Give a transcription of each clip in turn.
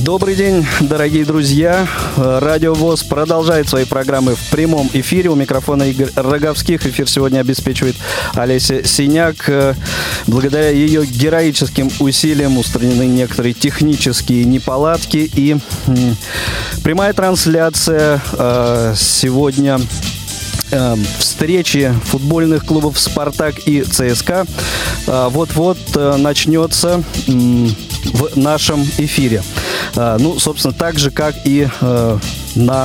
Добрый день, дорогие друзья. Радио ВОС продолжает свои программы в прямом эфире. У микрофона Игорь Роговских. Эфир сегодня обеспечивает Олеся Синяк. Благодаря ее героическим усилиям устранены некоторые технические неполадки. И прямая трансляция сегодня встречи футбольных клубов «Спартак» и «ЦСКА» вот-вот начнется в нашем эфире. Ну, собственно, так же, как и на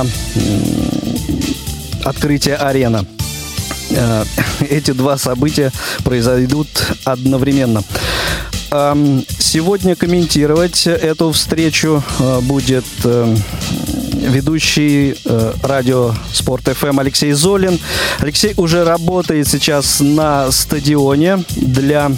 открытие «Арена». Эти два события произойдут одновременно. Сегодня комментировать эту встречу будет ведущий радио Спорт ФМ Алексей Золин. Алексей уже работает сейчас на стадионе для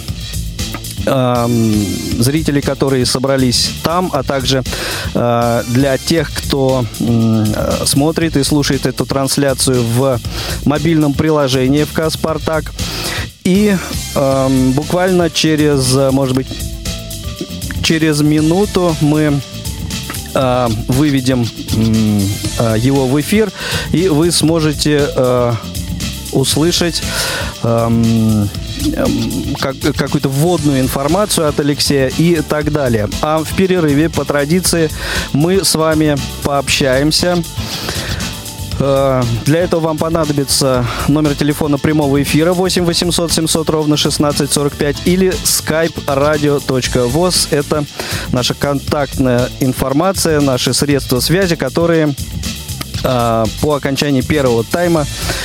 зрителей, которые собрались там, а также для тех, кто смотрит и слушает эту трансляцию в мобильном приложении ФК «Спартак». И буквально через, может быть, через минуту мы выведем его в эфир, и вы сможете услышать какую-то вводную информацию от Алексея и так далее. А в перерыве, по традиции, мы с вами пообщаемся. Для этого вам понадобится номер телефона прямого эфира 8 800 700 ровно 1645 или skype radio.voz. Это наша контактная информация, наши средства связи, которые по окончании первого тайма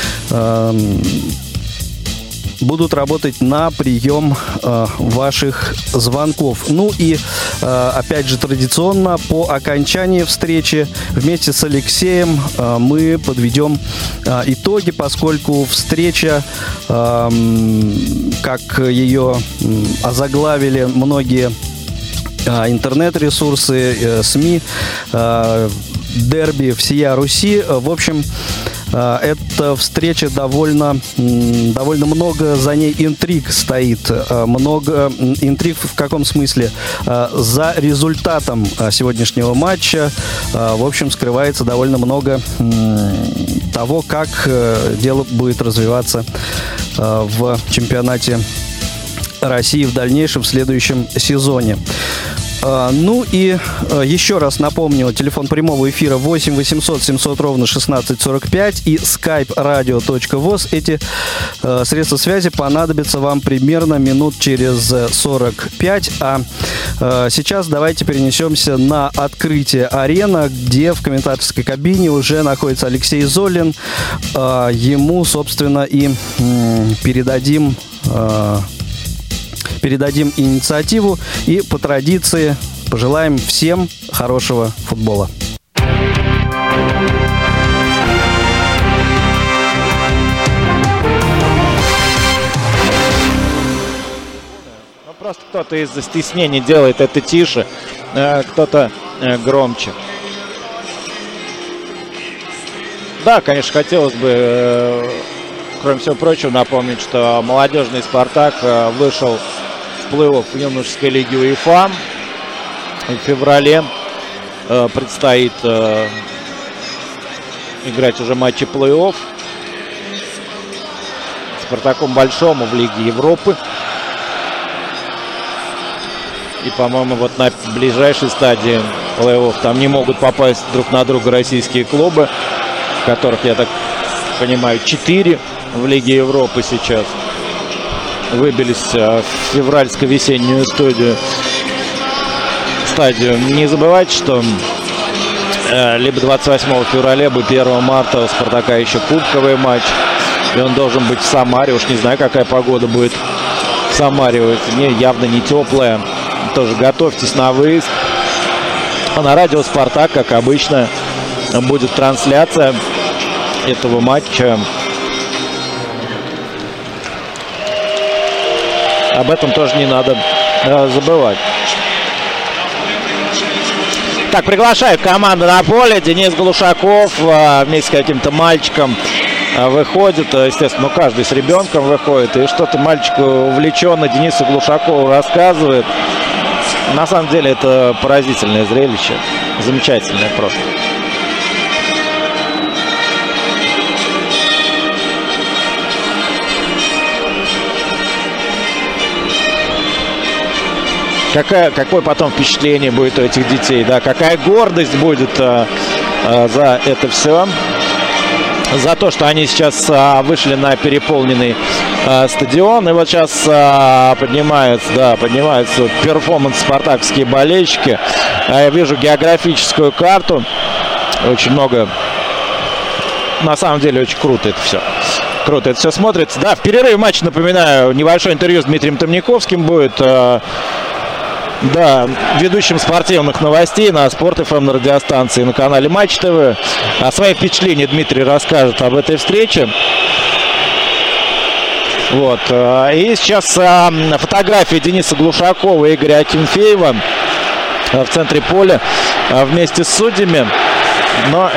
будут работать на прием ваших звонков. Ну и, опять же, традиционно по окончании встречи вместе с Алексеем мы подведем итоги, поскольку встреча, как ее озаглавили многие интернет-ресурсы, СМИ, дерби всея Руси. В общем, эта встреча довольно много за ней интриг стоит. Много интриг в каком смысле? За результатом сегодняшнего матча, в общем, скрывается довольно много того, как дело будет развиваться в чемпионате России в дальнейшем, в следующем сезоне. Ну и еще раз напомню, телефон прямого эфира 8 800 700 ровно 1645 и skype radio.voz. Эти средства связи понадобятся вам примерно минут через 45. А сейчас давайте перенесемся на открытие «Арена», где в комментаторской кабине уже находится Алексей Золин. Ему, собственно, и передадим инициативу и по традиции пожелаем всем хорошего футбола. Просто кто-то из-за стеснения делает это тише, кто-то громче. Да, конечно, хотелось бы, кроме всего прочего, напомнить, что молодежный «Спартак» вышел в плей-офф юношеской лиги УЕФА. В феврале предстоит играть уже матчи плей-офф «Спартаком» большому в Лиге Европы. И, по-моему, вот на ближайшей стадии плей-офф там не могут попасть друг на друга российские клубы, которых, я так понимаю, 4 в Лиге Европы сейчас выбились в февральско-весеннюю стадию. Не забывайте, что либо 28 февраля, либо 1 марта у «Спартака» еще кубковый матч. И он должен быть в Самаре. Уж не знаю, какая погода будет в Самаре. Явно не теплая. Тоже готовьтесь на выезд. А на радио «Спартак», как обычно, будет трансляция этого матча. Об этом тоже не надо забывать. Так, приглашаю команду на поле. Денис Глушаков вместе с каким-то мальчиком выходит. Естественно, каждый с ребенком выходит. И что-то мальчик увлеченно Денису Глушакову рассказывает. На самом деле это поразительное зрелище. Замечательное просто. Какое потом впечатление будет у этих детей, да, какая гордость будет за это все, за то, что они сейчас вышли на переполненный стадион, и вот сейчас поднимаются перформанс спартаковские болельщики. Я вижу географическую карту, очень много, на самом деле очень круто это все. Круто это все смотрится. Да, в перерыве матча, напоминаю, небольшое интервью с Дмитрием Тамниковским будет. Да, ведущим спортивных новостей на Спорт ФМ на радиостанции на канале Матч ТВ. О своих впечатлениях Дмитрий расскажет об этой встрече. Вот. И сейчас фотография Дениса Глушакова и Игоря Акинфеева в центре поля вместе с судьями. Но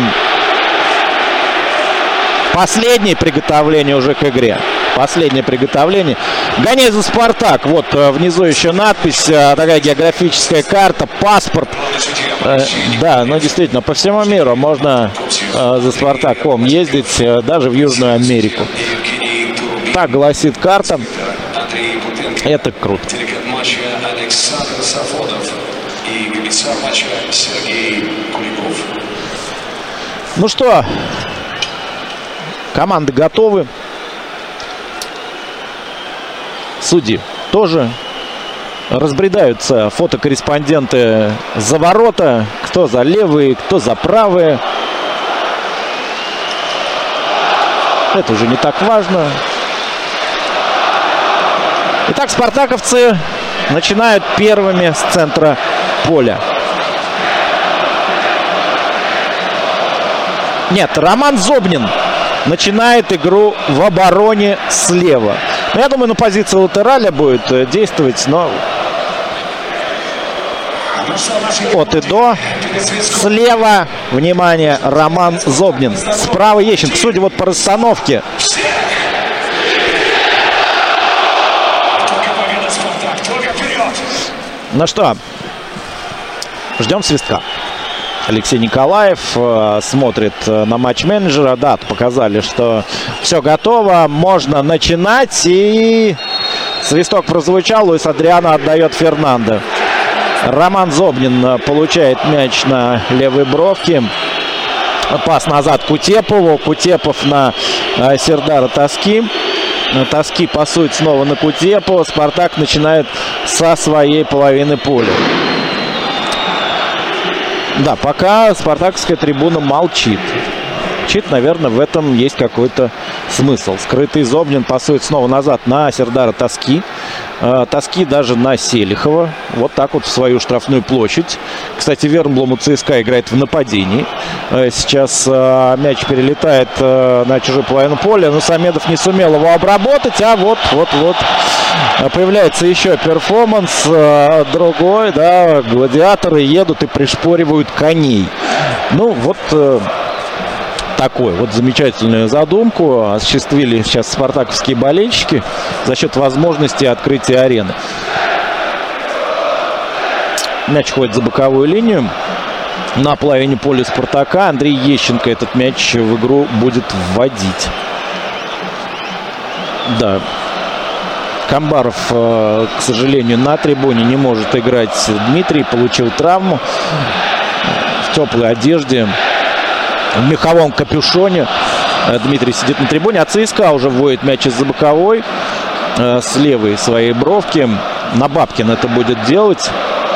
последнее приготовление уже к игре. Последнее приготовление. Гоняй за «Спартак». Вот внизу еще надпись, такая географическая карта, паспорт. Да, ну действительно, по всему миру можно за «Спартаком» ездить, даже в Южную Америку. Так гласит карта. Это круто. Ну что, команды готовы. Судьи тоже. Разбредаются фотокорреспонденты за ворота. Кто за левые, кто за правые. Это уже не так важно. Итак, спартаковцы начинают первыми с центра поля. Нет, Роман Зобнин начинает игру в обороне слева. Я думаю, на позиции латераля будет действовать, но от и до. Слева, внимание, Роман Зобнин. Справа Ещенко. Судя вот по расстановке. Ну что, ждем свистка. Алексей Николаев смотрит на матч-менеджера. Да, показали, что все готово. Можно начинать. И свисток прозвучал. Луис Адриано отдает Фернандо. Роман Зобнин получает мяч на левой бровке. Пас назад Кутепову. Кутепов на Сердара Тоски. Тоски пасует снова на Кутепова. Спартак начинает со своей половины поля. Да, пока спартаковская трибуна молчит. Наверное, в этом есть какой-то смысл. Скрытый Зобнин пасует снова назад на Сердара Тоски. Тоски даже на Селихова. Вот так вот в свою штрафную площадь. Кстати, Вернблом у ЦСКА играет в нападении. Сейчас мяч перелетает на чужую половину поля. Но Самедов не сумел его обработать. А вот появляется еще перформанс другой. Да, гладиаторы едут и пришпоривают коней. Ну, вот... такую вот замечательную задумку осуществили сейчас спартаковские болельщики за счет возможности открытия арены. Мяч ходит за боковую линию. На половине поля Спартака Андрей Ещенко этот мяч в игру будет вводить. Да. Камбаров, к сожалению, на трибуне не может играть. Дмитрий получил травму в теплой одежде. В меховом капюшоне Дмитрий сидит на трибуне. А ЦСКА уже вводит мяч из-за боковой. С левой своей бровки. Набабкин это будет делать.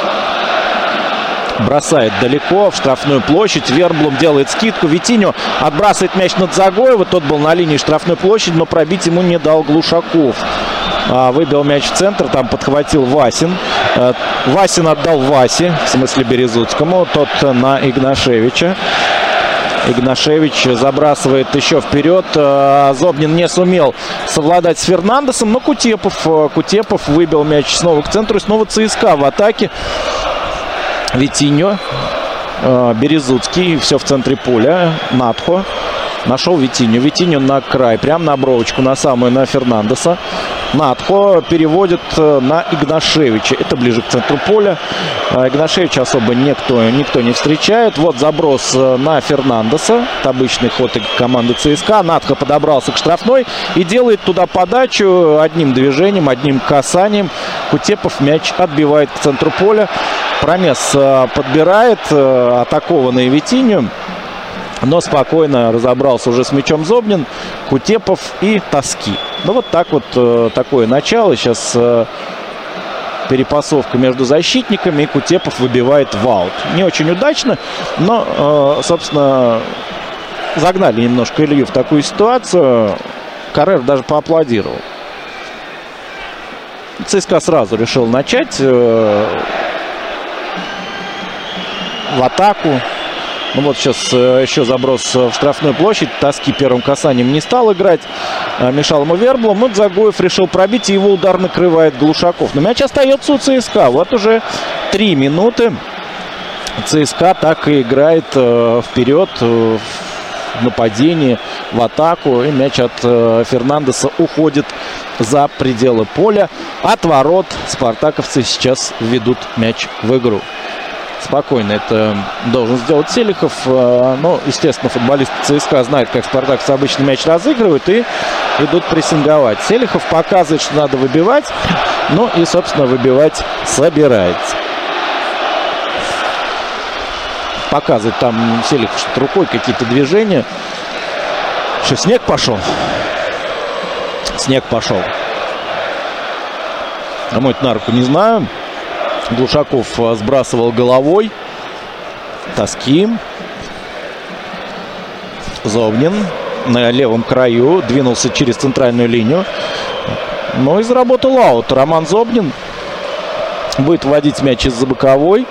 Бросает далеко в штрафную площадь. Вернблум делает скидку. Витиньо отбрасывает мяч над Загоева. Тот был на линии штрафной площади, но пробить ему не дал Глушаков. Выбил мяч в центр. Там подхватил Васин. Васин отдал Васе, в смысле Березутскому. Тот на Игнашевича. Игнашевич забрасывает еще вперед. Зобнин не сумел совладать с Фернандесом, но Кутепов выбил мяч снова к центру. И снова ЦСКА в атаке. Витиньо, Березутский, все в центре поля. Натхо нашел Витиньо. Витиньо на край, прям на бровочку, на самую, на Фернандеса. Надхо переводит на Игнашевича. Это ближе к центру поля. Игнашевича особо никто не встречает. Вот заброс на Фернандеса. Это обычный ход команды ЦСКА. Надхо подобрался к штрафной и делает туда подачу одним движением, одним касанием. Кутепов мяч отбивает к центру поля. Промес подбирает атакованный Витинью, но спокойно разобрался уже с мячом Зобнин, Кутепов и Тоски. Ну вот так вот такое начало. Сейчас перепасовка между защитниками, и Кутепов выбивает в аут. Не очень удачно, но, собственно, загнали немножко Илью в такую ситуацию. Каррер даже поаплодировал. ЦСКА сразу решил начать в атаку. Ну вот сейчас еще заброс в штрафную площадь. Тоски первым касанием не стал играть. Мешал ему Верблом. Вот Загоев решил пробить, и его удар накрывает Глушаков. Но мяч остается у ЦСКА. Вот уже 3 минуты. ЦСКА так и играет вперед в нападении, в атаку. И мяч от Фернандеса уходит за пределы поля. От ворот спартаковцы сейчас ведут мяч в игру. Спокойно это должен сделать Селихов. Но, естественно, футболисты ЦСКА знают, как спартаковцы обычно мяч разыгрывают, и идут прессинговать. Селихов показывает, что надо выбивать. Ну и, собственно, выбивать собирается. Показывает там Селихов что-то рукой, какие-то движения. Что, снег пошел? Снег пошел. Кому это на руку, не знаю. Глушаков сбрасывал головой. Тоски. Зобнин на левом краю. Двинулся через центральную линию. Но и заработал аут. Роман Зобнин будет вводить мяч из-за боковой.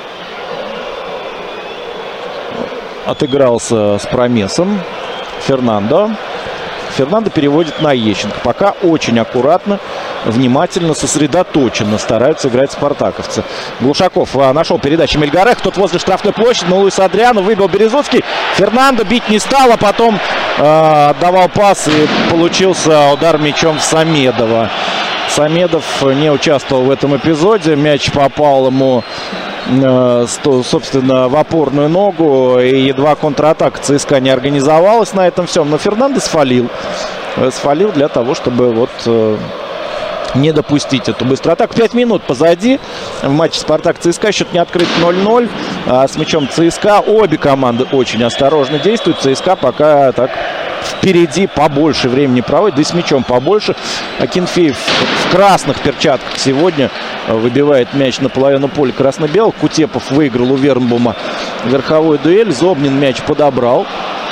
Отыгрался с промесом. Фернандо переводит на Ещенко. Пока очень аккуратно, внимательно, сосредоточенно стараются играть спартаковцы. Глушаков нашел передачу Мельгарех. Тот возле штрафной площади на Луиса Адриано. Выбил Березуцкий. Фернандо бить не стал, а потом давал пас, и получился удар мячом в Самедова. Самедов не участвовал в этом эпизоде. Мяч попал ему, собственно, в опорную ногу, и едва контратака ЦСКА не организовалась на этом всем. Но Фернандо сфалил для того, чтобы вот не допустить эту быструю атаку. 5 минут позади. В матче Спартак-ЦСКА счет не открыт 0-0. С мячом ЦСКА обе команды очень осторожно действуют. ЦСКА пока так впереди побольше времени проводит, да и с мячом побольше. Акинфеев в красных перчатках сегодня выбивает мяч на половину поля красно-белых. Кутепов выиграл у Вернбума верховую дуэль. Зобнин мяч подобрал.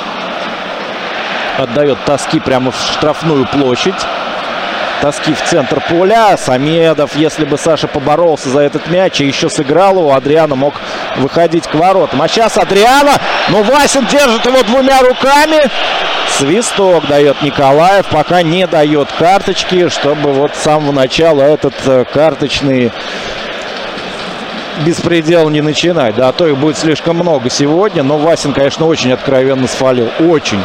Отдает Тоски прямо в штрафную площадь. Тоски в центр поля. Самедов, если бы Саша поборолся за этот мяч и еще сыграл его, Адриано мог выходить к воротам. А сейчас Адриано, но Васин держит его двумя руками. Свисток дает Николаев, пока не дает карточки, чтобы вот с самого начала этот карточный беспредел не начинать. Да, а то их будет слишком много сегодня, но Васин, конечно, очень откровенно сфалил. Очень.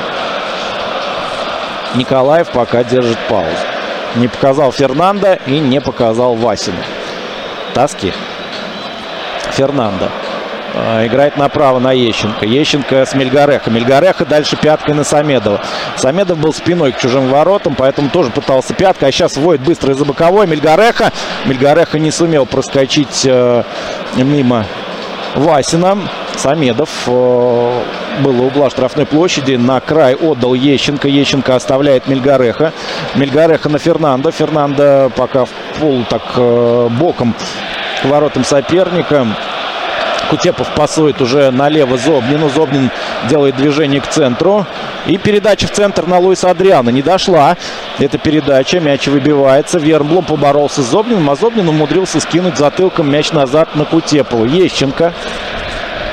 Николаев пока держит паузу. Не показал Фернандо и не показал Васину. Тоски. Фернандо. Играет направо на Ещенко. Ещенко с Мельгареха. Мельгареха дальше пяткой на Самедова. Самедов был спиной к чужим воротам, поэтому тоже пытался пяткой. А сейчас вводит быстро из-за боковой. Мельгареха. Мельгареха не сумел проскочить мимо Васина. Самедов был у угла штрафной площади. На край отдал Ещенко. Ещенко оставляет Мельгареха. Мельгареха на Фернандо. Фернандо пока в пол так боком к воротам соперника. Кутепов пасует уже налево Зобнину. Зобнин делает движение к центру. И передача в центр на Луиса Адриано. Не дошла эта передача. Мяч выбивается. Вернблом поборолся с Зобниным. А Зобнин умудрился скинуть затылком мяч назад на Кутепова. Ещенко.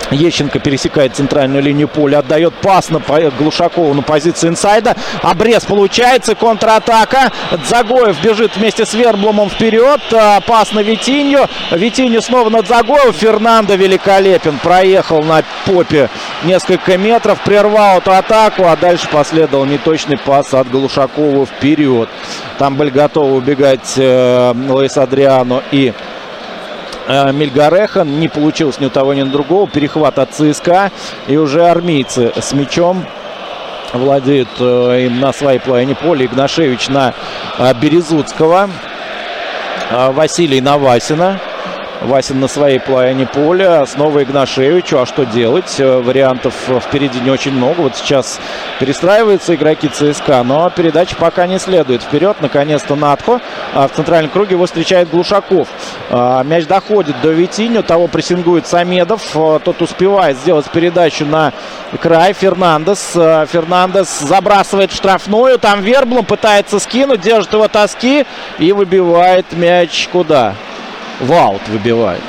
Ещенко пересекает центральную линию поля, отдает пас на Глушакову на позиции инсайда. Обрез получается, контратака. Дзагоев бежит вместе с Верблумом вперед. Пас на Витинью. Витинью снова на Дзагоев. Фернандо великолепен. Проехал на попе несколько метров, прервал эту атаку, а дальше последовал неточный пас от Глушакова вперед. Там были готовы убегать Луис Адриано и Мельгареха. Не получилось ни у того, ни у другого. Перехват от ЦСКА. И уже армейцы с мячом владеют им на своей половине поля. Игнашевич на Березутского. Василий на Васина. Васин на своей половине поля. Снова Игнашевичу. А что делать? Вариантов впереди не очень много. Вот сейчас перестраиваются игроки ЦСКА, но передача пока не следует вперед. Наконец-то Натхо. В центральном круге его встречает Глушаков. Мяч доходит до Витинью. Того прессингует Самедов. Тот успевает сделать передачу на край. Фернандес. Фернандес забрасывает в штрафную. Там Верблум пытается скинуть. Держит его Тоски. И выбивает мяч куда? В аут выбивает.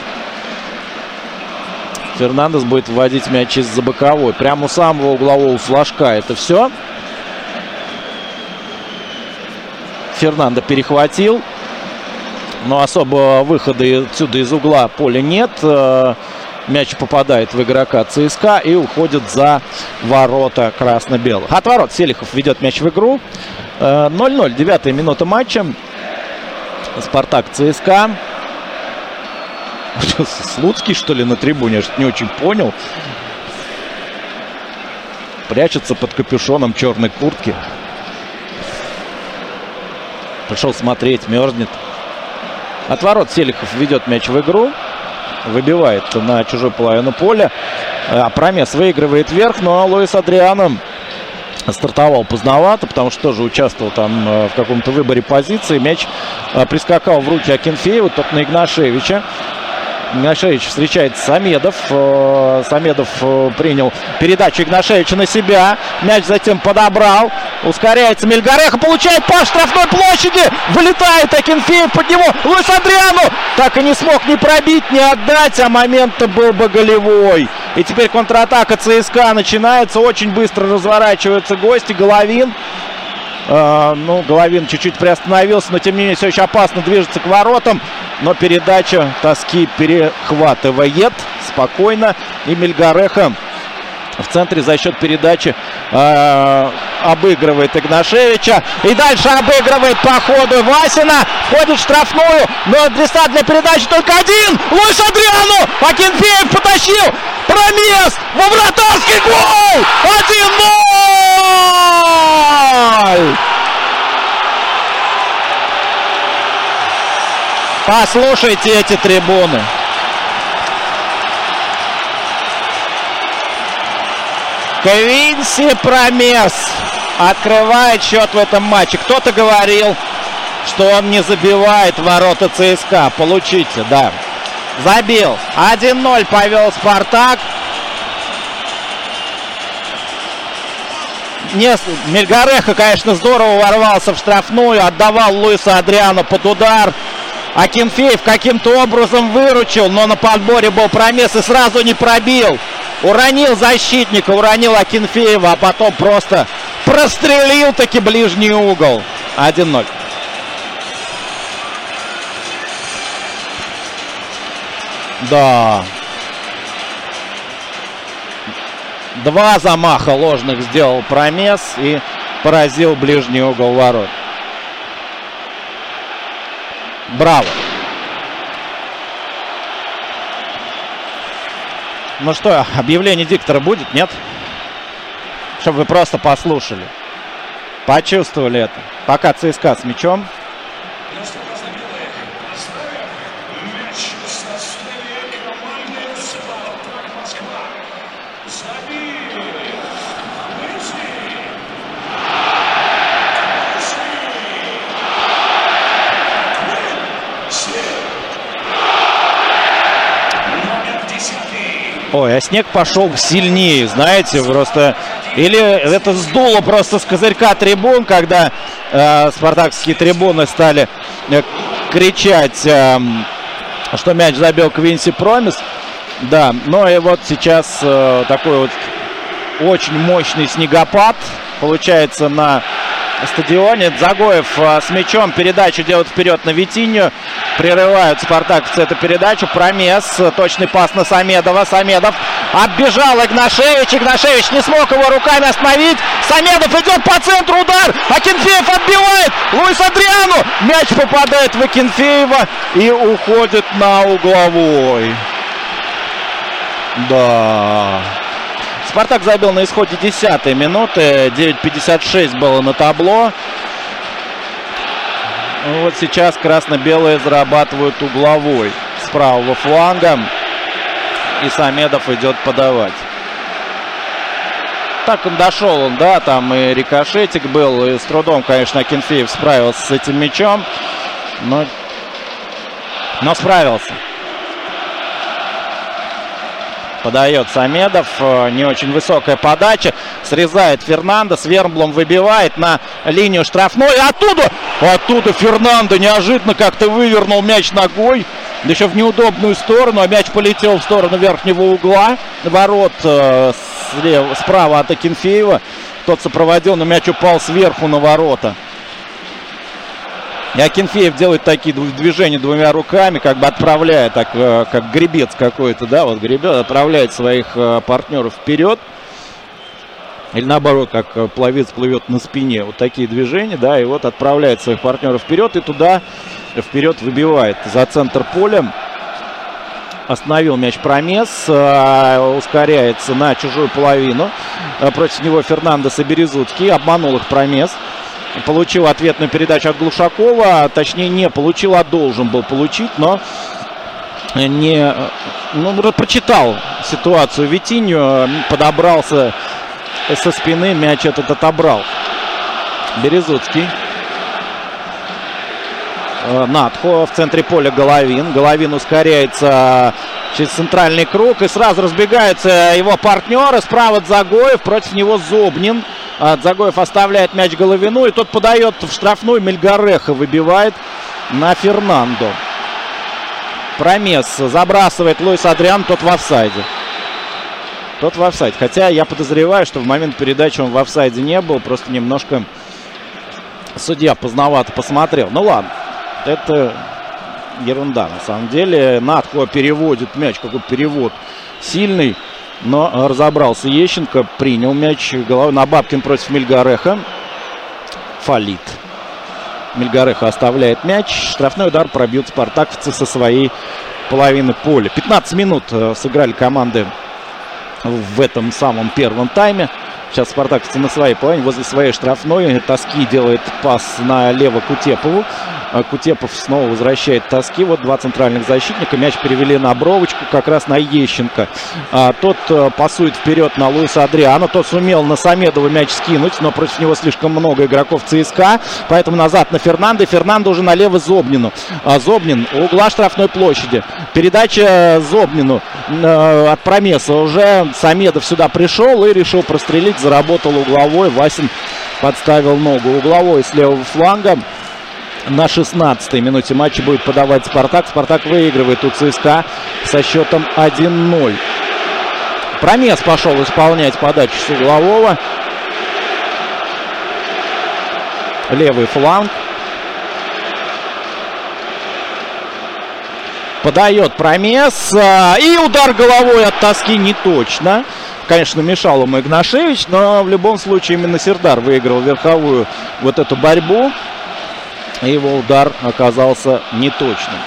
Фернандес будет вводить мяч из-за боковой. Прямо у самого углового флажка. Это все. Фернандо перехватил. Но особо выхода отсюда из угла поля нет. Мяч попадает в игрока ЦСКА и уходит за ворота красно-белых. От ворот Селихов ведет мяч в игру. 0-0. 9-я минута матча. Спартак ЦСКА. Слуцкий, что ли, на трибуне? Я что-то не очень понял. Прячется под капюшоном черной куртки. Пришел смотреть, мерзнет. От ворот Селихов ведет мяч в игру. Выбивает на чужую половину поля. Промес выигрывает вверх, но Луис Адриано стартовал поздновато, потому что тоже участвовал там в каком-то выборе позиции. Мяч прискакал в руки Акинфеева, тот на Игнашевича. Игнашевич встречает Самедов. Самедов принял передачу Игнашевича на себя. Мяч затем подобрал. Ускоряется Мельгареха. Получает по штрафной площади. Вылетает Акинфеев под него. Луис Адриано так и не смог ни пробить, ни отдать. А момент-то был бы голевой. И теперь контратака ЦСКА начинается. Очень быстро разворачиваются гости. Головин. Головин чуть-чуть приостановился, но тем не менее все еще опасно движется к воротам. Но передача Тоски перехватывает спокойно. И Мельгареха в центре за счет передачи обыгрывает Игнашевича. И дальше обыгрывает по ходу Васина. Входит в штрафную. Но адресат для передачи только один. Луис Адриано. Акинфеев потащил. Промес. Во вратарский гол. 1-0. Послушайте эти трибуны. Квинси Промес открывает счет в этом матче. Кто-то говорил, что он не забивает ворота ЦСКА. Получите, да. Забил. 1-0 повел Спартак. Мельгареха, конечно, здорово ворвался в штрафную. Отдавал Луису Адриано под удар. Акинфеев каким-то образом выручил, но на подборе был Промес и сразу не пробил. Уронил защитника, уронил Акинфеева, а потом просто прострелил таки ближний угол. 1-0. Да. 2 замаха ложных сделал Промес и поразил ближний угол ворот. Браво. Ну что, объявление диктора будет, нет? Чтобы вы просто послушали. Почувствовали это. Пока ЦСКА с мячом. Ой, а снег пошел сильнее, знаете, просто... Или это сдуло просто с козырька трибун, когда спартакские трибуны стали кричать, что мяч забил Квинси Промес. Да, но и вот сейчас такой вот очень мощный снегопад получается на стадионе. Загоев с мячом, передачу делает вперед на Витинью. Прерывают спартаковцы эту передачу. Промес, точный пас на Самедова. Самедов оббежал Игнашевич. Игнашевич не смог его руками остановить. Самедов идет по центру, удар. Акинфеев отбивает. Луис Адриану. Мяч попадает в Акинфеева и уходит на угловой. Да. Спартак забил на исходе 10-й минуты. 9:56 было на табло. Вот сейчас красно-белые зарабатывают угловой с правого фланга. И Самедов идет подавать. Так он дошел, да, там и рикошетик был. И с трудом, конечно, Акинфеев справился с этим мячом. Но справился. Подает Самедов, не очень высокая подача, срезает Фернандес, Вермблом выбивает на линию штрафной, оттуда Фернандо неожиданно как-то вывернул мяч ногой, да еще в неудобную сторону, а мяч полетел в сторону верхнего угла ворот, справа от Акинфеева, тот сопроводил, но мяч упал сверху на ворота. И Акинфеев делает такие движения двумя руками, как бы отправляя, так как гребец какой-то, да, вот гребет, отправляет своих партнеров вперед. Или наоборот, как пловец плывет на спине. Вот такие движения, да, и вот отправляет своих партнеров вперед и туда вперед выбивает за центр поля. Остановил мяч Промес, ускоряется на чужую половину. Против него Фернандес и Березутский, обманул их Промес. Получил ответную передачу от Глушакова, точнее не получил, а должен был получить, но прочитал ситуацию Витинью, подобрался со спины, мяч этот отобрал. Березутский. Надхо, в центре поля Головин. Головин ускоряется через центральный круг и сразу разбегаются его партнеры. Справа Дзагоев, против него Зобнин. Дзагоев оставляет мяч Головину, и тот подает в штрафную. Мельгареха выбивает на Фернандо. Промес забрасывает Луис Адриан, тот в офсайде. Хотя я подозреваю, что в момент передачи он в офсайде не был. Просто немножко судья поздновато посмотрел. Ну ладно, это ерунда на самом деле. Надхо переводит мяч, какой перевод сильный. Но разобрался Ещенко, принял мяч головой на Бабкин против Мельгареха. Фалит. Мельгареха оставляет мяч. Штрафной удар пробьют спартаковцы со своей половины поля. 15 минут сыграли команды в этом самом первом тайме. Сейчас спартаковцы на своей половине, возле своей штрафной. Тоски делает пас налево Кутепову. Кутепов снова возвращает Тоски. Вот два центральных защитника. Мяч перевели на бровочку, как раз на Ещенко. Тот пасует вперед на Луиса Адриана. Тот сумел на Самедова мяч скинуть, но против него слишком много игроков ЦСКА. Поэтому назад на Фернандо. Фернандо уже налево Зобнину. Зобнин у угла штрафной площади. Передача Зобнину от Промеса. Уже Самедов сюда пришел и решил прострелить. Заработал угловой. Васин подставил ногу. Угловой с левого фланга. На 16-й минуте матча будет подавать Спартак. Спартак выигрывает у ЦСКА со счетом 1-0. Промес пошел исполнять подачу с углового. Левый фланг. Подает Промес. И удар головой от Тоски не точно. Конечно, мешал ему Игнашевич, но в любом случае именно Сердар выиграл верховую вот эту борьбу. И его удар оказался неточным.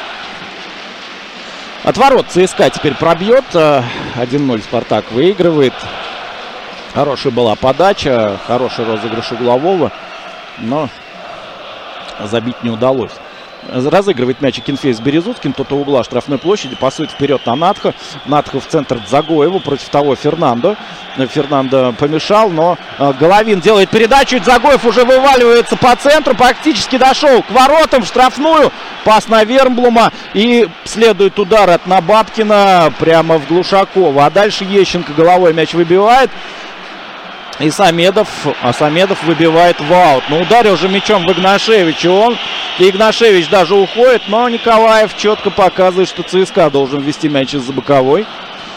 От ворот ЦСКА теперь пробьет. 1-0 Спартак выигрывает. Хорошая была подача, хороший розыгрыш углового, но забить не удалось. Разыгрывает мяч Акинфеев с Березутским. Тот у угла штрафной площади. Пасует вперед на Надхо. Надхо в центр Дзагоеву. Против того Фернандо. Фернандо помешал, но Головин делает передачу. И Дзагоев уже вываливается по центру. Практически дошел к воротам в штрафную. Пас на Вермблума. И следует удар от Набабкина прямо в Глушакова. А дальше Ещенко головой мяч выбивает. И Самедов выбивает в аут. Но ударил же мячом в Игнашевича. И Игнашевич даже уходит. Но Николаев четко показывает, что ЦСКА должен ввести мяч из-за боковой.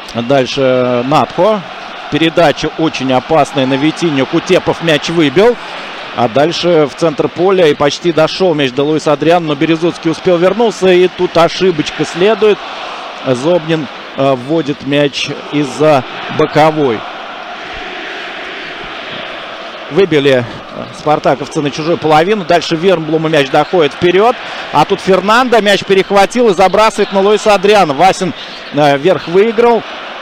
Дальше Натхо. Передача очень опасная на Витинью. Кутепов мяч выбил. А дальше в центр поля и почти дошел мяч до Луиса Адриана, но Березуцкий успел вернуться. И тут ошибочка следует. Зобнин вводит мяч из-за боковой. Выбили спартаковцы на чужую половину. Дальше Вермблума мяч доходит вперед. А тут Фернандо мяч перехватил и забрасывает на Луиса Адриана. Васин вверх выиграл.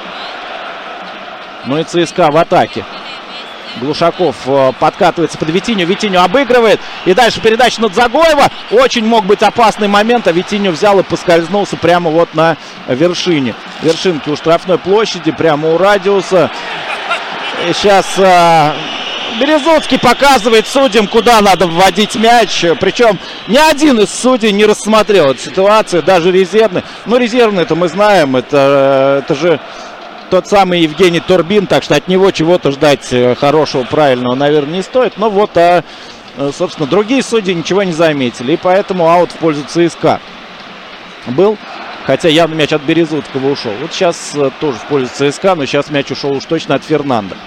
Ну и ЦСКА в атаке. Глушаков подкатывается под Витинью. Витинью обыгрывает. И дальше передача на Дзагоева. Очень мог быть опасный момент. А Витинью взял и поскользнулся прямо вот на вершине. Вершинки у штрафной площади. Прямо у радиуса. И сейчас Березуцкий показывает судьям, куда надо вводить мяч. Причем ни один из судей не рассмотрел эту ситуацию. Даже резервный. Ну, резервный-то мы знаем. Это же тот самый Евгений Турбин, так что от него чего-то ждать хорошего, правильного, наверное, не стоит. Но вот, собственно, другие судьи ничего не заметили. И поэтому аут в пользу ЦСКА был. Хотя явно мяч от Березуцкого ушел. Вот сейчас тоже в пользу ЦСКА, но сейчас мяч ушел уж точно от Фернандо.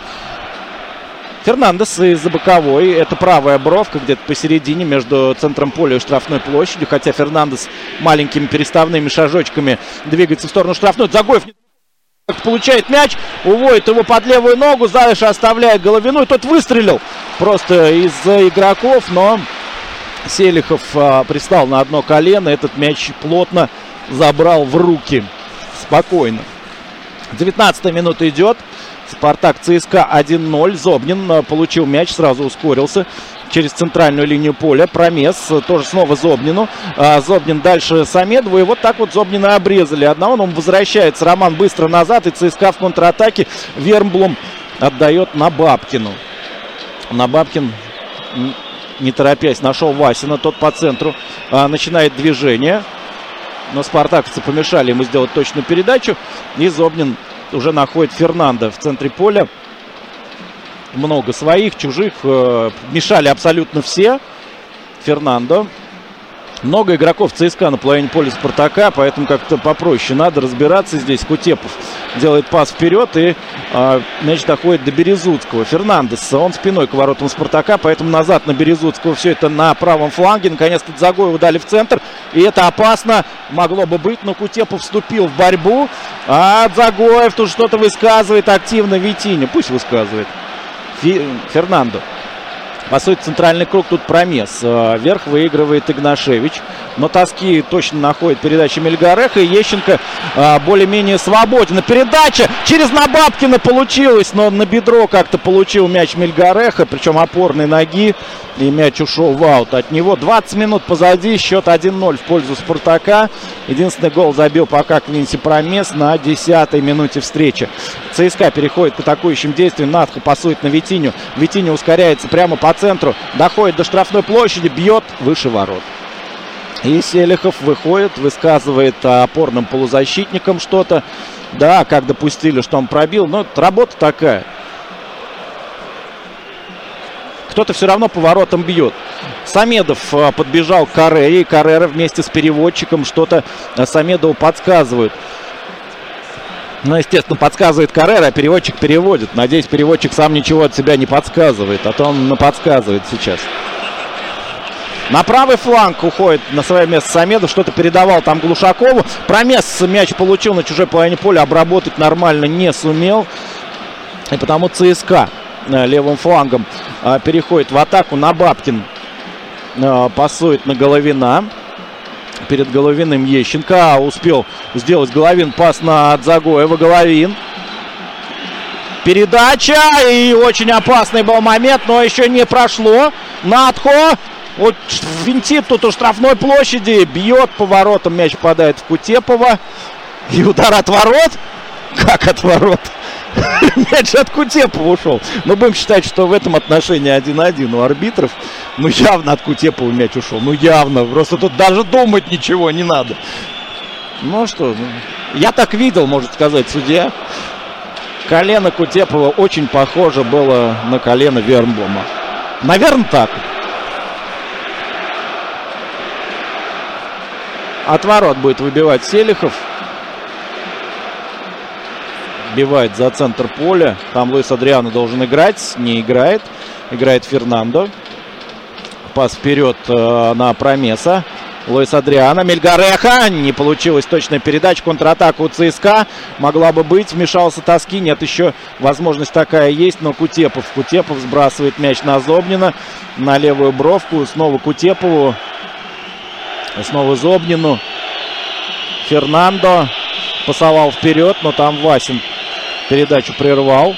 Фернандес из-за боковой. Это правая бровка где-то посередине между центром поля и штрафной площадью. Хотя Фернандес маленькими переставными шажочками двигается в сторону штрафной. Дзагоев получает мяч, уводит его под левую ногу, дальше оставляет Головину, и тот выстрелил просто из-за игроков, но Селихов пристал на одно колено, этот мяч плотно забрал в руки. Спокойно. 19-я минута идет. Спартак ЦСКА 1-0. Зобнин получил мяч, сразу ускорился через центральную линию поля. Промес тоже снова Зобнину. Зобнин дальше Самедову. И вот так вот Зобнина обрезали одного. Он возвращается. Роман быстро назад. И ЦСКА в контратаке. Вермблум отдает на Бабкину. Бабкин, не торопясь, нашел Васина. Тот по центру начинает движение. Но спартаковцы помешали ему сделать точную передачу. И Зобнин уже находит Фернандо в центре поля. Много своих, чужих. Мешали абсолютно все. Фернандо. Много игроков ЦСКА на половине поля Спартака, поэтому как-то попроще надо разбираться здесь. Кутепов делает пас вперед, и мяч доходит до Березуцкого. Фернандес, он спиной к воротам Спартака, поэтому назад на Березуцкого. Все это на правом фланге. Наконец-то Дзагоеву дали в центр, и это опасно. Могло бы быть, но Кутепов вступил в борьбу. А Дзагоев тут что-то высказывает активно Витине. Пусть высказывает. Фернандо. По сути, центральный круг тут Промес. Вверх выигрывает Игнашевич. Но тоски точно находит передача Мельгареха. И Ещенко более-менее свободен. Передача через Набабкина получилась. Но на бедро как-то получил мяч Мельгареха. Причем опорной ноги. И мяч ушел в аут от него. 20 минут позади. Счет 1-0 в пользу Спартака. Единственный гол забил пока Квинси Промес на 10-й минуте встречи. ЦСКА переходит к атакующим действиям. Натхо пасует на Витиню. Витиню ускоряется прямо по центру. Доходит до штрафной площади. Бьет выше ворот. И Селихов выходит, высказывает опорным полузащитникам что-то. Да, как допустили, что он пробил. Но работа такая. Кто-то все равно по воротам бьет. Самедов подбежал к Каррере. И Каррера вместе с переводчиком что-то Самедову подсказывают. Ну, естественно, подсказывает Каррера, а переводчик переводит. Надеюсь, переводчик сам ничего от себя не подсказывает. А то он подсказывает сейчас. На правый фланг уходит на свое место Самедов. Что-то передавал там Глушакову. Промес мяч получил на чужой половине поля. Обработать нормально не сумел. И потому ЦСКА левым флангом переходит в атаку. Набабкин пасует на Головина. Перед Головиным Ещенко. Успел сделать Головин пас на Дзагоева. Головин. Передача. И очень опасный был момент, но еще не прошло. Натхо. Вот винтит тут у штрафной площади. Бьет по воротам. Мяч попадает в Кутепова. И удар от ворот. Как от ворот? Мяч от Кутепова ушел. Но будем считать, что в этом отношении 1-1 у арбитров. Ну явно от Кутепова мяч ушел. Ну явно. Просто тут даже думать ничего не надо. Ну что, я так видел, может сказать судья. Колено Кутепова очень похоже было на колено Вермблума. Наверное, так. От ворот будет выбивать Селихов. Бивает за центр поля. Там Луис Адриано должен играть. Не играет. Играет Фернандо. Пас вперед на Промеса. Луис Адриано. Мельгареха. Не получилась точная передача. Контратака у ЦСКА. Могла бы быть. Вмешался Тоски. Нет, еще возможность такая есть. Но Кутепов сбрасывает мяч на Зобнина. На левую бровку. Снова Кутепову. Снова Зобнину. Фернандо. Пасовал вперед. Но там Васин передачу прервал.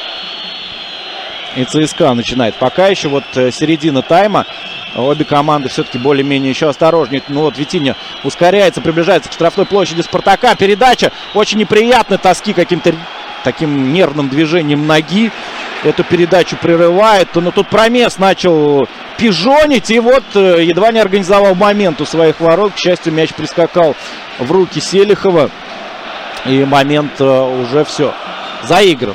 И ЦСКА начинает. Пока еще вот середина тайма. Обе команды все-таки более-менее еще осторожнее. Ну вот Витиньо ускоряется, приближается к штрафной площади Спартака. Передача очень неприятная. Тоски каким-то таким нервным движением ноги эту передачу прерывает. Но тут Промес начал пижонить. И вот едва не организовал момент у своих ворот. К счастью, мяч прискакал в руки Селихова. И момент уже все. Заигран.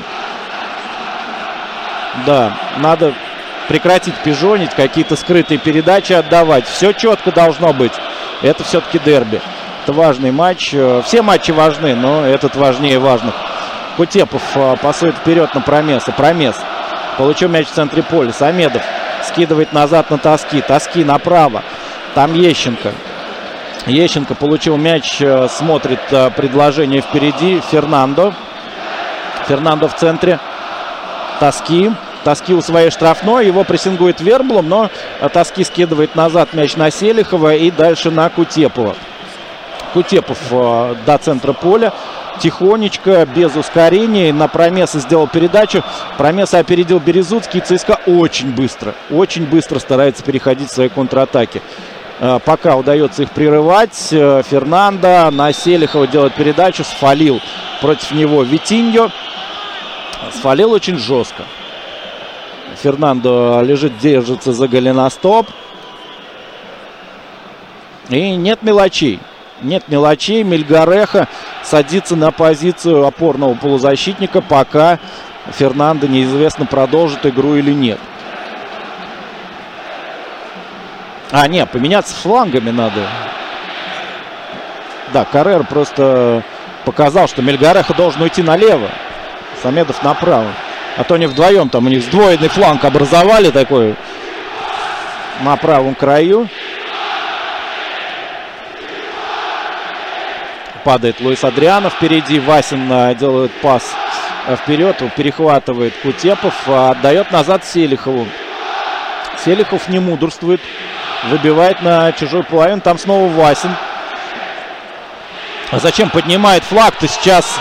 Да, надо прекратить пижонить, какие-то скрытые передачи отдавать. Все четко должно быть. Это все-таки дерби. Это важный матч. Все матчи важны, но этот важнее важных. Кутепов пасует вперед на Промеса. Промес получил мяч в центре поля. Самедов скидывает назад на Тоски. Тоски направо. Там Ещенко. Ещенко получил мяч. Смотрит предложение впереди. Фернандо. Фернандо в центре. Тоски. Тоски у своей штрафной. Его прессингует Верблом, но Тоски скидывает назад мяч на Селихова и дальше на Кутепова. Кутепов до центра поля. Тихонечко, без ускорений. На Промеса сделал передачу. Промеса опередил Березуцкий. ЦСКА очень быстро старается переходить в свои контратаки. Пока удается их прерывать. Фернандо на Селихова делает передачу. Сфалил против него Витиньо. Сфалил очень жестко. Фернандо лежит, держится за голеностоп. И нет мелочей. Нет мелочей. Мельгареха садится на позицию опорного полузащитника, пока Фернандо неизвестно, продолжит игру или нет. Нет, поменяться флангами надо. Да, Каррер просто показал, что Мельгареха должен уйти налево. Самедов направо. А то они вдвоем, там у них сдвоенный фланг образовали такой на правом краю. Падает Луис Адриано впереди. Васин делает пас вперед. Перехватывает Кутепов. Отдает назад Селихову. Селихов не мудрствует. Выбивает на чужой половину. Там снова Васин. А зачем поднимает флаг-то сейчас?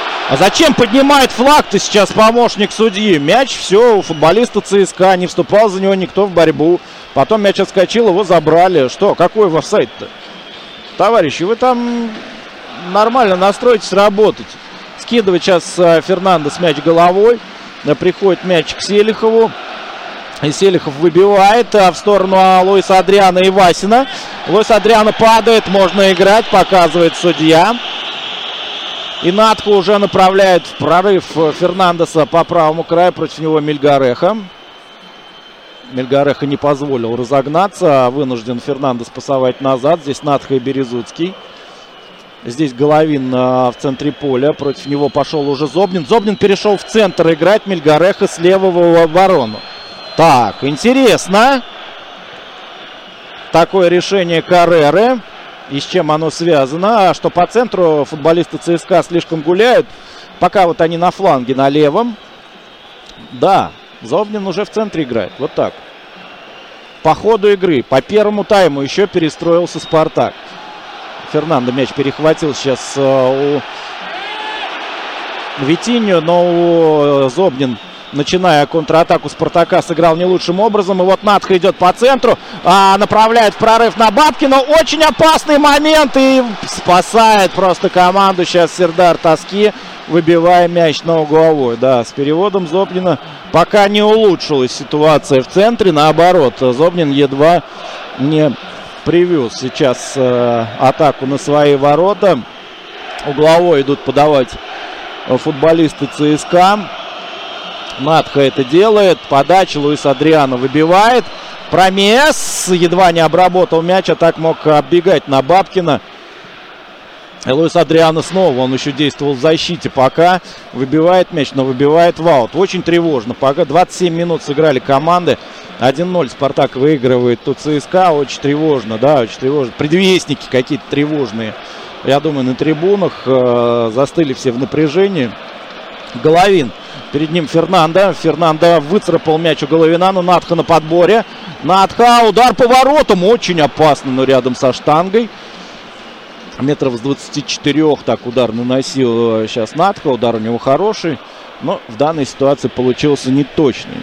Помощник судьи? Мяч, все, у футболиста ЦСКА. Не вступал за него никто в борьбу. Потом мяч отскочил, его забрали. Что, какой офсайд-то? Товарищи, вы там нормально настроитесь работать. Скидывает сейчас Фернандес мяч головой. Приходит мяч к Селихову. И Селихов выбивает в сторону Луиса Адриано и Васина. Луис Адриано падает, можно играть, показывает судья. И Натко уже направляет в прорыв Фернандеса по правому краю, против него Мельгареха. Мельгареха не позволил разогнаться, вынужден Фернандес пасовать назад. Здесь Натко и Березуцкий. Здесь Головин в центре поля, против него пошел уже Зобнин. Зобнин перешел в центр играть, Мельгареха слева в оборону. Так, интересно. Такое решение Карреры. И с чем оно связано? Что по центру футболисты ЦСКА слишком гуляют. Пока вот они на фланге, на левом. Да, Зобнин уже в центре играет. Вот так. По ходу игры, по первому тайму еще перестроился Спартак. Фернандо мяч перехватил сейчас у Витиньо, но Зобнин, начиная контратаку Спартака, сыграл не лучшим образом. И вот Натко идет по центру, направляет в прорыв на Бабкина. Очень опасный момент и спасает просто команду сейчас Сердар Тоски, выбивая мяч на угловой. Да, с переводом Зобнина пока не улучшилась ситуация в центре. Наоборот, Зобнин едва не привез сейчас атаку на свои ворота. Угловой идут подавать футболисты ЦСКА. Натко это делает. Подача, Луис Адриано выбивает. Промес едва не обработал мяч, а так мог оббегать на Бабкина. Луис Адриано снова, он еще действовал в защите пока. Выбивает мяч, но выбивает в аут. Очень тревожно. Пока 27 минут сыграли команды. 1-0 Спартак выигрывает тут ЦСКА. Очень тревожно, да, очень тревожно. Предвестники какие-то тревожные. Я думаю, на трибунах застыли все в напряжении. Головин. Перед ним Фернандо. Фернандо выцарапал мяч у Головина, но Натха на подборе. Натха, удар по воротам. Очень опасно, но рядом со штангой. Метров с 24 так удар наносил сейчас Натха. Удар у него хороший, но в данной ситуации получился неточный.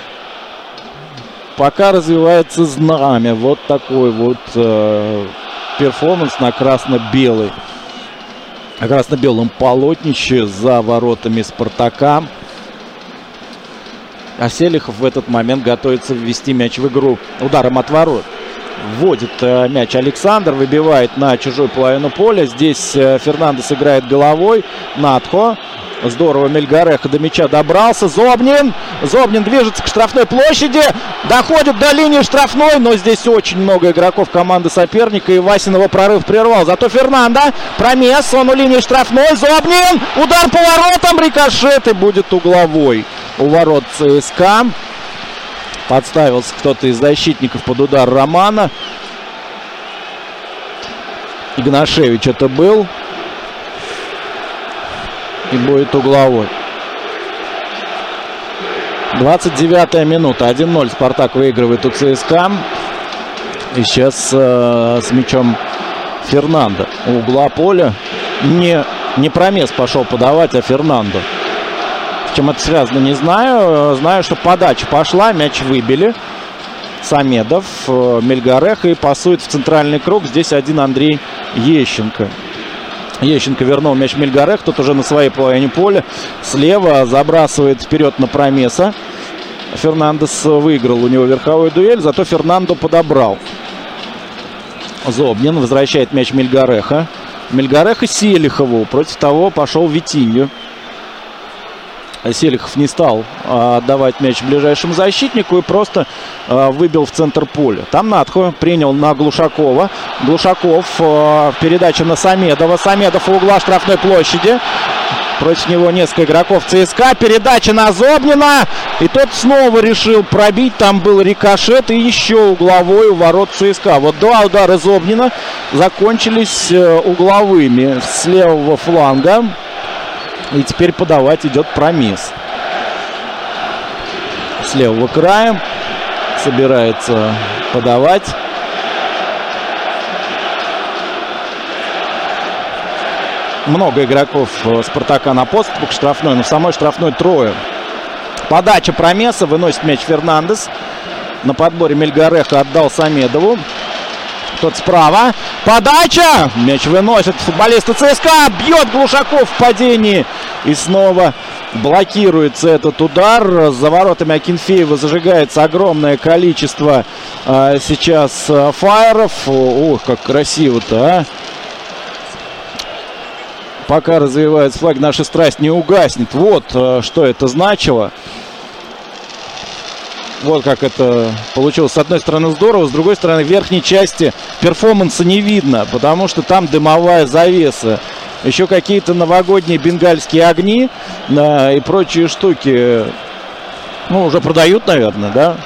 Пока развивается знамя. Вот такой вот перформанс на красно-белый. На красно-белом полотнище за воротами Спартака. А Селихов в этот момент готовится ввести мяч в игру ударом от ворот. Вводит мяч Александр, выбивает на чужую половину поля. Здесь Фернандес играет головой. Натхо. Здорово Мельгареха до мяча добрался. Зобнин. Зобнин движется к штрафной площади. Доходит до линии штрафной. Но здесь очень много игроков команды соперника. И Васин его прорыв прервал. Зато Фернандо. Промес. Он у линии штрафной. Зобнин. Удар по воротам. Рикошет. И будет угловой у ворот ЦСКА. Подставился кто-то из защитников под удар Романа. Игнашевич это был. И будет угловой. 29-я минута. 1-0 Спартак выигрывает у ЦСКА. И сейчас с мячом Фернандо. У угла поля. Не Промес пошел подавать, а Фернандо. С чем это связано, не знаю. Знаю, что подача пошла, мяч выбили. Самедов, Мельгареха и пасует в центральный круг. Здесь один Андрей Ещенко. Ещенко вернул мяч Мельгарех. Тут уже на своей половине поля. Слева забрасывает вперед на Промеса. Фернандес выиграл у него верховую дуэль. Зато Фернандо подобрал. Зобнин возвращает мяч Мельгареха. Мельгареха Селихову. Против того пошел Витинью. Селихов не стал отдавать мяч ближайшему защитнику и просто выбил в центр поля. Там Натхо принял на Глушакова. Глушаков, передача на Самедова. Самедов у угла штрафной площади. Против него несколько игроков ЦСКА. Передача на Зобнина. И тот снова решил пробить. Там был рикошет и еще угловой у ворот ЦСКА. Вот два удара Зобнина закончились угловыми с левого фланга. И теперь подавать идет Промес. С левого края собирается подавать. Много игроков Спартака на подступах к штрафной, но в самой штрафной трое. Подача Промеса, выносит мяч Фернандес. На подборе Мельгареха отдал Самедову. Тот справа. Подача! Мяч выносит футболисты ЦСКА. Бьет Глушаков в падении. И снова блокируется этот удар. За воротами Акинфеева зажигается огромное количество сейчас фаеров. Ох, как красиво-то, а! Пока развивается флаг, наша страсть не угаснет. Вот что это значило. Вот как это получилось. С одной стороны здорово, с другой стороны в верхней части перформанса не видно, потому что там дымовая завеса. Еще какие-то новогодние бенгальские огни и прочие штуки. Ну, уже продают, наверное, да?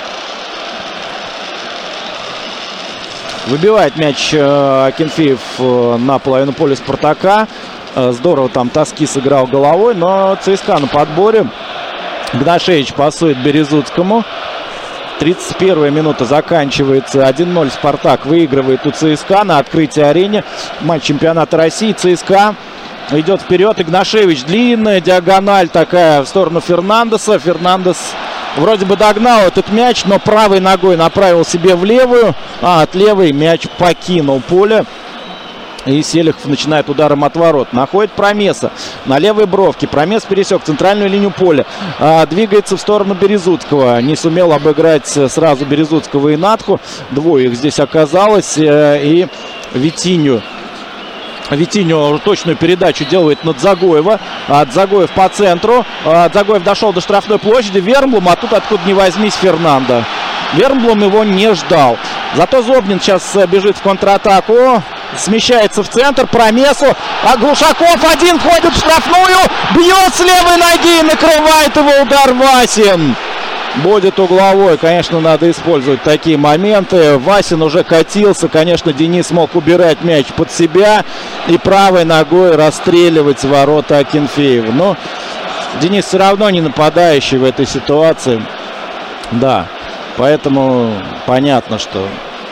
Выбивает мяч Акинфеев на половину поля Спартака. Здорово там Тоски сыграл головой, но ЦСКА на подборе. Гнашевич пасует Березутскому. 31-я минута заканчивается. 1-0 Спартак выигрывает у ЦСКА на открытии арены. Матч чемпионата России. ЦСКА идет вперед. Игнашевич. Длинная диагональ такая в сторону Фернандеса. Фернандес вроде бы догнал этот мяч, но правой ногой направил себе в левую. А от левой мяч покинул поле. И Селихов начинает ударом от ворот. Находит Промеса на левой бровке. Промес пересек центральную линию поля. Двигается в сторону Березутского. Не сумел обыграть сразу Березутского и Натху. Двое их здесь оказалось. И Витинью точную передачу делает на Дзагоева. Дзагоев по центру. Дзагоев дошел до штрафной площади. Вермблум, а тут откуда ни возьмись Фернандо. Вермблум его не ждал. Зато Зобнин сейчас бежит в контратаку. смещается в центр, Промесу, а Глушаков один входит в штрафную, бьет с левой ноги и накрывает его удар Васин. Будет угловой, конечно, надо использовать такие моменты. Васин уже катился, конечно, Денис мог убирать мяч под себя и правой ногой расстреливать ворота Акинфеева. Но Денис все равно не нападающий в этой ситуации. Да, поэтому понятно, что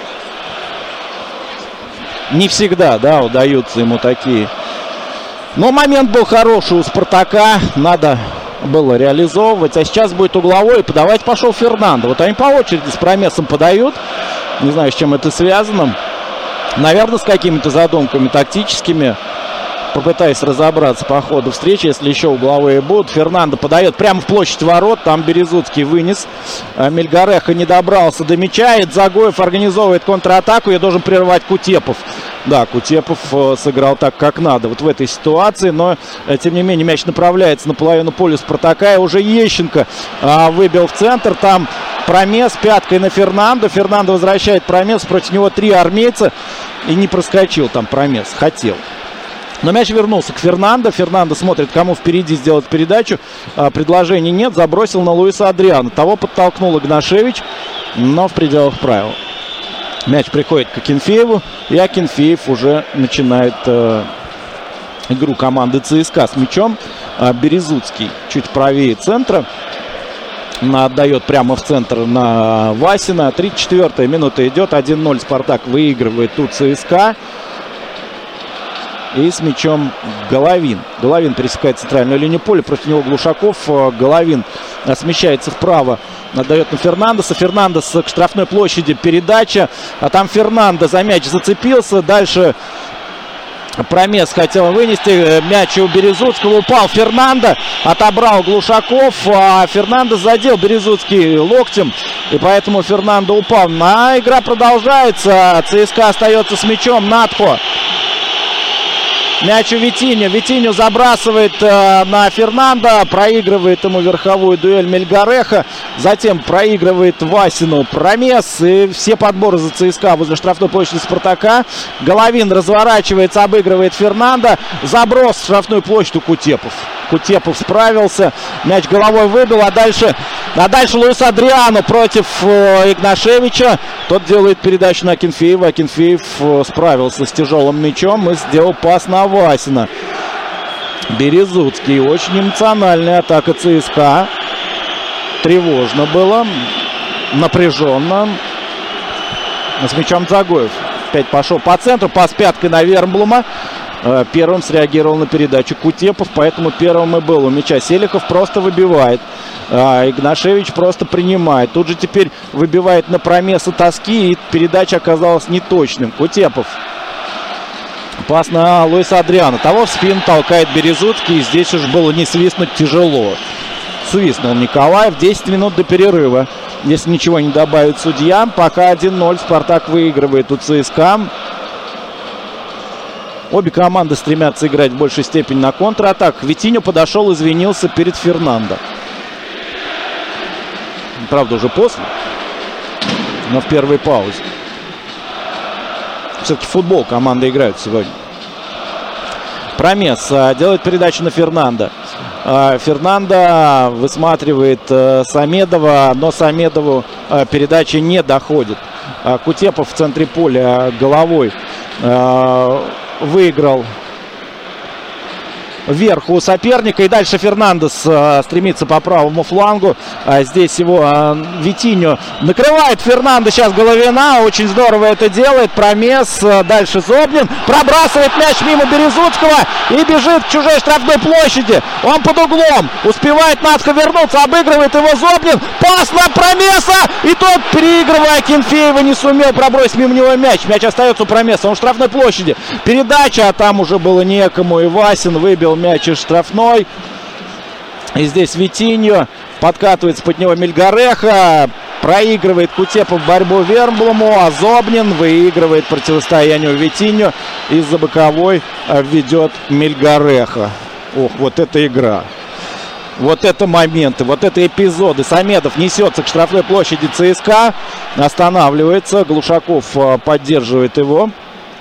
не всегда, да, удаются ему такие. Но момент был хороший у Спартака, надо было реализовывать. А сейчас будет угловой, и подавать пошел Фернандо. Вот они по очереди с Промесом подают. Не знаю, с чем это связано. Наверное, с какими-то задумками тактическими. Попытаюсь разобраться по ходу встречи, если еще угловые будут. Фернандо подает прямо в площадь ворот. Там Березуцкий вынес. Мельгареха не добрался до мяча. Идзагоев организовывает контратаку. Ее должен прервать Кутепов. Да, Кутепов сыграл так, как надо вот в этой ситуации. Но, тем не менее, мяч направляется на половину поля Спартака. И уже Ещенко выбил в центр. Там Промес пяткой на Фернандо. Фернандо возвращает Промес. Против него 3 армейца. И не проскочил там Промес. Хотел. Но мяч вернулся к Фернандо. Фернандо смотрит, кому впереди сделать передачу. Предложений нет. Забросил на Луиса Адриана. Того подтолкнул Игнашевич, но в пределах правил. Мяч приходит к Акинфееву. И Акинфеев уже начинает игру команды ЦСКА с мячом. Березуцкий чуть правее центра. Отдает прямо в центр на Васина. 34-я минута идет. 1-0 Спартак выигрывает тут ЦСКА. И с мячом Головин. Головин пересекает центральную линию поля. Против него Глушаков. Головин смещается вправо. Отдает на Фернандеса. Фернандес к штрафной площади. Передача. А там Фернандо за мяч зацепился. Дальше Промес хотел вынести. Мяч у Березуцкого. Упал Фернандо. Отобрал Глушаков. А Фернандо задел Березуцкий локтем. И поэтому Фернандо упал. А игра продолжается. ЦСКА остается с мячом. Натхо. Мяч у Витиньо. Витиньо забрасывает на Фернандо. Проигрывает ему верховую дуэль Мельгареха. Затем проигрывает Васину Промес. И все подборы за ЦСКА возле штрафной площади Спартака. Головин разворачивается, обыгрывает Фернандо. Заброс в штрафную площадь у Кутепов. Кутепов справился. Мяч головой выбил. А дальше Луис Адриано против Игнашевича. Тот делает передачу на Акинфеева. Акинфеев справился с тяжелым мячом и сделал пас на Васина. Березуцкий. Очень эмоциональная атака ЦСКА. Тревожно было. Напряженно. С мячом Дзагоев. Опять пошел по центру. Пас пяткой на Вермблума. Первым среагировал на передачу Кутепов, поэтому первым и был у мяча. Селихов просто выбивает. Игнашевич просто принимает. Тут же теперь выбивает на Промеса Тоски, и передача оказалась неточным. Кутепов. Пас на Луиса Адриана. Того в спину толкает Березуцкий. И здесь уж было не свистнуть тяжело. Свистнул Николаев. 10 минут до перерыва. Если ничего не добавит судья. Пока 1-0. Спартак выигрывает у ЦСКА. Обе команды стремятся играть в большей степени на контратаках. Витиньо подошел, извинился перед Фернандо. Правда, уже после. Но в первой паузе. Все-таки футбол команды играют сегодня. Промес делает передачу на Фернандо. Фернандо высматривает Самедова, но Самедову передача не доходит. Кутепов в центре поля головой выиграл вверх у соперника. И дальше Фернандес стремится по правому флангу. Здесь его Витиньо накрывает Фернандо. Сейчас Головина. Очень здорово это делает. Промес. Дальше Зобнин. Пробрасывает мяч мимо Березуцкого. И бежит к чужой штрафной площади. Он под углом. Успевает Натхо вернуться. Обыгрывает его Зобнин. Пас на Промеса. И тот, переигрывая Акинфеева, не сумел пробросить мимо него мяч. Мяч остается у Промеса. Он в штрафной площади. Передача. А там уже было некому. И Васин выбил мяч из штрафной. И здесь Витиньо. Подкатывается под него Мельгареха. Проигрывает Кутепов борьбу Вермблуму. А Зобнин выигрывает противостояние Витиньо. Из-за боковой ведет Мельгареха. Ох, вот эта игра. Вот это моменты, вот это эпизоды. Самедов несется к штрафной площади ЦСКА. Останавливается. Глушаков поддерживает его.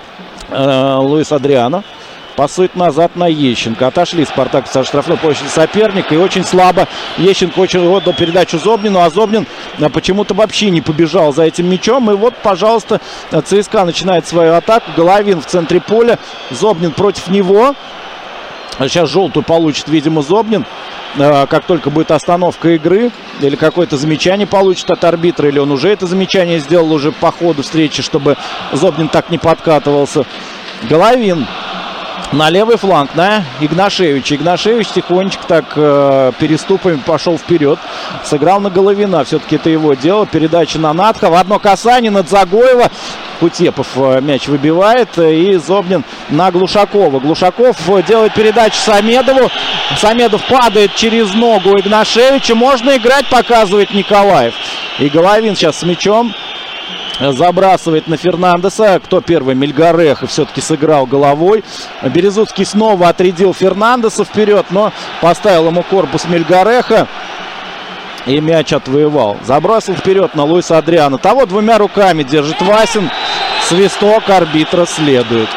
Луис Адриано. Пасует назад на Ещенко. Отошли Спартак со штрафной площади соперника. И очень слабо Ещенко очень отдал передачу Зобнину. А Зобнин почему-то вообще не побежал за этим мячом. И вот, пожалуйста, ЦСКА начинает свою атаку. Головин в центре поля. Зобнин против него. Сейчас желтую получит, видимо, Зобнин. Как только будет остановка игры. Или какое-то замечание получит от арбитра. Или он уже это замечание сделал уже по ходу встречи, чтобы Зобнин так не подкатывался. Головин на левый фланг, на Игнашевича. Игнашевич тихонечко так переступами пошел вперед. Сыграл на Головина. Все-таки это его дело. Передача на Надха. В одно касание над Загоева. Кутепов мяч выбивает. И Зобнин на Глушакова. Глушаков делает передачу Самедову. Самедов падает через ногу Игнашевича. Можно играть, показывает Николаев. И Головин сейчас с мячом. Забрасывает на Фернандеса. Кто первый? Мельгареха все-таки сыграл головой. Березутский снова отрядил Фернандеса вперед, но поставил ему корпус Мельгареха. И мяч отвоевал. Забросил вперед на Луиса Адриано. Того двумя руками держит Васин. Свисток арбитра следует.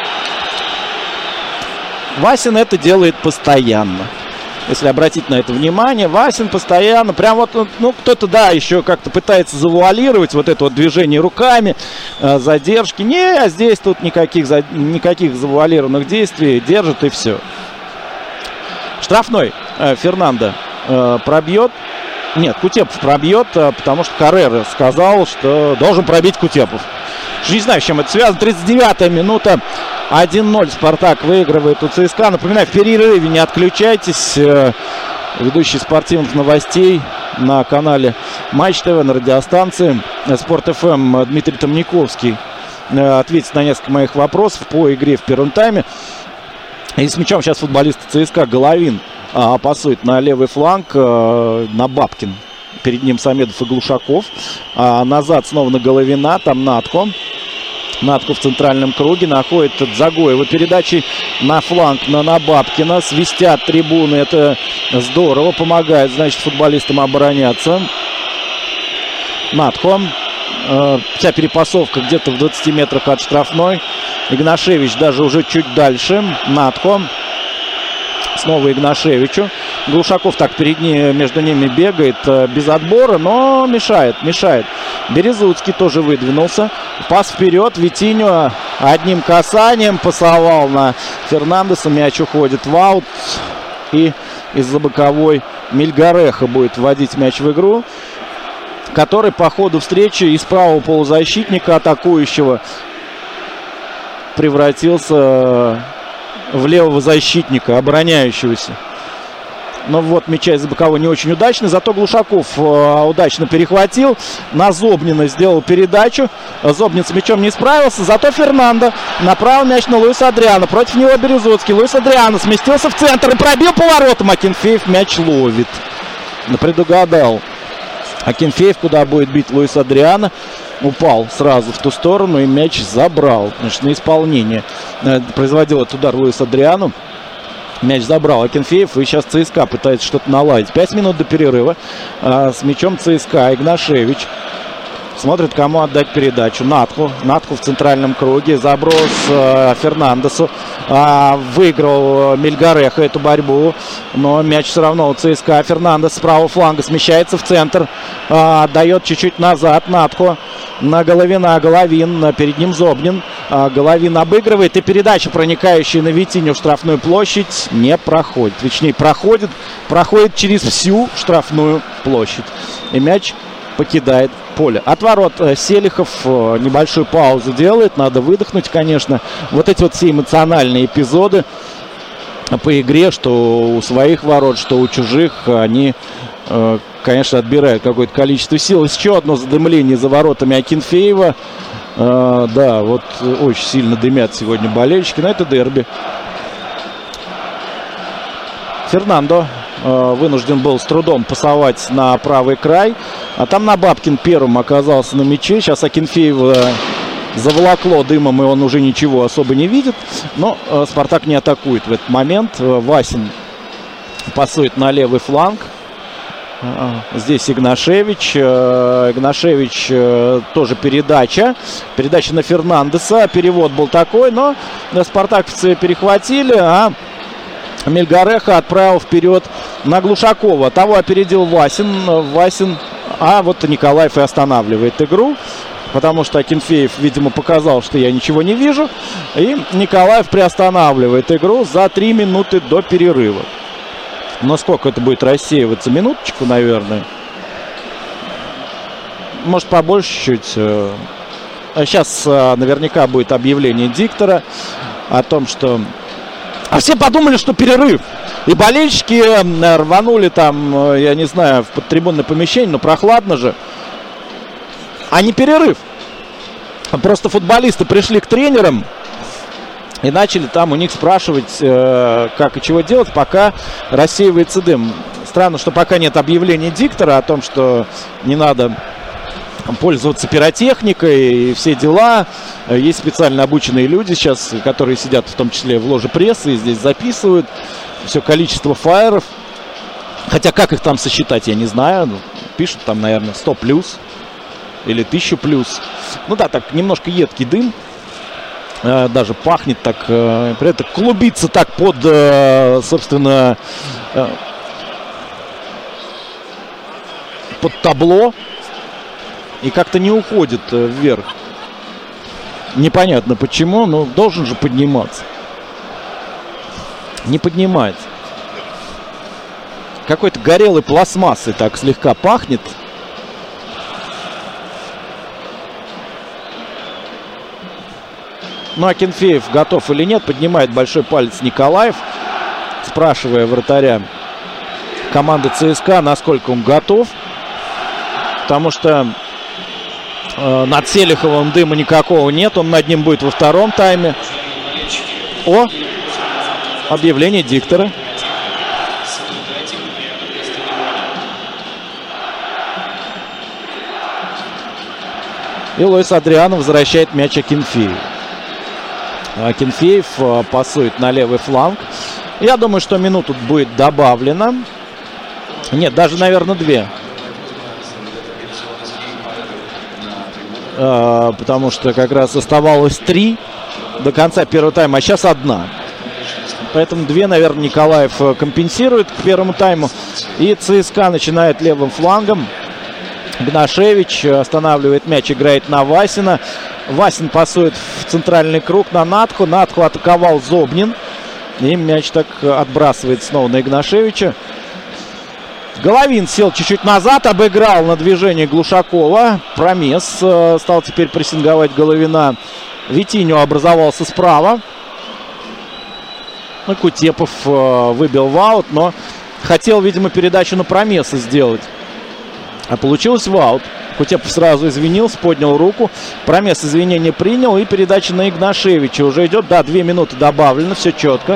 Васин это делает постоянно. Если обратить на это внимание, Васин постоянно, прям вот, ну, кто-то, да, еще как-то пытается завуалировать вот это вот движение руками, задержки. Не, а здесь тут никаких завуалированных действий, держит и все. Штрафной Фернандо пробьет. Нет, Кутепов пробьет, потому что Каррера сказал, что должен пробить Кутепов. Не знаю, с чем это связано. 39-я минута. 1-0 Спартак выигрывает у ЦСКА. Напоминаю, в перерыве не отключайтесь. Ведущий спортивных новостей на канале Матч ТВ, на радиостанции Спорт ФМ Дмитрий Тамниковский ответит на несколько моих вопросов по игре в первом тайме. И с мячом сейчас футболисты ЦСКА. Головин пасует на левый фланг, на Бабкин. Перед ним Самедов и Глушаков. Назад снова на Головина. Там Надко. Надко в центральном круге. Находит Загоева передачи на фланг на Бабкина. Свистят трибуны. Это здорово. Помогает, значит, футболистам обороняться. Надко. Вся перепасовка где-то в 20 метрах от штрафной. Игнашевич даже уже чуть дальше. Надко. Снова Игнашевичу. Глушаков так между ними бегает без отбора, но мешает. Березутский тоже выдвинулся. Пас вперед. Витиньо одним касанием пасовал на Фернандеса. Мяч уходит в аут. И из-за боковой Мельгареха будет вводить мяч в игру, который по ходу встречи из правого полузащитника атакующего превратился в левого защитника, обороняющегося. Но вот мяча из-за боковой не очень удачный. Зато Глушаков удачно перехватил. На Зобнина сделал передачу. Зобнин с мячом не справился. Зато Фернандо направил мяч на Луиса Адриано. Против него Березутский. Луис Адриано сместился в центр и пробил поворотом. Акинфеев мяч ловит. Предугадал Акинфеев, куда будет бить Луис Адриано. Упал сразу в ту сторону и мяч забрал. Значит, на исполнение производил этот удар Луис Адриано. Мяч забрал Акинфеев, и сейчас ЦСКА пытается что-то наладить. 5 минут до перерыва. С мячом ЦСКА Игнашевич смотрит, кому отдать передачу. Надху в центральном круге. Заброс Фернандесу. Выиграл Мельгареха эту борьбу. Но мяч все равно у ЦСКА. Фернандес с правого фланга смещается в центр. Отдает чуть-чуть назад Надху. На Головина. Головин. Перед ним Зобнин. Головин обыгрывает. И передача, проникающая на Витиню в штрафную площадь, не проходит. Точнее, проходит через всю штрафную площадь. И мяч покидает поле. От ворот Селихов небольшую паузу делает. Надо выдохнуть, конечно. Вот эти вот все эмоциональные эпизоды по игре, что у своих ворот, что у чужих, они, конечно, отбирают какое-то количество сил. Еще одно задымление за воротами Акинфеева. Да, вот очень сильно дымят сегодня болельщики. Но это дерби. Фернандо вынужден был с трудом пасовать на правый край. А там Бабкин первым оказался на мяче. Сейчас Акинфеева заволокло дымом, и он уже ничего особо не видит. Но Спартак не атакует в этот момент. Васин пасует на левый фланг. Здесь Игнашевич. Игнашевич тоже передача. Передача на Фернандеса. Перевод был такой, но спартаковцы перехватили, а Мельгареха отправил вперед на Глушакова. Того опередил Васин. А вот Николаев и останавливает игру, потому что Акинфеев, видимо, показал, что я ничего не вижу. И Николаев приостанавливает игру за 3 минуты до перерыва. Но сколько это будет рассеиваться? Минуточку, наверное. Может, побольше чуть. Сейчас наверняка будет объявление диктора о том, что... А все подумали, что перерыв. И болельщики рванули там, я не знаю, в подтрибунное помещение, но прохладно же. А не перерыв. Просто футболисты пришли к тренерам и начали там у них спрашивать, как и чего делать, пока рассеивается дым. Странно, что пока нет объявления диктора о том, что не надо пользоваться пиротехникой и все дела. Есть специально обученные люди сейчас, которые сидят в том числе в ложе прессы и здесь записывают все количество фаеров. Хотя как их там сосчитать, я не знаю. Пишут там, наверное, 100 плюс или 1000 плюс. Ну да, так немножко едкий дым. Даже пахнет так, при этом клубится так под, собственно, под табло. И как-то не уходит вверх. Непонятно почему, но должен же подниматься. Не поднимается. Какой-то горелой пластмассой так слегка пахнет. Ну, Акинфеев готов или нет, поднимает большой палец Николаев, спрашивая вратаря команды ЦСКА, насколько он готов. Потому что над Селиховым дыма никакого нет. Он над ним будет во втором тайме. О! Объявление диктора. И Луис Адриано возвращает мяч Акинфееву. Акинфеев пасует на левый фланг. Я думаю, что минуту будет добавлено. Нет, даже, наверное, 2. Потому что как раз оставалось 3 до конца первого тайма, а сейчас 1. Поэтому 2, наверное, Николаев компенсирует к первому тайму. И ЦСКА начинает левым флангом. Игнашевич останавливает мяч, играет на Васина. Васин пасует в центральный круг на Натху. Натху атаковал Зобнин. И мяч так отбрасывает снова на Игнашевича. Головин сел чуть-чуть назад, обыграл на движение Глушакова. Промес стал теперь прессинговать Головина. Витиньо образовался справа. Ну, Кутепов выбил в аут, но хотел, видимо, передачу на Промеса сделать. А получилось в аут. Кутепов сразу извинился, поднял руку. Промес извинения принял. И передача на Игнашевича уже идет. Да, 2 минуты добавлено, все четко.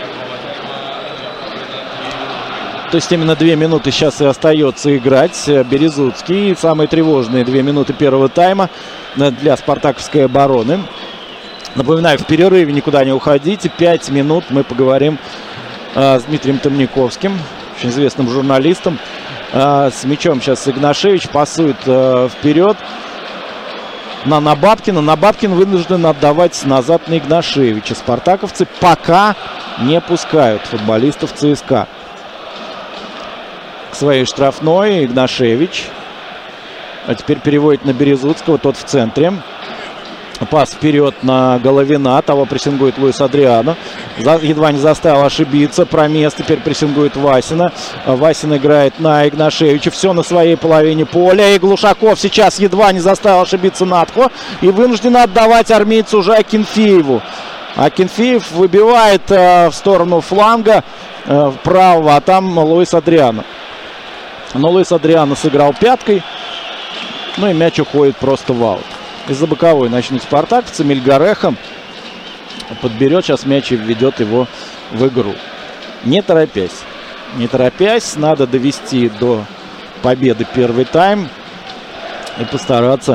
То есть именно 2 минуты сейчас и остается играть Березуцкий. Самые тревожные 2 минуты первого тайма для спартаковской обороны. Напоминаю, в перерыве никуда не уходите. 5 минут мы поговорим с Дмитрием Темниковским, очень известным журналистом. С мячом сейчас Игнашевич пасует вперед на Набабкина. Набабкин вынужден отдавать назад на Игнашевича. Спартаковцы пока не пускают футболистов ЦСКА к своей штрафной. Игнашевич. А теперь переводит на Березуцкого. Тот в центре. Пас вперед на Головина. Того прессингует Луис Адриано. Едва не заставил ошибиться. Промес теперь прессингует Васина. Васин играет на Игнашевича. Все на своей половине поля. И Глушаков сейчас едва не заставил ошибиться Натхо. И вынужден отдавать армейцу уже Акинфееву. Акинфеев выбивает в сторону фланга правого. А там Луис Адриано. Но Луис Адриано сыграл пяткой. Ну и мяч уходит просто в аут. Из-за боковой начнут спартаковцы. Мельгареха подберет сейчас мяч и введет его в игру. Не торопясь. Не торопясь. Надо довести до победы первый тайм. И постараться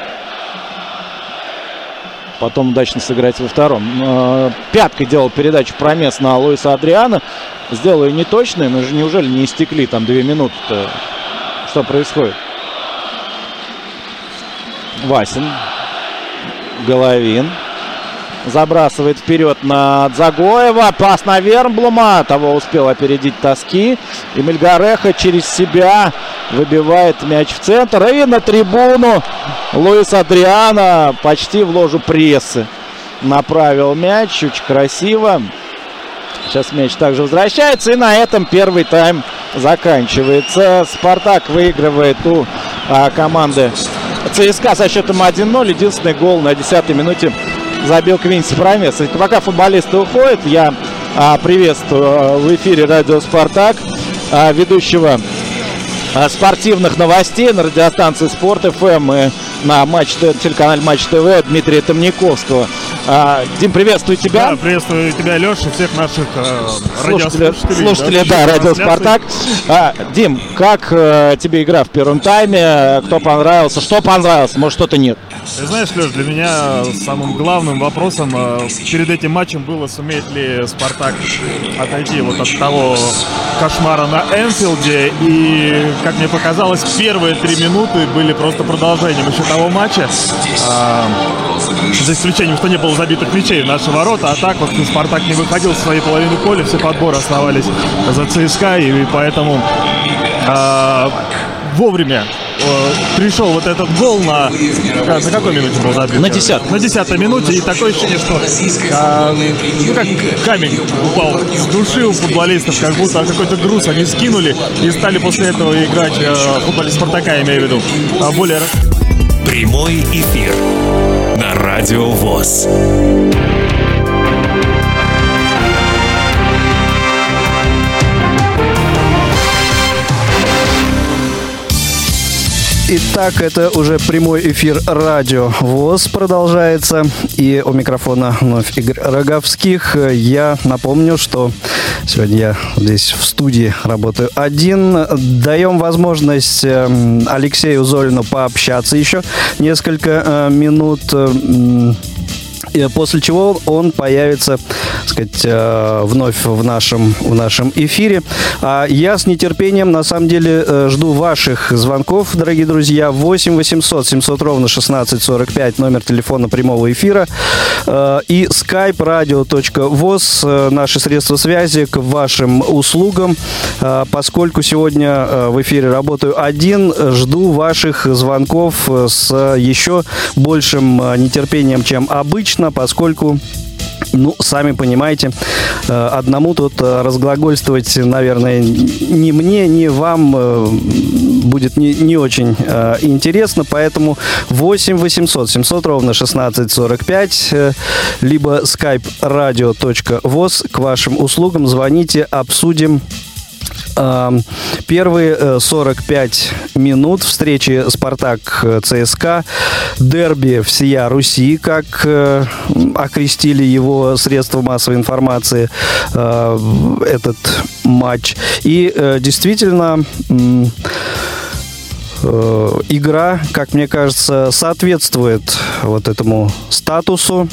потом удачно сыграть во втором. Пяткой делал передачу Промес на Луиса Адриано. Сделал ее неточной. Но же неужели не истекли там 2 минуты-то? Что происходит? Васин. Головин. Забрасывает вперед на Дзагоева. Пас на Вермблума. Того успел опередить Тоски. Эмиль Гареха через себя выбивает мяч в центр. И на трибуну Луис Адриано почти в ложу прессы направил мяч. Очень красиво. Сейчас мяч также возвращается. И на этом первый тайм заканчивается. Спартак выигрывает у команды ЦСКА со счетом 1-0. Единственный гол на 10-й минуте забил Квинси Промес. И пока футболисты уходят, я приветствую в эфире радио «Спартак» ведущего спортивных новостей на радиостанции «Спорт ФМ» и на телеканале Матч ТВ Дмитрия Тамниковского. Дим, приветствую тебя. Да, приветствую тебя, Леша, всех наших слушателей, да, радио «Спартак». Дим, как тебе игра в первом тайме? Кто понравился? Что понравилось? Может, что-то нет? Ты знаешь, Леш, для меня самым главным вопросом перед этим матчем было, сумеет ли «Спартак» отойти вот от того кошмара на Энфилде. И, как мне показалось, первые 3 минуты были просто продолжением еще того матча. За исключением, что не было забитых мячей в наши ворота. А так вот «Спартак» не выходил в своей половины поля. Все подборы оставались за ЦСКА. И поэтому вовремя пришел вот этот гол на какой минуте был забит? На 10-й. На 10-й минуте. И такое ощущение, что как камень упал с души у футболистов, как будто какой-то груз они скинули и стали после этого играть футболисты «Спартака», я имею в виду, более... Прямой эфир на Радио ВОС. Итак, это уже прямой эфир радио ВОС продолжается. И у микрофона вновь Игорь Роговских. Я напомню, что сегодня я здесь в студии работаю один. Даем возможность Алексею Золину пообщаться еще несколько минут. После чего он появится, так сказать, вновь в нашем эфире. А я с нетерпением, на самом деле, жду ваших звонков, дорогие друзья. 8 800 700 ровно 1645, номер телефона прямого эфира. И skype radio.voz, наши средства связи к вашим услугам. Поскольку сегодня в эфире работаю один, жду ваших звонков с еще большим нетерпением, чем обычно, поскольку, сами понимаете, одному тут разглагольствовать, наверное, ни мне, ни вам будет не очень интересно, поэтому 8 800 700 ровно 1645, либо skype radio.voz к вашим услугам. Звоните, обсудим первые 45 минут встречи «Спартак-ЦСКА», дерби всея Руси, как окрестили его средства массовой информации, этот матч. И действительно, игра, как мне кажется, соответствует вот этому статусу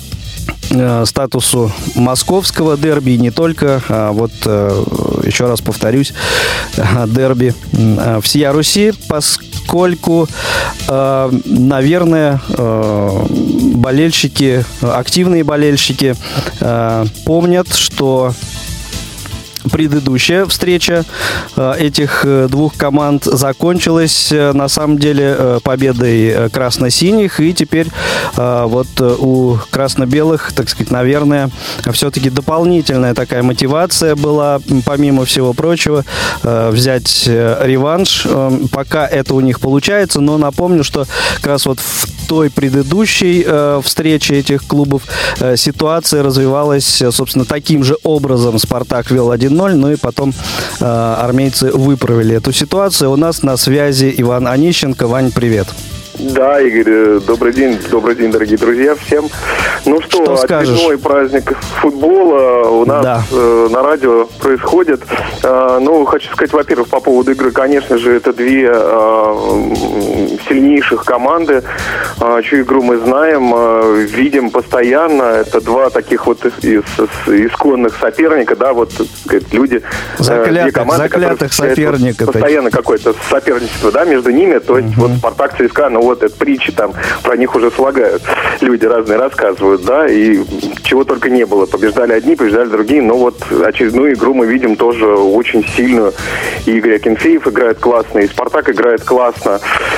московского дерби, и не только, еще раз повторюсь, дерби всея Руси, поскольку, наверное, болельщики, активные болельщики помнят, что предыдущая встреча этих двух команд закончилась на самом деле победой красно-синих, и теперь вот у красно-белых, так сказать, наверное, все-таки дополнительная такая мотивация была, помимо всего прочего, взять реванш. Пока это у них получается, но напомню, что как раз вот в той предыдущей встрече этих клубов ситуация развивалась, собственно, таким же образом. «Спартак» вел 1-0, ну и потом армейцы выправили эту ситуацию. У нас на связи Иван Онищенко. Вань, привет. Да, Игорь, добрый день, дорогие друзья, всем. Ну что очередной праздник футбола у нас на радио происходит. Ну, хочу сказать, во-первых, по поводу игры, конечно же, это две сильнейших команды, чью игру мы знаем, видим постоянно. Это два таких вот исконных соперника, да, вот люди, две команды, заклятых соперника. Постоянно какое-то соперничество, да, между ними. То есть вот Спартак, ЦСКА, ну вот это притчи там, про них уже слагают. Люди разные рассказывают, да, и чего только не было. Побеждали одни, побеждали другие, но вот очередную игру мы видим тоже очень сильную. И Игорь Акинфеев играет классно, и Спартак играет классно.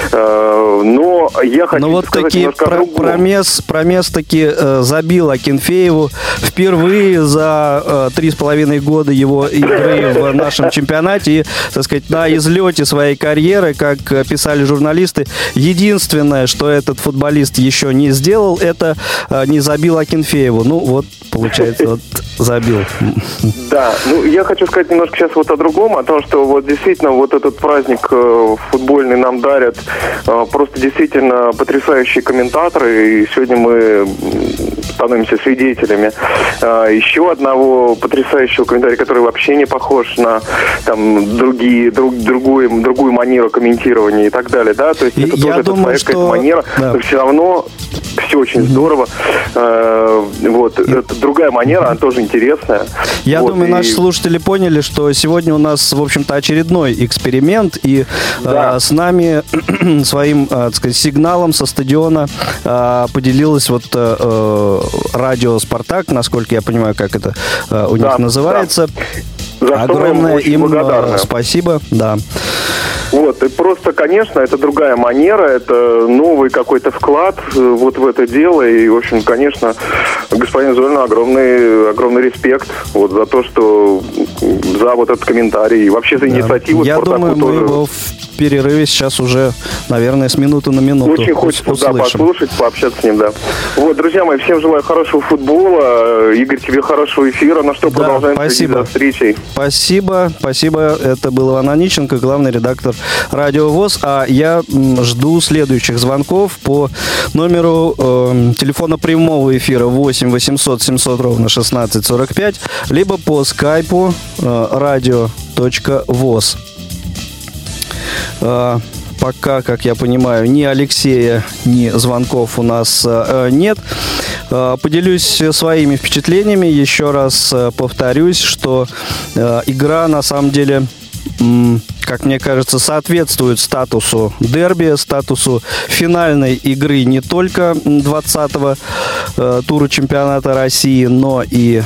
Но я хочу вот сказать таки немножко о другом. Промес таки забил Акинфееву впервые за 3,5 года его игры в нашем чемпионате. И, так сказать, на излете своей карьеры, как писали журналисты, единственное, что этот футболист еще не сделал, это не забил Акинфееву. Ну, вот, получается, вот забил. Да, ну, я хочу сказать немножко сейчас вот о другом, о том, что вот действительно вот этот праздник футбольный нам дарят просто действительно потрясающие комментаторы, и сегодня мы становимся свидетелями еще одного потрясающего комментария, который вообще не похож на там другую манеру комментирования и так далее, да, то есть это тоже своя какая-то манера, но все равно все очень здорово. Вот, это другая манера, она тоже интересная. Я думаю, наши слушатели поняли, что сегодня у нас, в общем-то, очередной эксперимент, и с нами своим, так сказать, сигналом со стадиона поделилась вот радио «Спартак», насколько я понимаю, как это у них называется. За огромное им спасибо, да. Вот, и просто, конечно, это другая манера, это новый какой-то вклад вот в это дело, и, в общем, конечно, господин Зольна, огромный респект вот за то, что за вот этот комментарий и вообще за инициативу. Я думаю, мы его в перерыве сейчас уже, наверное, с минуты на минуту очень хочется, послушать, пообщаться с ним, да. Вот, друзья мои, всем желаю хорошего футбола. Игорь, тебе хорошего эфира. На что продолжаем следить за встречей. Спасибо. Это был Иван Онищенко, главный редактор Радио ВОС. А я жду следующих звонков по номеру телефона прямого эфира 8 800 700 ровно 1645, либо по скайпу radio.voz. Пока, как я понимаю, ни Алексея, ни звонков у нас нет. Поделюсь своими впечатлениями. Еще раз повторюсь, что игра на самом деле, как мне кажется, соответствует статусу дерби, статусу финальной игры не только 20-го тура чемпионата России, но и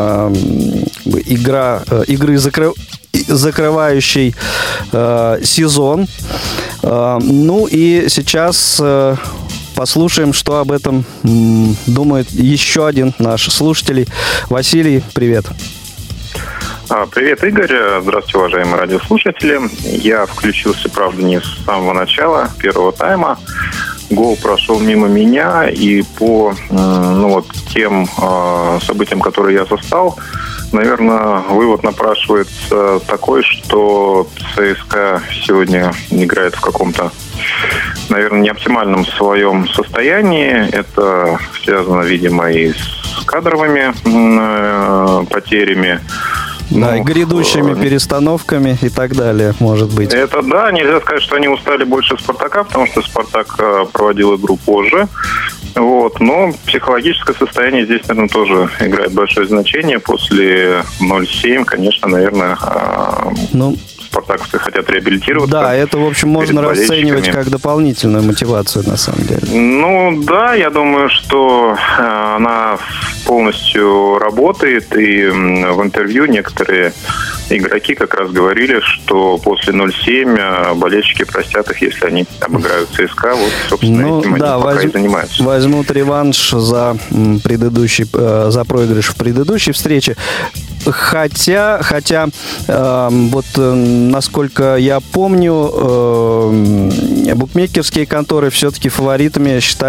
игры закрывающей сезон. Ну и сейчас послушаем, что об этом думает еще один наш слушатель. Василий, привет. Привет, Игорь. Здравствуйте, уважаемые радиослушатели. Я включился, правда, не с самого начала первого тайма. Гол прошел мимо меня, и по тем событиям, которые я застал, наверное, вывод напрашивается такой, что ЦСКА сегодня играет в каком-то, наверное, неоптимальном своем состоянии. Это связано, видимо, и с кадровыми потерями. Да, и грядущими перестановками и так далее, может быть. Это да, нельзя сказать, что они устали больше «Спартака», потому что «Спартак» проводил игру позже. Вот, но психологическое состояние здесь, наверное, тоже играет большое значение. После 0-7, конечно, наверное, спартаковцы хотят реабилитироваться. Да, это, в общем, можно расценивать как дополнительную мотивацию, на самом деле. Ну, да, я думаю, что она полностью работает. И в интервью некоторые игроки как раз говорили, что после 0-7 болельщики простят их, если они обыграют ЦСКА. Вот, собственно, этим они пока и занимаются. Возьмут реванш за проигрыш в предыдущей встрече. Хотя вот насколько я помню, букмекерские конторы все-таки фаворитами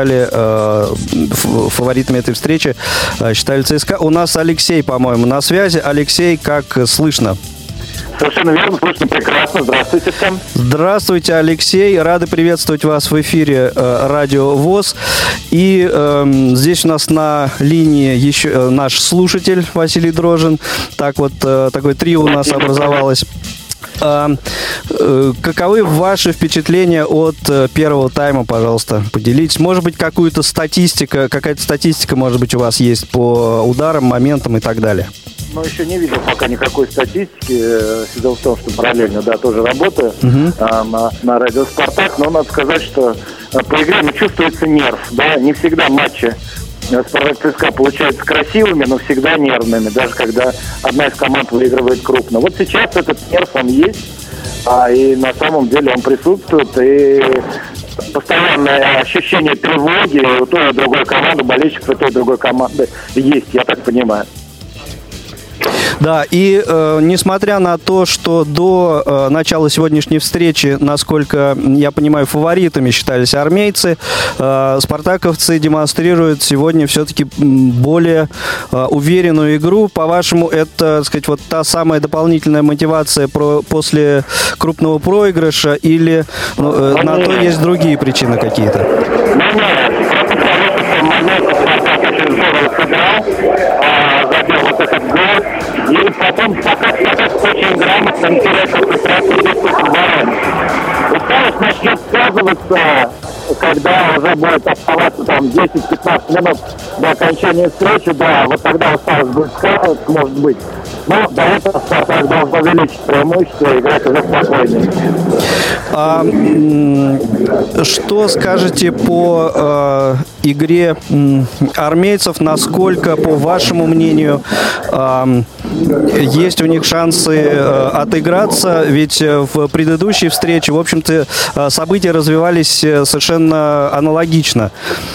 этой встречи считали ЦСКА. У нас Алексей, по-моему, на связи. Алексей, как слышно? Совершенно верно, слышно прекрасно. Здравствуйте всем. Здравствуйте, Алексей. Рады приветствовать вас в эфире Радио ВОС. И здесь у нас на линии еще наш слушатель Василий Дрожин. Так вот, такое трио у нас образовалось. Каковы ваши впечатления от первого тайма, пожалуйста, поделитесь. Может быть, какая-то статистика, может быть, у вас есть по ударам, моментам и так далее. Но еще не видел пока никакой статистики. Дело в том, что параллельно, тоже работаю на радио «Спартак». Но надо сказать, что по игре чувствуется нерв. Да? Не всегда матчи «Спартак» ЦСКА получаются красивыми, но всегда нервными, даже когда одна из команд выигрывает крупно. Вот сейчас этот нерв, он есть, и на самом деле он присутствует, и постоянное ощущение тревоги у той и другой команды, болельщиков у той и другой команды есть, я так понимаю. Да, и несмотря на то, что до начала сегодняшней встречи, насколько я понимаю, фаворитами считались армейцы, спартаковцы демонстрируют сегодня все-таки более уверенную игру. По-вашему, это, так сказать, вот та самая дополнительная мотивация после крупного проигрыша или на то есть другие причины какие-то? И потом пока очень грамотно, интересно, усталость начнет сказываться, когда уже будет оставаться там 10-15 минут до окончания встречи, вот тогда усталость будет сказываться, может быть. Но до этого Спартак должен увеличить преимущество и играть уже спокойнее. Что скажете по игре армейцев? Насколько, по вашему мнению, есть у них шансы отыграться? Ведь в предыдущей встрече, в общем-то, события развивались совершенно аналогично.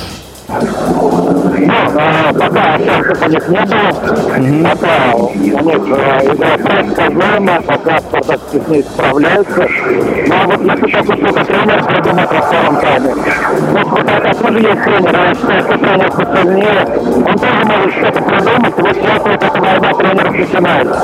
Пока шансов у них не было, пока у них игра предсказуема, пока Спартак с ней справляется. Но вот если так уж только тренер придумать во втором тайме. Вот Спартака тоже есть тренер, я считаю, что тренер посильнее. Он тоже может что-то придумать, и вот сейчас вот эта война тренеров начинается.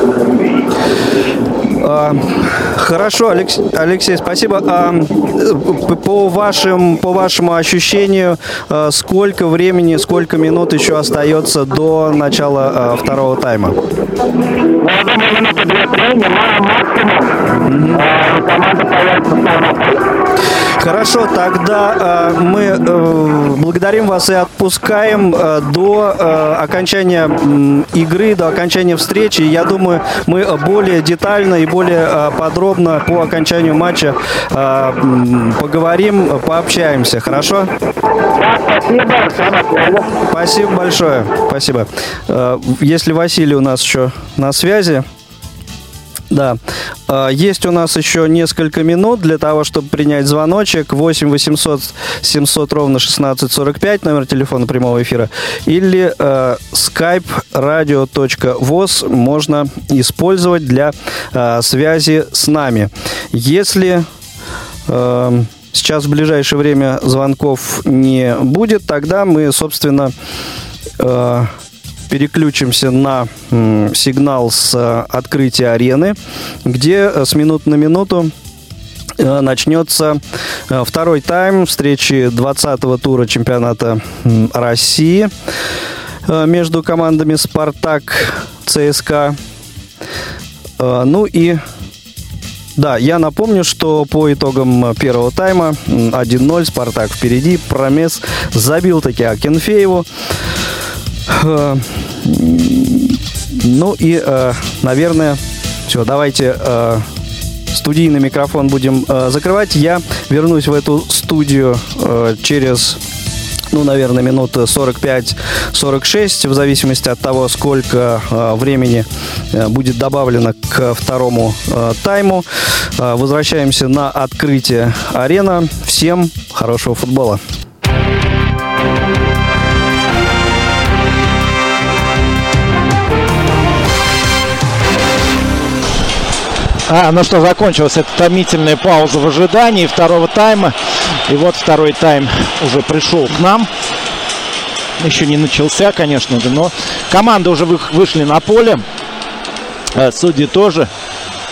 Хорошо, Алексей, спасибо. По вашему ощущению, сколько времени, сколько минут еще остается до начала второго тайма? Я думаю, минуты 2-3, не максимум. Команда появится в втором. Хорошо, тогда мы благодарим вас и отпускаем до окончания игры, до окончания встречи. Я думаю, мы более детально и более подробно по окончанию матча поговорим, пообщаемся. Хорошо? Спасибо. Спасибо большое. Спасибо. Если Василий у нас еще на связи. Да. Есть у нас еще несколько минут для того, чтобы принять звоночек. 8 800 700 ровно 1645, номер телефона прямого эфира. Или skype radio.voz можно использовать для связи с нами. Если сейчас в ближайшее время звонков не будет, тогда мы, собственно, переключимся на сигнал с открытия арены, где с минуты на минуту начнется второй тайм встречи 20-го тура чемпионата России между командами «Спартак», «ЦСКА». Ну и да, я напомню, что по итогам первого тайма 1-0, «Спартак» впереди, Промес забил таки Акинфееву. Ну и, наверное, все, давайте студийный микрофон будем закрывать. Я вернусь в эту студию через, наверное, минут 45-46, в зависимости от того, сколько времени будет добавлено к второму тайму. Возвращаемся на открытие арены. Всем хорошего футбола. Ну что, закончилась эта томительная пауза в ожидании второго тайма. И вот второй тайм уже пришел к нам. Еще не начался, конечно, но команды уже вышли на поле. Судьи тоже.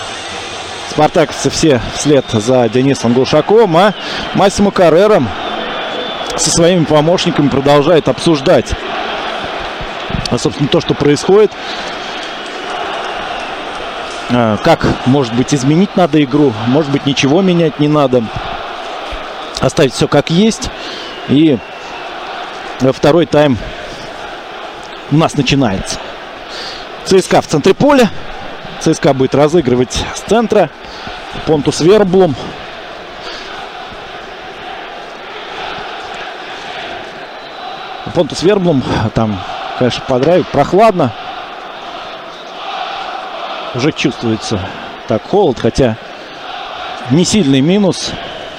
спартаковцы все вслед за Денисом Глушаковым, а Массимо Каррера со своими помощниками продолжает обсуждать, собственно, то, что происходит. Как, может быть, изменить надо игру, может быть, ничего менять не надо. Оставить все как есть. И второй тайм у нас начинается. ЦСКА в центре поля. ЦСКА будет разыгрывать с центра. Понтус Верблум. Понтус Верблум. Там, конечно, подрайв. Прохладно. Уже чувствуется так холод, хотя не сильный минус.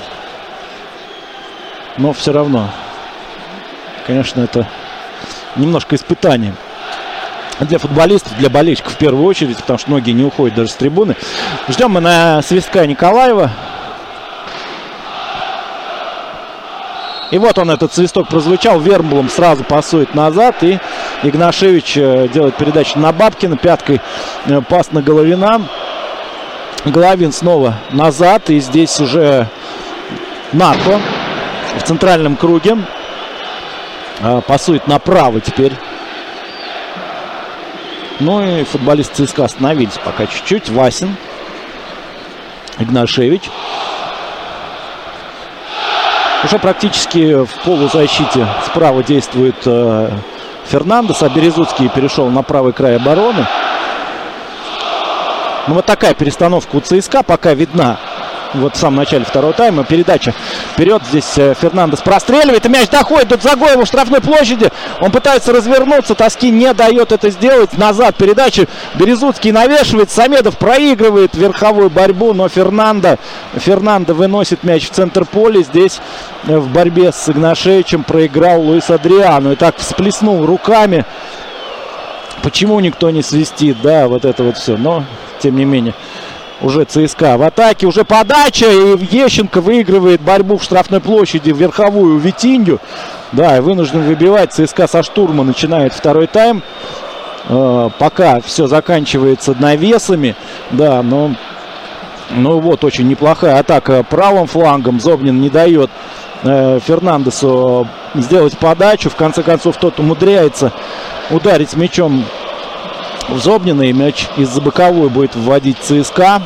Но все равно, конечно, это немножко испытание для футболистов, для болельщиков в первую очередь, потому что многие не уходят даже с трибуны. Ждем мы на свистка Николаева. И вот он, этот свисток прозвучал. Верблум сразу пасует назад. И Игнашевич делает передачу на Бабкина. Пяткой пас на Головина. Головин снова назад. И здесь уже Нато в центральном круге. Пасует направо теперь. Ну и футболисты ЦСКА остановились пока чуть-чуть. Васин. Игнашевич. Уже практически в полузащите справа действует Фернандес, а Березуцкий перешел на правый край обороны. Ну вот такая перестановка у ЦСКА пока видна. Вот в самом начале второго тайма. Передача вперед. Здесь Фернандес простреливает. И мяч доходит до Дзагоева в штрафной площади. Он пытается развернуться. Тоски не дает это сделать. Назад передача. Березуцкий навешивает. Самедов проигрывает верховую борьбу. Но Фернандо выносит мяч в центр поля. Здесь в борьбе с Игнашевичем проиграл Луис Адриано. И так всплеснул руками. Почему никто не свистит? Да, вот это вот все. Но, тем не менее, уже ЦСКА в атаке, уже подача, и Ещенко выигрывает борьбу в штрафной площади, в верховую Витинью. Да, и вынужден выбивать. ЦСКА со штурма начинает второй тайм. Пока все заканчивается навесами. Да, но вот очень неплохая атака правым флангом. Зобнин не дает Фернандесу сделать подачу. В конце концов, тот умудряется ударить мячом в Зобнина, и мяч из-за боковой будет вводить ЦСКА.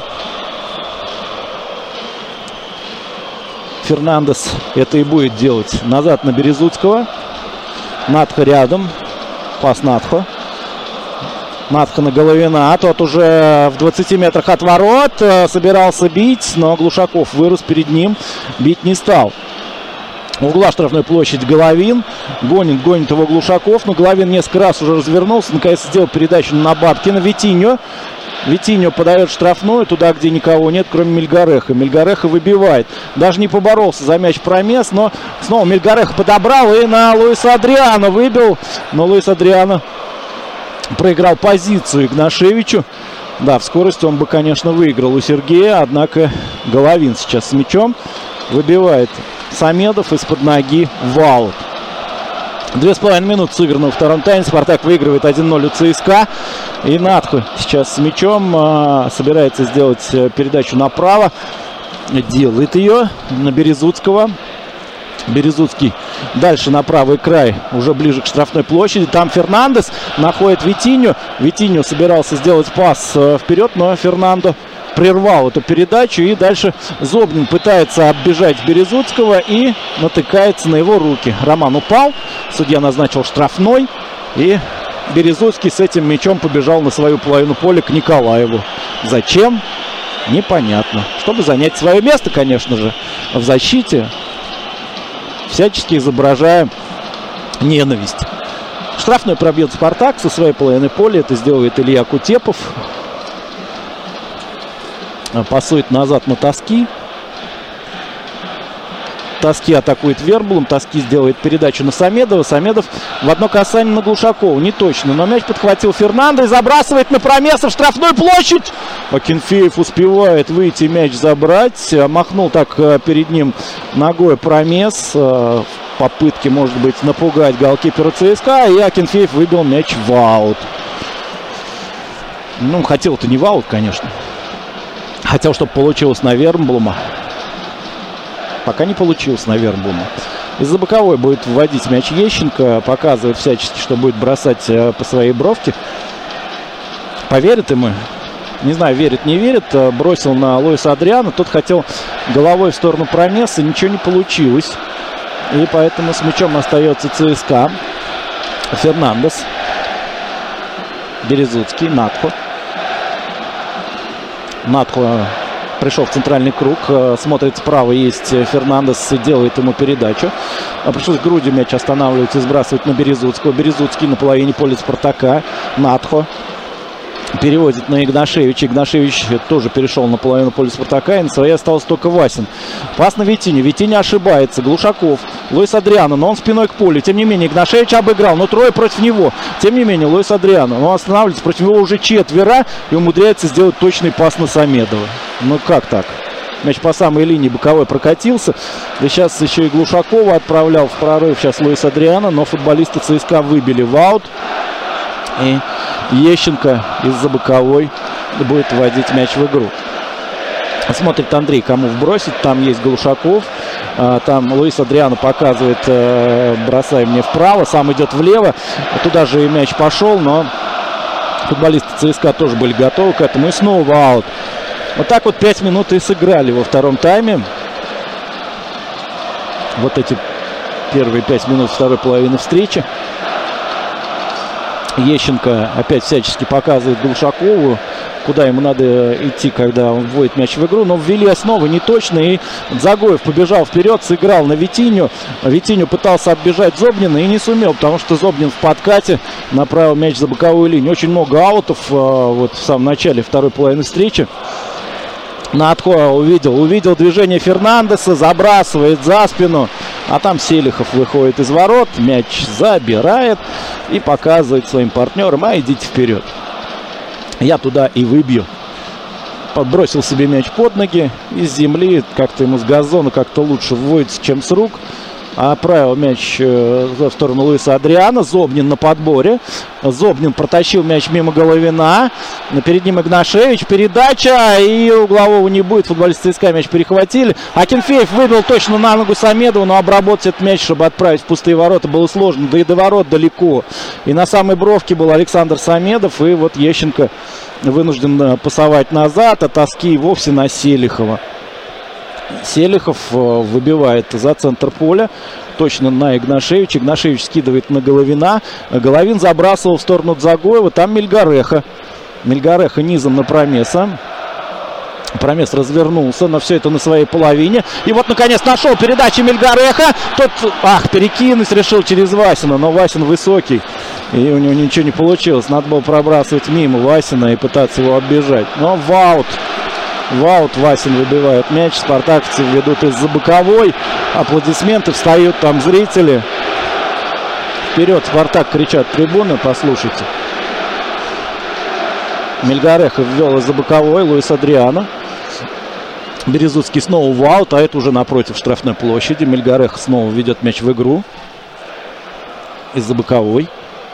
Фернандес это и будет делать. Назад на Березуцкого. Натха рядом. Пас Натха. Натха на Головина. А тот уже в 20 метрах от ворот. Собирался бить, но Глушаков вырос перед ним. Бить не стал. У угла штрафной площади Головин. Гонит его Глушаков. Но Головин несколько раз уже развернулся. Наконец сделал передачу на Бабкина. Витиньо подает штрафную туда, где никого нет, кроме Мельгареха. Мельгареха выбивает. Даже не поборолся за мяч Промес. Но снова Мельгареха подобрал и на Луиса Адриано выбил. Но Луис Адриано проиграл позицию Игнашевичу. Да, в скорости он бы, конечно, выиграл у Сергея. Однако Головин сейчас с мячом. Выбивает Самедов из-под ноги в аут. 2,5 минуты сыграно во втором тайме. Спартак выигрывает 1-0 у ЦСКА. И Натхо сейчас с мячом собирается сделать передачу направо. Делает ее на Березуцкого. Березуцкий дальше на правый край, уже ближе к штрафной площади. Там Фернандес находит Витинью. Витинью собирался сделать пас вперед, но Фернандо прервал эту передачу. И дальше Зобнин пытается оббежать Березуцкого и натыкается на его руки. Роман упал. Судья назначил штрафной. И Березуцкий с этим мячом побежал на свою половину поля к Николаеву. Зачем? Непонятно. Чтобы занять свое место, конечно же, в защите, всячески изображая ненависть. Штрафной пробьет Спартак со своей половины поля. Это сделает Илья Кутепов. Пасует назад на Тоски. Тоски атакует Верблум. Тоски сделает передачу на Самедова. Самедов в одно касание на Глушакова. Не точно. Но мяч подхватил Фернандо и забрасывает на Промеса в штрафную площадь. Акинфеев успевает выйти, мяч забрать. Махнул так перед ним ногой Промес. В попытке, может быть, напугать голкипера ЦСКА. И Акинфеев выбил мяч в аут. Ну, хотел-то не в аут, конечно. Хотел, чтобы получилось на Вернблума. Пока не получилось на Вернблума. Из-за боковой будет вводить мяч Ещенко. Показывает всячески, что будет бросать по своей бровке. Поверит ему? Не знаю, верит, не верит. Бросил на Луиса Адриано. Тот хотел головой в сторону Промеса. Ничего не получилось. И поэтому с мячом остается ЦСКА. Фернандес. Березуцкий. Натхо. Натхо пришел в центральный круг. Смотрит справа. Есть Фернандес. Делает ему передачу. Пришлось грудью мяч останавливать и сбрасывать на Березуцкого. Березуцкий на половине поля Спартака. Натхо. Переводит на Игнашевича. Игнашевич тоже перешел на половину поля Спартака. И на своей остался только Васин. Пас на Витиню. Витиню ошибается. Глушаков. Луис Адриано. Но он спиной к полю. Тем не менее, Игнашевич обыграл. Но трое против него. Тем не менее, Луис Адриано. Но останавливается. Против него уже четверо. И умудряется сделать точный пас на Самедова. Ну как так? Мяч по самой линии боковой прокатился. И сейчас еще и Глушакова отправлял в прорыв. Сейчас Луис Адриано. Но футболисты ЦСКА выбили в аут. И Ещенко из-за боковой будет вводить мяч в игру. Смотрит Андрей, кому вбросить. Там есть Глушаков. Там Луис Адриано показывает, бросай мне вправо. Сам идет влево. Туда же и мяч пошел, но футболисты ЦСКА тоже были готовы к этому. И снова аут. Вот так вот 5 минут и сыграли во втором тайме. Вот эти первые 5 минут второй половины встречи. Ещенко опять всячески показывает Глушакову, куда ему надо идти, когда он вводит мяч в игру. Но ввели основы не точно, и Дзагоев побежал вперед, сыграл на Витиню. Витиню пытался оббежать Зобнина и не сумел, потому что Зобнин в подкате направил мяч за боковую линию. Очень много аутов вот в самом начале второй половины встречи. Натхо увидел движение Фернандеса, забрасывает за спину, а там Селихов выходит из ворот, мяч забирает и показывает своим партнерам: а идите вперед, я туда и выбью. Подбросил себе мяч под ноги из земли, как-то ему с газона как-то лучше вводится, чем с рук. Отправил мяч в сторону Луиса Адриано. Зобнин на подборе. Зобнин протащил мяч мимо Головина. Перед ним Игнашевич. Передача. И углового не будет. Футболисты ЦСКА мяч перехватили. Акинфеев выбил точно на ногу Самедову. Но обработать этот мяч, чтобы отправить в пустые ворота, было сложно. Да и до ворот далеко. И на самой бровке был Александр Самедов. И вот Ещенко вынужден пасовать назад. А тоски вовсе на Селихова. Селихов выбивает за центр поля. Точно на Игнашевича. Игнашевич скидывает на Головина. Головин забрасывал в сторону Дзагоева. Там Мельгареха. Мельгареха низом на Промеса. Промес развернулся, но все это на своей половине. И вот, наконец, нашел передачу Мельгареха. Тот, перекинуть решил через Васина. Но Васин высокий. И у него ничего не получилось. Надо было пробрасывать мимо Васина и пытаться его оббежать. Но в аут. В аут Васин выбивает мяч. Спартаковцы ведут из-за боковой. Аплодисменты. Встают там зрители. Вперед, Спартак, кричат трибуны. Послушайте. Мельгареха ввел из-за боковой. Луис Адриано. Березуцкий снова в аут. А это уже напротив штрафной площади. Мельгареха снова ведет мяч в игру. Из-за боковой.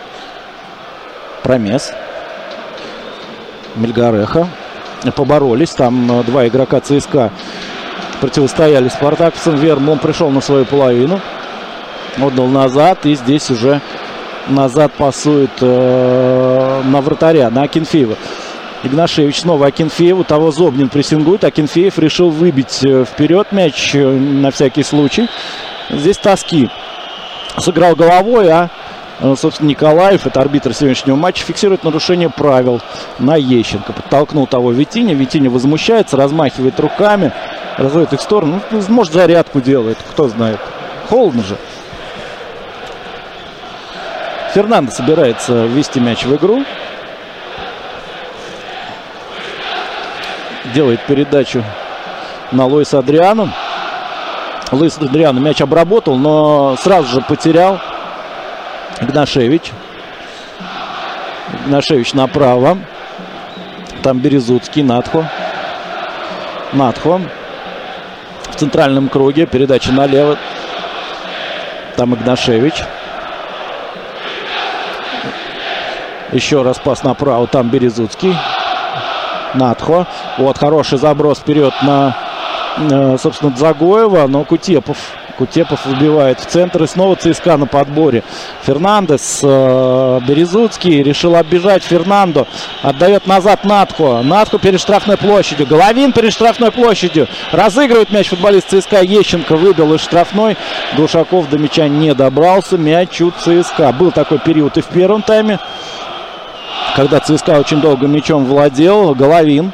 Промес. Мельгареха. Поборолись. Там два игрока ЦСКА противостояли спартаковцам. Вермлом пришел на свою половину. Отдал назад. И здесь уже назад пасует на вратаря, на Акинфеева. Игнашевич снова Акинфееву. Того Зобнин прессингует. Акинфеев решил выбить вперед мяч на всякий случай. Здесь тоски. Сыграл головой, собственно, Николаев, это арбитр сегодняшнего матча, фиксирует нарушение правил на Ещенко. Подтолкнул того Витиня. Витиня возмущается, размахивает руками, разводит их в сторону. Ну, может, зарядку делает, кто знает. Холодно же. Фернандо собирается ввести мяч в игру. Делает передачу на Луиса Адриано. Луис Адриано мяч обработал, но сразу же потерял. Игнашевич. Игнашевич направо. Там Березуцкий, Натхо. Натхо. В центральном круге. Передача налево. Там Игнашевич. Еще раз пас направо. Там Березуцкий. Надхо. Вот хороший заброс вперед на, собственно, Дзагоева, но Кутепов выбивает в центр, и снова ЦСКА на подборе. Фернандес, Березуцкий решил оббежать Фернандо, отдает назад Надхо. Надхо перед штрафной площадью, Головин перед штрафной площадью, разыгрывает мяч футболист ЦСКА. Ещенко выбил из штрафной, Глушаков до мяча не добрался, мяч у ЦСКА. Был такой период и в первом тайме, когда ЦСКА очень долго мячом владел. Головин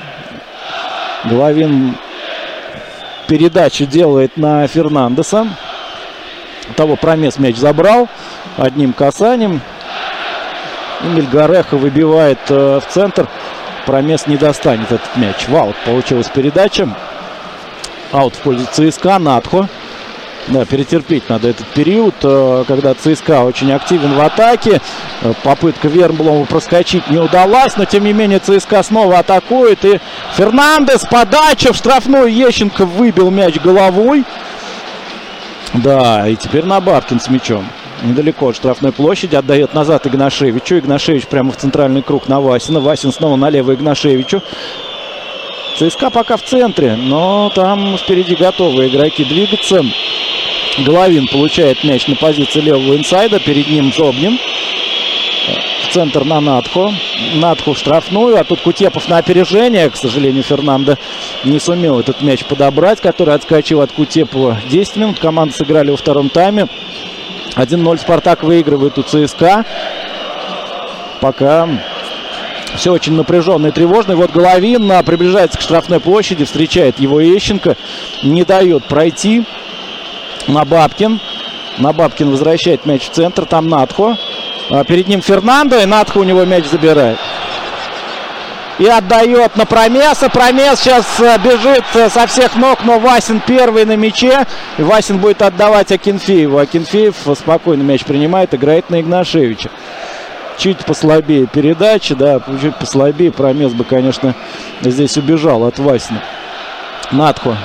передачу делает на Фернандеса. Того Промес мяч забрал одним касанием. И Мельгареха выбивает в центр. Промес не достанет этот мяч. В аут получилась передача. Аут в пользу ЦСКА. Надхо. Да, перетерпеть надо этот период, когда ЦСКА очень активен в атаке. Попытка Вернблома проскочить не удалась, но тем не менее ЦСКА снова атакует. И Фернандес, подача в штрафную. Ещенко выбил мяч головой. Да, и теперь Набабкин с мячом. Недалеко от штрафной площади. Отдает назад Игнашевичу. Игнашевич прямо в центральный круг на Васина. Васин снова налево Игнашевичу. ЦСКА пока в центре, но там впереди готовы игроки двигаться. Головин получает мяч на позиции левого инсайда. Перед ним Зобнин. В центр на Надхо. Надхо в штрафную. А тут Кутепов на опережение. К сожалению, Фернандо не сумел этот мяч подобрать, который отскочил от Кутепова. 10 минут команды сыграли во втором тайме. 1-0 Спартак выигрывает у ЦСКА. Пока все очень напряженно и тревожно. И вот Головин приближается к штрафной площади. Встречает его Ещенко. Не дает пройти. Набабкин возвращает мяч в центр. Там Надхо. Перед ним Фернандо. И Надхо у него мяч забирает. И отдает на Промеса. Промес сейчас бежит со всех ног. Но Васин первый на мяче. И Васин будет отдавать Акинфееву. Акинфеев спокойно мяч принимает. Играет на Игнашевича. Чуть послабее передача. Да, чуть послабее. Промес бы, конечно, здесь убежал от Васина. Надхо.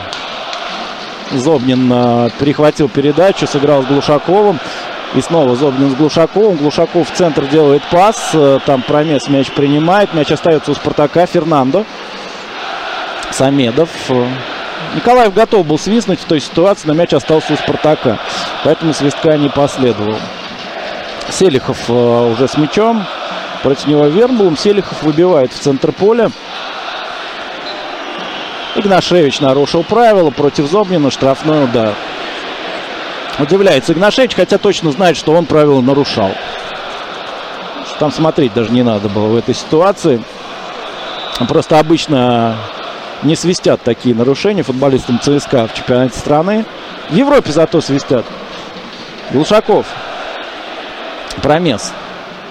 Зобнин перехватил передачу, сыграл с Глушаковым. И снова Зобнин с Глушаковым. Глушаков в центр делает пас. Там Промес мяч принимает. Мяч остается у Спартака. Фернандо. Самедов. Николаев готов был свистнуть в той ситуации, но мяч остался у Спартака. Поэтому свистка не последовало. Селихов уже с мячом. Против него Вернблум. Селихов выбивает в центр поля. Игнашевич нарушил правила. Против Зобнина штрафной удар. Удивляется Игнашевич, хотя точно знает, что он правила нарушал. Там смотреть даже не надо было в этой ситуации. Просто обычно не свистят такие нарушения футболистам ЦСКА в чемпионате страны. В Европе зато свистят. Глушаков. Промес.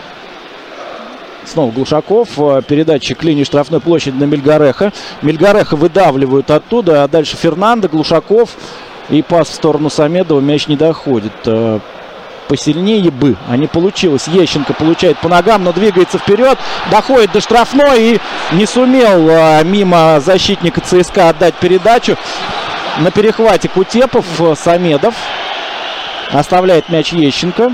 Снова Глушаков. Передача к линии штрафной площади на Мельгареха. Мельгареха выдавливают оттуда. А дальше Фернандо, Глушаков. И пас в сторону Самедова. Мяч не доходит. Посильнее бы, а не получилось. Ещенко получает по ногам, но двигается вперед. Доходит до штрафной и не сумел мимо защитника ЦСКА отдать передачу. На перехвате Кутепов. Самедов оставляет мяч Ещенко.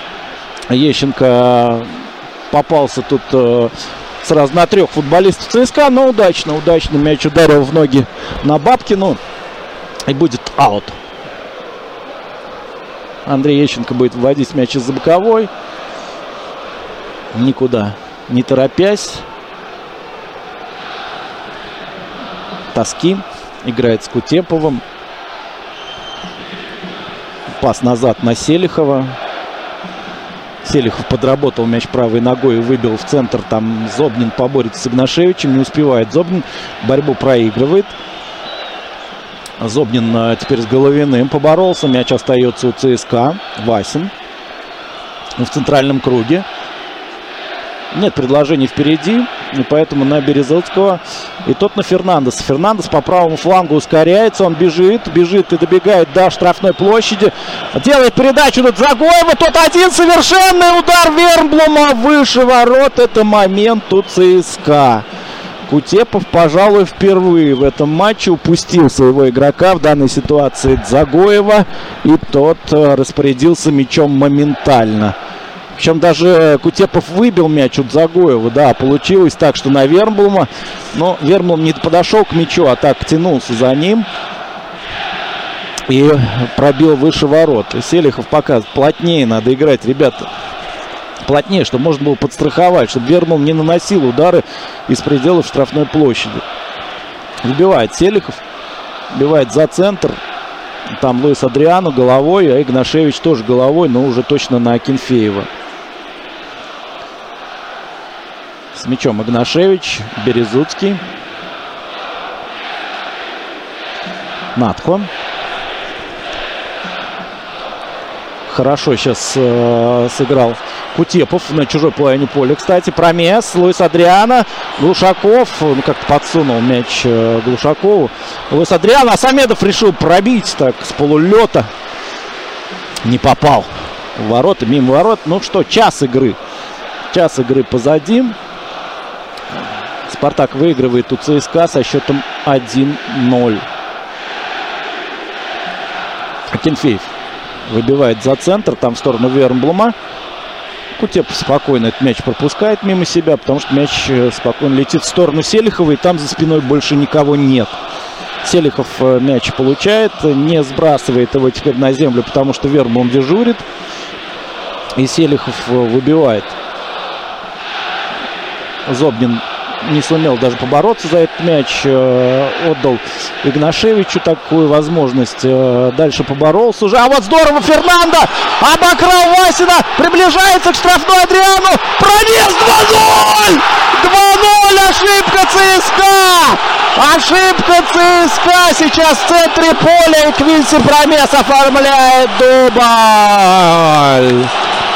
Ещенко попался тут сразу на 3 футболистов ЦСКА, но удачно мяч ударил в ноги Набабкину. И будет аут. Андрей Ещенко будет выводить мяч из-за боковой. Никуда не торопясь. Тоски. Играет с Кутеповым. Пас назад на Селихова. Селихов подработал мяч правой ногой и выбил в центр. Там Зобнин поборется с Игнашевичем. Не успевает Зобнин. Борьбу проигрывает. Зобнин теперь с Головиным поборолся. Мяч остается у ЦСКА. Васин в центральном круге. Нет предложений впереди. И поэтому на Березовского. И тот на Фернандеса. Фернандес по правому флангу ускоряется. Он бежит и добегает до штрафной площади. Делает передачу на Дзагоева. Тот один совершенный удар Вернблума выше ворот. Это момент у ЦСКА. Кутепов, пожалуй, впервые в этом матче упустил своего игрока, в данной ситуации Дзагоева, и тот распорядился мячом моментально. Причем даже Кутепов выбил мяч у Дзагоева, да, получилось так, что на Вермблума, но Вермблум не подошел к мячу, а так тянулся за ним и пробил выше ворот. И Селихов показывает, плотнее надо играть, ребята, плотнее, чтобы можно было подстраховать, чтобы Вермблум не наносил удары из пределов штрафной площади. Выбивает Селихов, выбивает за центр. Там Луис Адриано головой, а Игнашевич тоже головой, но уже точно на Акинфеева. С мячом Игнашевич, Березуцкий. Натко. Хорошо сейчас сыграл Кутепов на чужой половине поля. Кстати, промес. Луис Адриано. Глушаков. Ну, как-то подсунул мяч Глушакову. Луис Адриано. А Самедов решил пробить так с полулета. Не попал в ворота, мимо ворот. Ну что, час игры. Час игры позади. Спартак выигрывает у ЦСКА со счетом 1-0. Акинфеев выбивает за центр, там в сторону Вермблума. Кутепов спокойно этот мяч пропускает мимо себя, потому что мяч спокойно летит в сторону Селихова, и там за спиной больше никого нет. Селихов мяч получает, не сбрасывает его теперь на землю, потому что Вермблум дежурит. И Селихов выбивает. Зобнин не сумел даже побороться за этот мяч. Отдал Игнашевичу такую возможность. Дальше поборолся уже. А вот здорово Фернандо! Обокрал Васина! Приближается к штрафной Адриану! Пронес 2-0! 2-0! Ошибка ЦСКА! Ошибка ЦСКА! Сейчас в центре поля. И Квинси Промес оформляет дубль!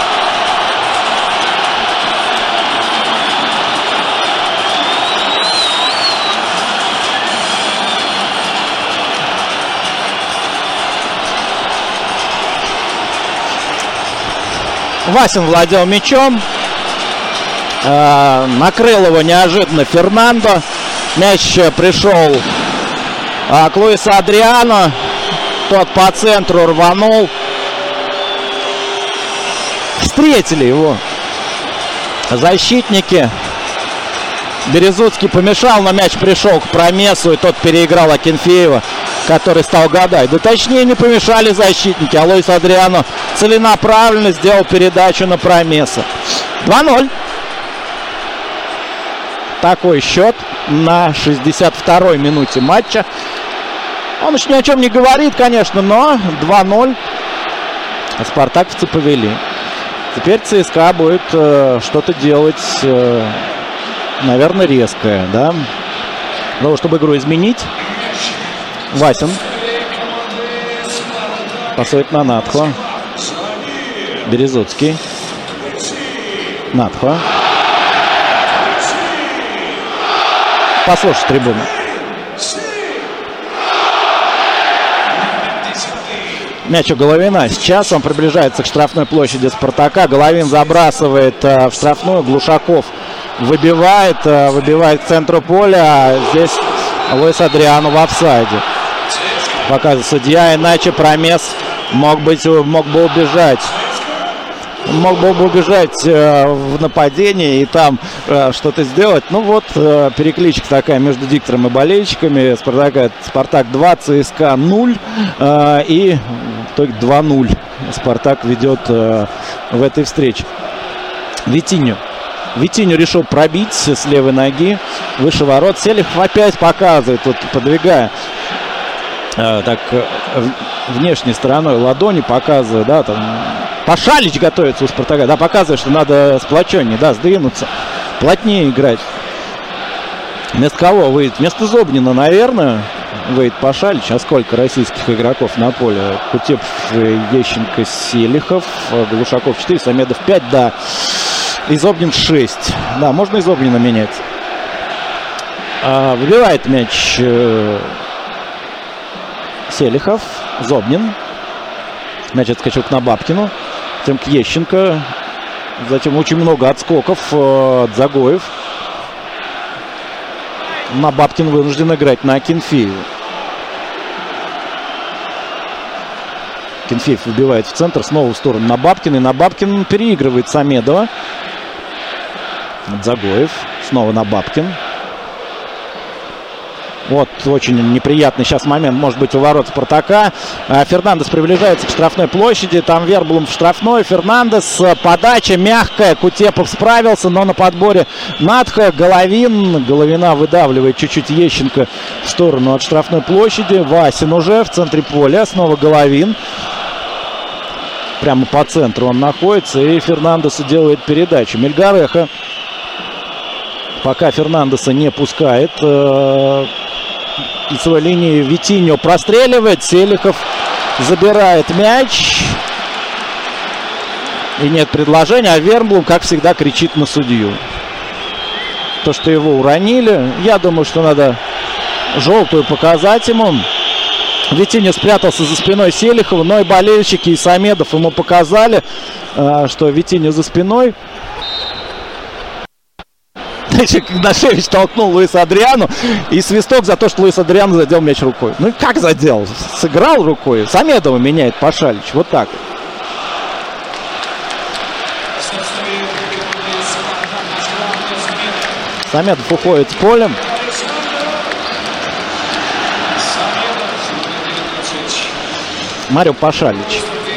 Васин владел мячом. Накрыл его неожиданно Фернандо. Мяч пришел к Луису Адриано. Тот по центру рванул. Встретили его защитники. Березуцкий помешал, но мяч пришел к Промесу. И тот переиграл Акинфеева, который стал гадать. Да точнее не помешали защитники. А Луис Адриано целенаправленно сделал передачу на Промеса. 2-0. Такой счет на 62-й минуте матча. Он еще ни о чем не говорит, конечно, но 2-0. Спартаковцы повели. Теперь ЦСКА будет что-то делать, наверное, резкое, да? Для того, чтобы игру изменить. Васин пасует на Натхо. Березуцкий. Натхо. Послушай трибуну. Мяч у Головина. Сейчас он приближается к штрафной площади Спартака. Головин забрасывает в штрафную. Глушаков выбивает к центру поля. Здесь Луис Адриано в офсайде. Показывает судья, иначе Промес мог бы убежать. Мог бы убежать в нападении и там что-то сделать. Ну вот, перекличка такая между диктором и болельщиками. Спартак 2, ЦСКА 0. И в итоге 2-0. Спартак ведет в этой встрече. Витиньо решил пробить с левой ноги выше ворот. Селихов опять показывает, вот, подвигая так внешней стороной ладони, показывает, да, там Пашалич готовится у Спартака, да, показывает, что надо сплоченнее, да, сдвинуться, плотнее играть. Вместо кого выйдет? Вместо Зобнина, наверное, выйдет Пашалич. А сколько российских игроков на поле? Кутепов, Ещенко, Селихов, Глушаков 4, Самедов 5, да. И Зобнин 6. Да, можно и Зобнина менять. Выбивает мяч Селихов. Зобнин. Мяч отскочил к Набабкину. Затем к Ещенко. Затем очень много отскоков от Загоев. Набабкин вынужден играть на Акинфееву. Акинфеев выбивает в центр, снова в сторону Набабкина. И Набабкин переигрывает Самедова. Дзагоев. Снова Набабкин. Вот очень неприятный сейчас момент может быть у ворот Спартака. Фернандес приближается к штрафной площади. Там Верблум в штрафной. Фернандес. Подача мягкая. Кутепов справился, но на подборе Надха. Головина выдавливает чуть-чуть Ещенко в сторону от штрафной площади. Васин уже в центре поля. Снова Головин. Прямо по центру он находится. И Фернандесу делает передачу. Мельгареха пока Фернандеса не пускает. Лицевой линии Витиньо простреливает. Селихов забирает мяч. И нет предложения. А Верблум, как всегда, кричит на судью. То, что его уронили. Я думаю, что надо желтую показать ему. Витиньо спрятался за спиной Селихова. Но и болельщики, и Самедов ему показали, что Витиньо за спиной. Игнашевич толкнул Луиса Адриану. И свисток за то, что Луис Адриано задел мяч рукой. Ну и как задел? Сыграл рукой. Самедова меняет Пашалич. Вот так. Самедов уходит с полем. Марио Пашалич.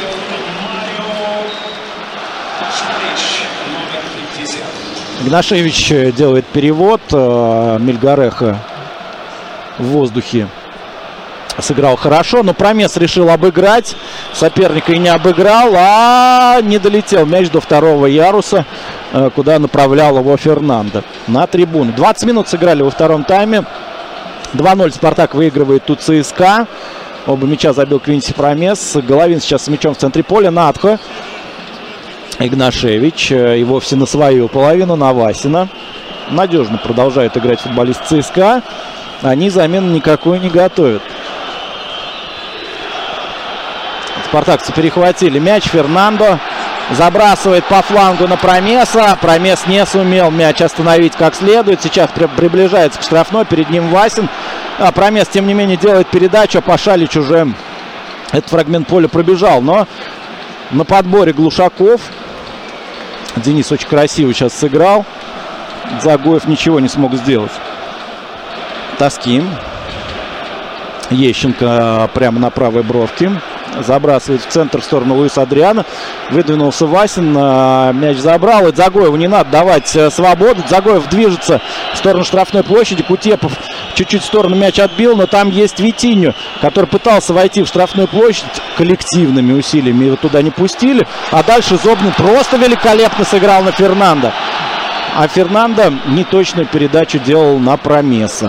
Игнашевич делает перевод. Мельгареха в воздухе сыграл хорошо, но Промес решил обыграть. Соперника и не обыграл, а не долетел мяч до второго яруса, куда направлял его Фернандо на трибуну. 20 минут сыграли во втором тайме. 2-0 Спартак выигрывает у ЦСКА. Оба мяча забил Квинси Промес. Головин сейчас с мячом в центре поля. Надха. Игнашевич и вовсе на свою половину, на Васина. Надежно продолжает играть футболист ЦСКА. Они замену никакую не готовят. Спартакцы перехватили мяч. Фернандо забрасывает по флангу на Промеса. Промес не сумел мяч остановить как следует. Сейчас приближается к штрафной. Перед ним Васин. Промес, тем не менее, делает передачу. Пашалич уже этот фрагмент поля пробежал. Но на подборе Глушаков. Денис очень красиво сейчас сыграл. Дзагоев ничего не смог сделать. Тоскин. Ещенко прямо на правой бровке. Забрасывает в центр в сторону Луиса Адриано. Выдвинулся Васин. Мяч забрал. И Дзагоеву не надо давать свободу. Дзагоев движется в сторону штрафной площади. Кутепов чуть-чуть в сторону мяч отбил. Но там есть Витиньо, который пытался войти в штрафную площадь. Коллективными усилиями его туда не пустили. А дальше Зобнин просто великолепно сыграл на Фернандо. А Фернандо неточную передачу делал на Промеса.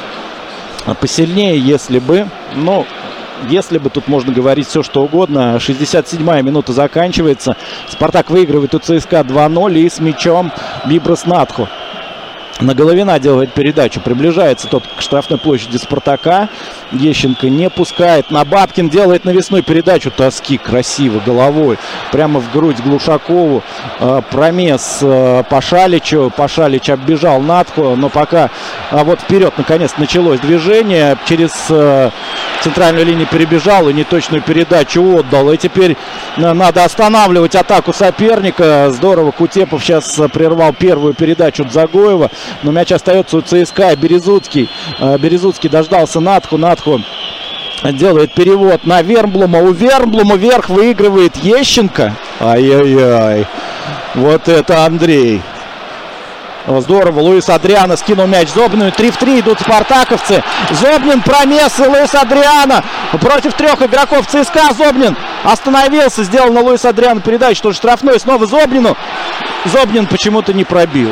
Посильнее, если бы. Но если бы, тут можно говорить все, что угодно. 67-я минута заканчивается. Спартак выигрывает у ЦСКА 2-0. И с мячом Бибрас Надху. На Головина делает передачу. Приближается тот к штрафной площади Спартака. Ещенко не пускает. Набабкин делает навесную передачу. Тоски красиво головой. Прямо в грудь Глушакову. Промес Пашаличу. Пашалич оббежал Надху. Но пока вот вперед наконец началось движение. Через центральную линию перебежал и неточную передачу отдал. И теперь надо останавливать атаку соперника. Здорово Кутепов сейчас прервал первую передачу Дзагоева. Но мяч остается у ЦСКА. Березуцкий. Березуцкий дождался Надху. Надху делает перевод на Верблума. У Верблума вверх выигрывает Ещенко. Ай-яй-яй. Вот это Андрей. Здорово. Луис Адриано скинул мяч Зобнину. 3-3 идут спартаковцы. Зобнин, Промес и Луис Адриано. Против трех игроков ЦСКА Зобнин остановился. Сделал на Луис Адриано передачу. Тоже штрафной. Снова Зобнину. Зобнин почему-то не пробил.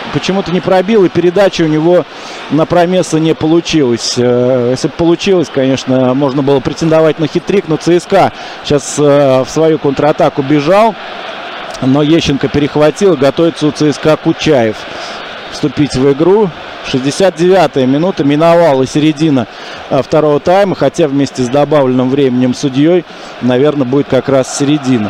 И передача у него на Промеса не получилась. Если бы получилось, конечно, можно было претендовать на хитрик, но ЦСКА сейчас в свою контратаку бежал. Но Ещенко перехватил, и готовится у ЦСКА Кучаев вступить в игру. 69-я минута, миновала середина второго тайма, хотя вместе с добавленным временем судьей, наверное, будет как раз середина.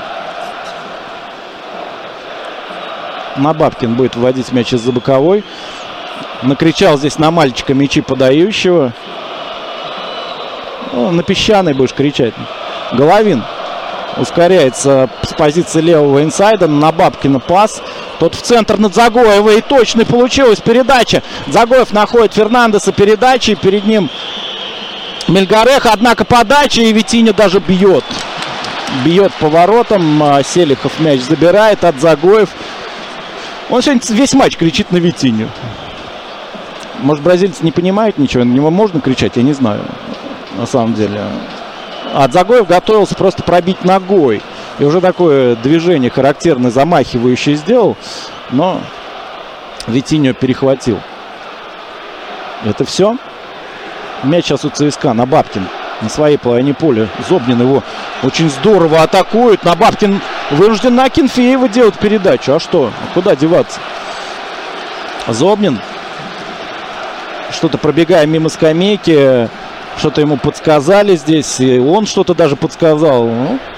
Набабкин будет вводить мяч из-за боковой. Накричал здесь на мальчика мячи подающего. Ну, на песчаной будешь кричать. Головин ускоряется с позиции левого инсайда на Бабкина пас. Тот в центр над Дзагоева, и точно получилась передача. Дзагоев находит Фернандеса передачей, перед ним Мельгареха, однако подача, и Витинья даже бьет. Бьет по воротам, Селихов мяч забирает от Дзагоев. Он сегодня весь матч кричит на Витинью. Может, бразильцы не понимают ничего, на него можно кричать, я не знаю, на самом деле. А Дзагоев готовился просто пробить ногой. И уже такое движение характерное, замахивающее сделал. Но Витиньо перехватил. Это все. Мяч сейчас у ЦСКА на Бабкин. На своей половине поля. Зобнин его очень здорово атакует. На Бабкин вынужден на Акинфеева делать передачу. А что? Куда деваться? Зобнин, что-то пробегая мимо скамейки, что-то ему подсказали здесь. И он что-то даже подсказал.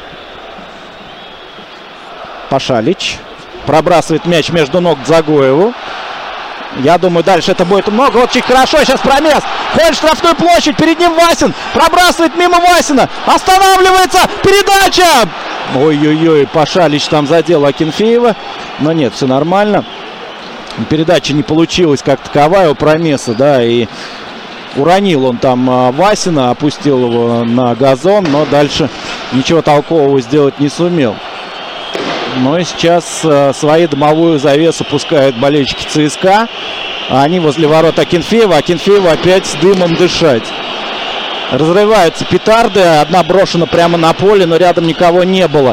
Пашалич пробрасывает мяч между ног Дзагоеву. Я думаю, дальше это будет много. Вот очень хорошо. Сейчас промес. Ходит в штрафную площадь. Перед ним Васин. Пробрасывает мимо Васина. Останавливается. Передача. Ой-ой-ой. Пашалич там задел Акинфеева. Но нет, все нормально. Передача не получилась как таковая у промеса. Да, и уронил он там Васина. Опустил его на газон. Но дальше ничего толкового сделать не сумел. Но сейчас свои дымовую завесу пускают болельщики ЦСКА. Они возле ворот Акинфеева. Акинфеева опять с дымом дышать. Разрываются петарды. Одна брошена прямо на поле, но рядом никого не было.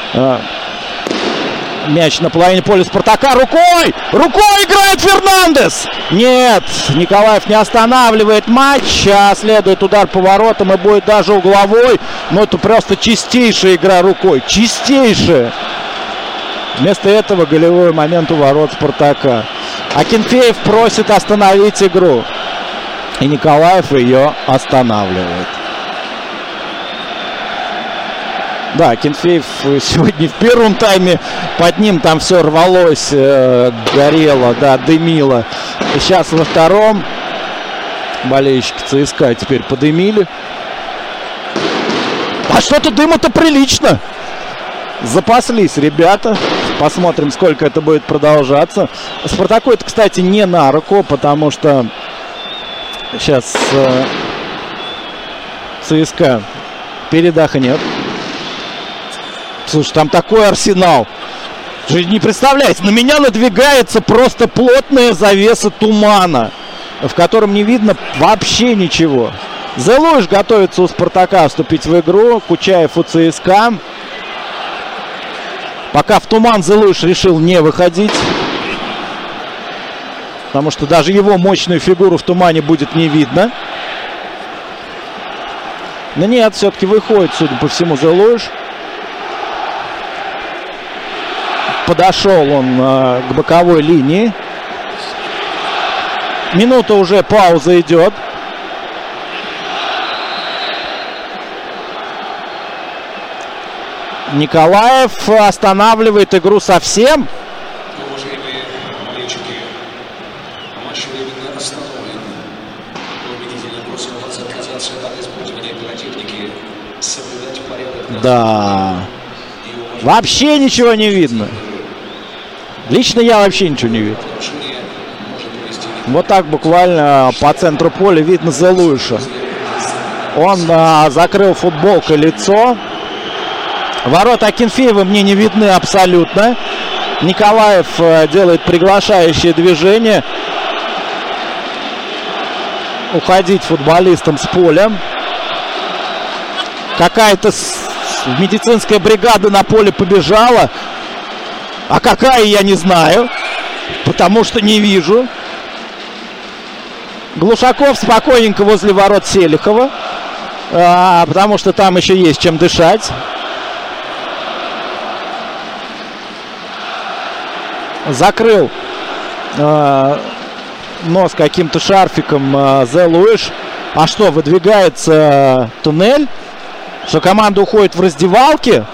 Мяч на половине поля Спартака. Рукой! Рукой играет Фернандес! Нет, Николаев не останавливает матч. А следует удар по воротам и будет даже угловой. Но это просто чистейшая игра рукой. Чистейшая. Вместо этого голевой момент у ворот Спартака. Акинфеев просит остановить игру. И Николаев ее останавливает. Да, Акинфеев сегодня в первом тайме под ним там все рвалось, горело, да, дымило. И сейчас во втором болельщики ЦСКА теперь подымили. А что-то дыма-то прилично. Запаслись ребята. Посмотрим, сколько это будет продолжаться. Спартаку это, кстати, не на руку, потому что сейчас ЦСКА передохнет. Слушай, там такой арсенал. Вы не представляете, на меня надвигается просто плотная завеса тумана, в котором не видно вообще ничего. Зелуиш готовится у Спартака вступить в игру. Кучаев у ЦСКА. Пока в туман Зелуиш решил не выходить. Потому что даже его мощную фигуру в тумане будет не видно. Но нет, все-таки выходит, судя по всему, Зелуиш. Подошел он к боковой линии. Минута уже, пауза идет. Николаев останавливает игру совсем. Уважаемые болельщики, матч временно остановлен. Победителя просим вас отказаться от использования пиротехники, соблюдать порядок. Да. Вообще ничего не видно. Лично я вообще ничего не вижу. Вот так буквально по центру поля видно Зелуиша. Он закрыл футболкой лицо. Ворота Акинфеева мне не видны абсолютно. Николаев делает приглашающее движение. Уходить футболистам с поля. Какая-то медицинская бригада на поле побежала. А какая, я не знаю. Потому что не вижу. Глушаков спокойненько возле ворот Селихова. Потому что там еще есть чем дышать. Закрыл нос каким-то шарфиком Зелуиш. А что, выдвигается туннель? Что команда уходит в раздевалке?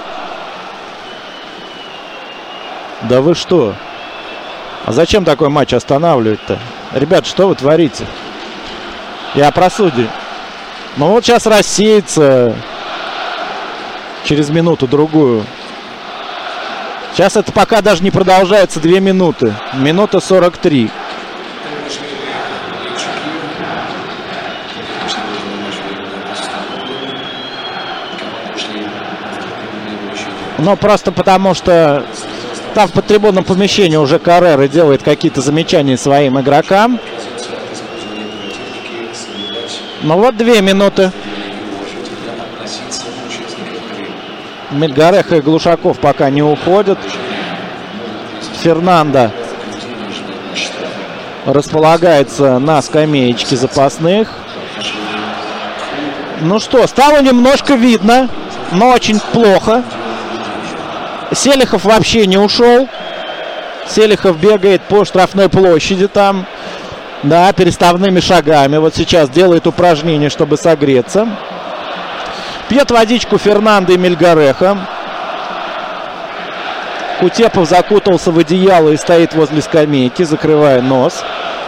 Да вы что? А зачем такой матч останавливать-то? Ребят, что вы творите? Я про судей. Ну вот сейчас рассеется. через минуту-другую. Сейчас это пока даже не продолжается 2 минуты. Минута 43. Но просто потому, что там в подтрибунном помещении уже Каррера делает какие-то замечания своим игрокам. Ну вот 2 минуты. Мельгареха и Глушаков пока не уходят. Фернандо располагается на скамеечке запасных. Ну что, стало немножко видно, но очень плохо. Селихов вообще не ушел. Селихов бегает по штрафной площади там. Да, переставными шагами. Вот сейчас делает упражнение, чтобы согреться. Пьет водичку Фернандо и Мельгареха. Кутепов закутался в одеяло и стоит возле скамейки, закрывая нос.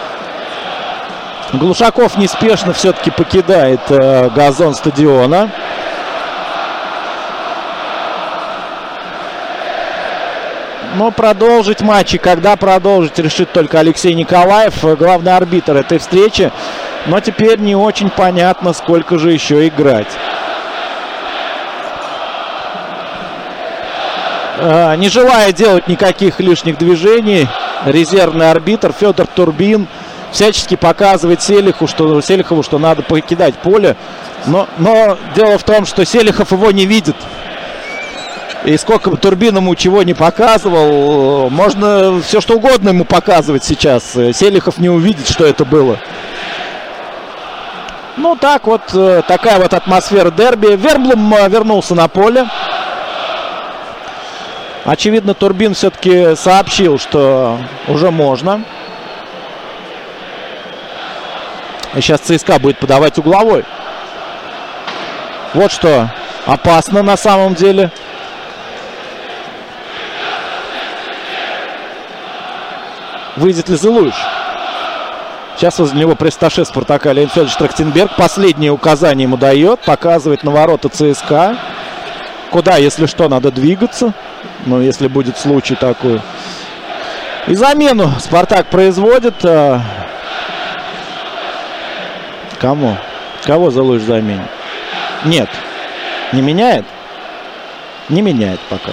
Глушаков неспешно все-таки покидает газон стадиона. Но продолжить матч, и когда продолжить, решит только Алексей Николаев, главный арбитр этой встречи. Но теперь не очень понятно, сколько же еще играть. Не желая делать никаких лишних движений, резервный арбитр Федор Турбин всячески показывает Селихову, что надо покидать поле. Но дело в том, что Селихов его не видит. И сколько бы Турбин ему чего не показывал, можно все что угодно ему показывать сейчас. Селихов не увидит, что это было. Ну так вот, такая вот атмосфера дерби. Верблум вернулся на поле. Очевидно, Турбин все-таки сообщил, что уже можно. И сейчас ЦСКА будет подавать угловой. Вот что опасно на самом деле. Выйдет ли Зелуиш? Сейчас возле него пресс-атташе Спартака Леонид Федорович Трахтенберг. Последнее указание ему дает. Показывает на ворота ЦСКА. Куда, если что, надо двигаться. Ну, если будет случай такой. И замену Спартак производит. Кому? Кого Зелуиш заменит? Нет. Не меняет? Не меняет пока.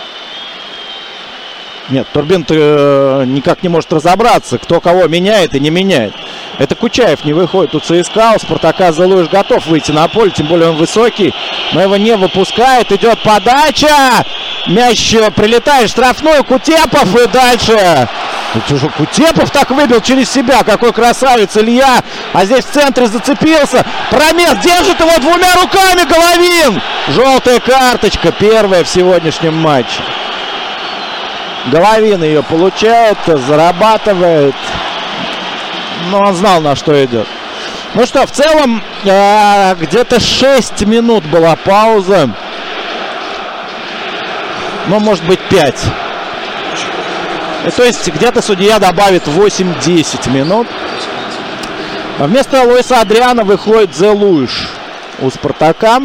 Нет, Турбин-то никак не может разобраться, кто кого меняет и не меняет. Это Кучаев не выходит у ЦСКА, у Спартака Зелуиш готов выйти на поле, тем более он высокий, но его не выпускает. Идет подача, мяч прилетает в штрафную, Кутепов и дальше. Кутепов так выбил через себя, какой красавец Илья, а здесь в центре зацепился, промес, держит его 2 руками Головин. Желтая карточка, первая в сегодняшнем матче. Головин ее получает, зарабатывает. Но он знал, на что идет. Ну что, в целом, где-то 6 минут была пауза. Ну, может быть, 5. То есть, где-то судья добавит 8-10 минут. А вместо Луиса Адриана выходит Зелуиш у Спартака.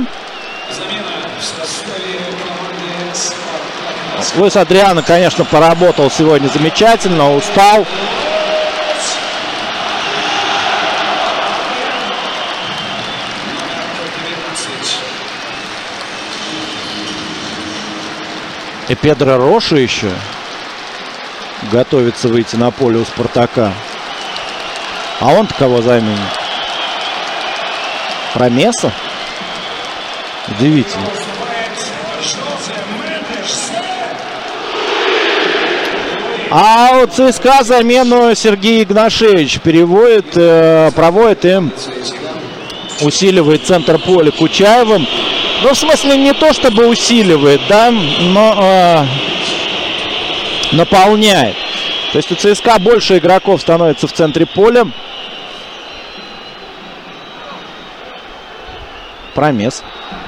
Луис Адриано, конечно, поработал сегодня замечательно, устал. И Педро Роша еще готовится выйти на поле у Спартака. А он-то кого заменит? Промеса? Удивительно. А у ЦСКА замену Сергей Игнашевич проводит и усиливает центр поля Кучаевым. Ну, в смысле, не то чтобы усиливает, да, но наполняет. То есть у ЦСКА больше игроков становится в центре поля. Промес.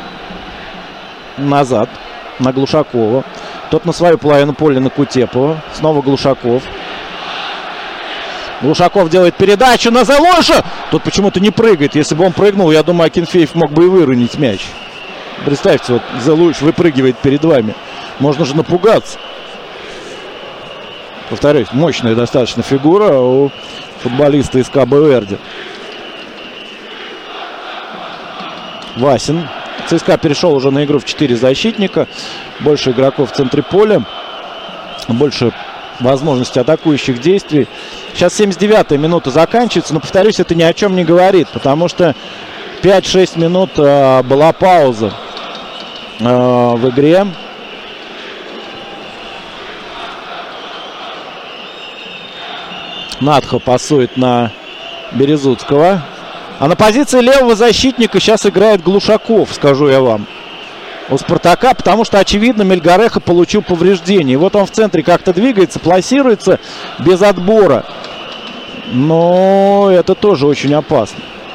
Назад на Глушакова. Тот на свою половину поля на Кутепова. Снова Глушаков. Глушаков делает передачу на Зелуиша. Тут почему-то не прыгает. Если бы он прыгнул, я думаю, Акинфеев мог бы и выронить мяч. Представьте, вот Зелуиш выпрыгивает перед вами. Можно же напугаться. Повторюсь, мощная достаточно фигура у футболиста из Кабо-Верде. Васин. ЦСКА перешел уже на игру в 4 защитника. Больше игроков в центре поля. Больше возможности атакующих действий. Сейчас 79-я минута заканчивается. Но, повторюсь, это ни о чем не говорит. Потому что 5-6 минут была пауза в игре. Надхо пасует на Березутского. А на позиции левого защитника сейчас играет Глушаков, скажу я вам, у Спартака, потому что, очевидно, Мельгареха получил повреждение. И вот он в центре как-то двигается, пласируется без отбора. Но это тоже очень опасно.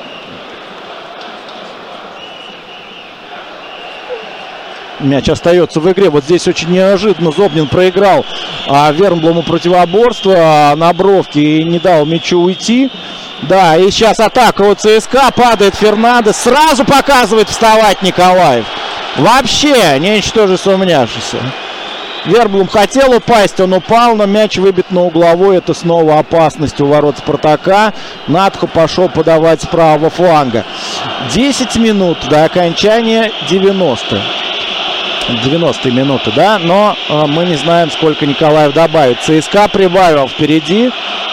Мяч остается в игре. Вот здесь очень неожиданно Зобнин проиграл Вернблому противоборство на бровке и не дал мячу уйти. Да, и сейчас атака у ЦСКА. Падает Фернандес. Сразу показывает вставать Николаев. Вообще, ничтоже сумняшися. Верблум хотел упасть, он упал, но мяч выбит на угловой. Это снова опасность у ворот Спартака. Надхо пошел подавать с правого фланга. 10 минут до окончания 90-й минуты, да, но мы не знаем, сколько Николаев добавит. ЦСКА прибавил впереди.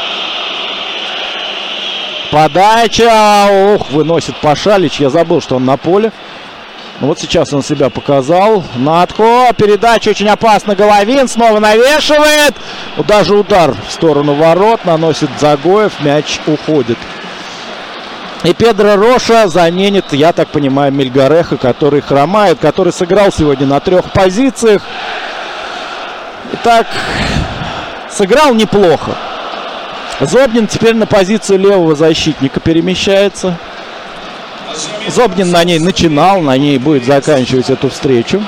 Подача. Ух, выносит Пашалич. Я забыл, что он на поле. Вот сейчас он себя показал. Надхо. Передача очень опасна. Головин снова навешивает. Даже удар в сторону ворот. Наносит Загоев. Мяч уходит. И Педро Роша заменит, я так понимаю, Мельгареха, который хромает, который сыграл сегодня на 3 позициях. Итак, сыграл неплохо. Зобнин теперь на позицию левого защитника перемещается. Зобнин на ней начинал, на ней будет заканчивать эту встречу.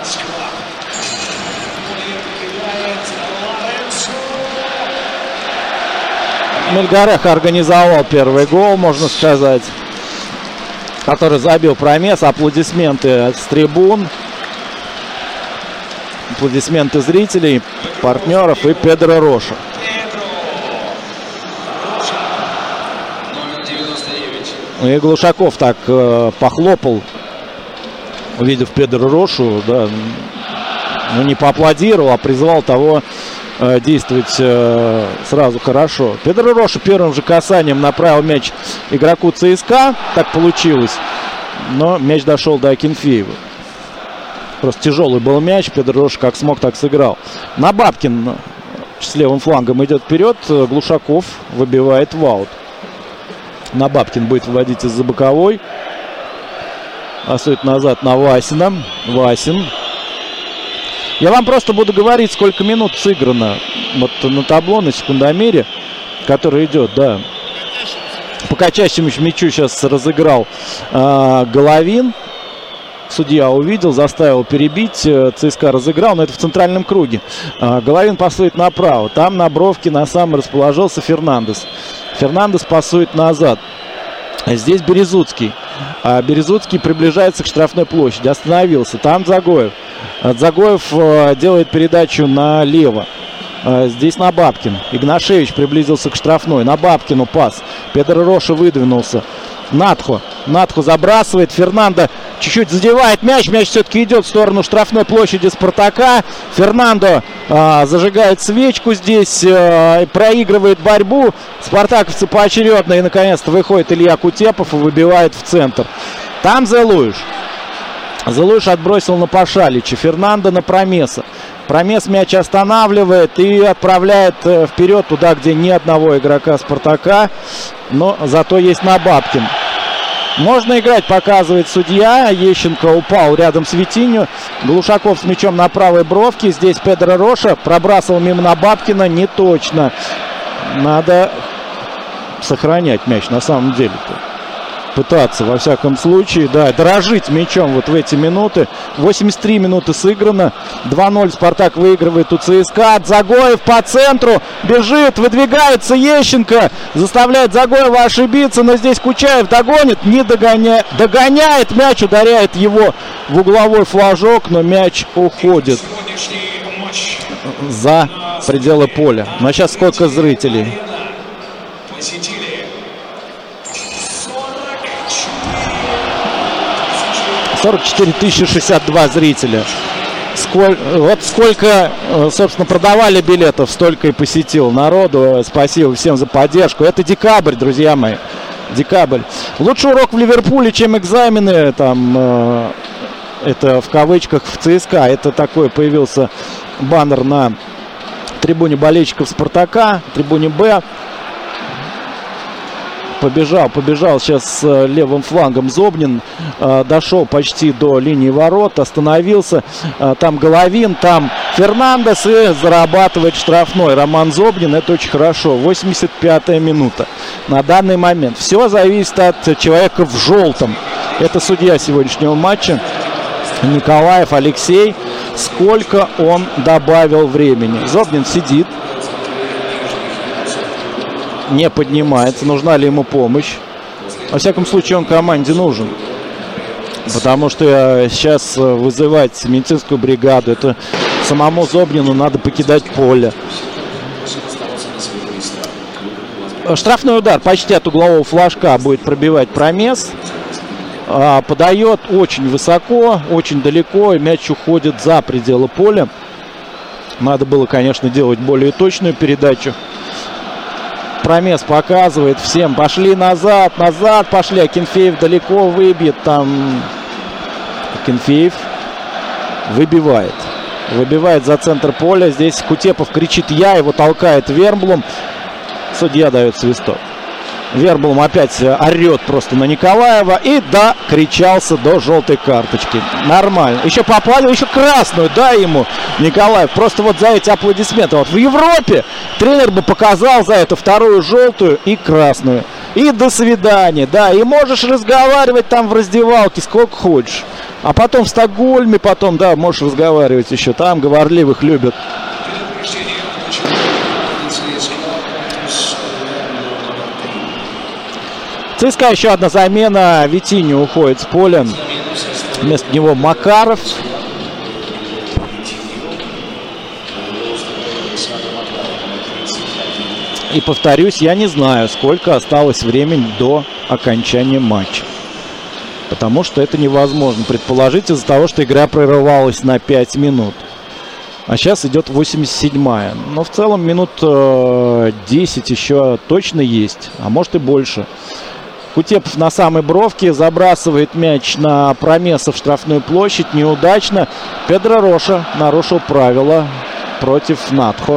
Мельгареха организовал первый гол, можно сказать, который забил Промес. Аплодисменты с трибун. Аплодисменты зрителей, партнеров и Педро Роша. И Глушаков так похлопал, увидев Педро Рошу, да, ну не поаплодировал, а призвал того действовать сразу хорошо. Педро Роша первым же касанием направил мяч игроку ЦСКА. Так получилось. Но мяч дошел до Акинфеева. Просто тяжелый был мяч. Педро Роша как смог, так сыграл. Набабкин с левым флангом идет вперед. Глушаков выбивает в аут. Набабкин будет выводить из-за боковой. Пасует назад на Васина. Васин. Я вам просто буду говорить, сколько минут сыграно вот на табло, на секундомере, который идет, да. По качающемуся мячу сейчас разыграл Головин. Судья увидел, заставил перебить. ЦСКА разыграл, но это в центральном круге. Головин пасует направо. Там на бровке на самом расположился Фернандес. Фернандес пасует назад. Здесь Березутский. Березутский приближается к штрафной площади. Остановился. Там Загоев. Загоев делает передачу налево. Здесь Набабкин. Игнашевич приблизился к штрафной. Набабкину пас. Педро Роша выдвинулся. Надхо. Надхо забрасывает. Фернандо чуть-чуть задевает мяч. Мяч все-таки идет в сторону штрафной площади Спартака. Фернандо зажигает свечку здесь. Проигрывает борьбу. Спартаковцы поочередно. И наконец-то выходит Илья Кутепов и выбивает в центр. Там Зелуиш. Зелуиш отбросил на Пашалича. Фернандо на Промеса. Промес мяч останавливает и отправляет вперед туда, где ни одного игрока Спартака. Но зато есть Набабкин. Можно играть, показывает судья. Ещенко упал рядом с Витинью. Глушаков с мячом на правой бровке. Здесь Педро Роша пробрасывал мимо Набабкина. Не точно. Надо сохранять мяч на самом деле-то. Пытаться, во всяком случае, да, дорожить мячом вот в эти минуты. 83 минуты сыграно. 2-0 Спартак выигрывает у ЦСКА. Дзагоев по центру бежит, выдвигается Ещенко. Заставляет Дзагоева ошибиться, но здесь Кучаев догонит, не догоняет. Догоняет, мяч ударяет его в угловой флажок, но мяч уходит за пределы поля. Но сейчас сколько зрителей? 44 062 зрителя. Вот сколько, собственно, продавали билетов, столько и посетил народу. Спасибо всем за поддержку. Это декабрь, друзья мои. Декабрь. Лучший урок в Ливерпуле, чем экзамены. Там, это в кавычках в ЦСКА. Это такой появился баннер на трибуне болельщиков Спартака, трибуне Б. Побежал сейчас с левым флангом Зобнин, дошел почти до линии ворот, остановился, там Головин, там Фернандес и зарабатывает штрафной Роман Зобнин, это очень хорошо, 85-я минута на данный момент. Все зависит от человека в желтом, это судья сегодняшнего матча Николаев Алексей, сколько он добавил времени. Зобнин сидит, не поднимается. Нужна ли ему помощь? Во всяком случае, он команде нужен. Потому что сейчас вызывать медицинскую бригаду, это самому Зобнину надо покидать поле. Штрафной удар почти от углового флажка будет пробивать Промес. Подает очень высоко, очень далеко, и мяч уходит за пределы поля. Надо было, конечно, делать более точную передачу. Промес показывает всем, пошли назад пошли. Акинфеев далеко выбьет, там Акинфеев выбивает за центр поля. Здесь Кутепов кричит «я», его толкает Вермблум. Судья дает свисток. Вермблум опять орет просто на Николаева и докричался до желтой карточки. Нормально. Еще попали, еще красную, дай ему Николаев. Просто вот за эти аплодисменты. Вот в Европе тренер бы показал за это вторую желтую и красную. И до свидания, да. И можешь разговаривать там в раздевалке сколько хочешь. А потом в Стокгольме, да, можешь разговаривать еще. Там говорливых любят. ЦСКА еще одна замена. Витиньо уходит с поля. Вместо него Макаров. И повторюсь, я не знаю, сколько осталось времени до окончания матча. Потому что это невозможно предположить из-за того, что игра прерывалась на 5 минут. А сейчас идет 87-я. Но в целом минут 10 еще точно есть. А может и больше. Кутепов на самой бровке забрасывает мяч на Промеса в штрафную площадь. Неудачно. Педро Роша нарушил правила против Натхо.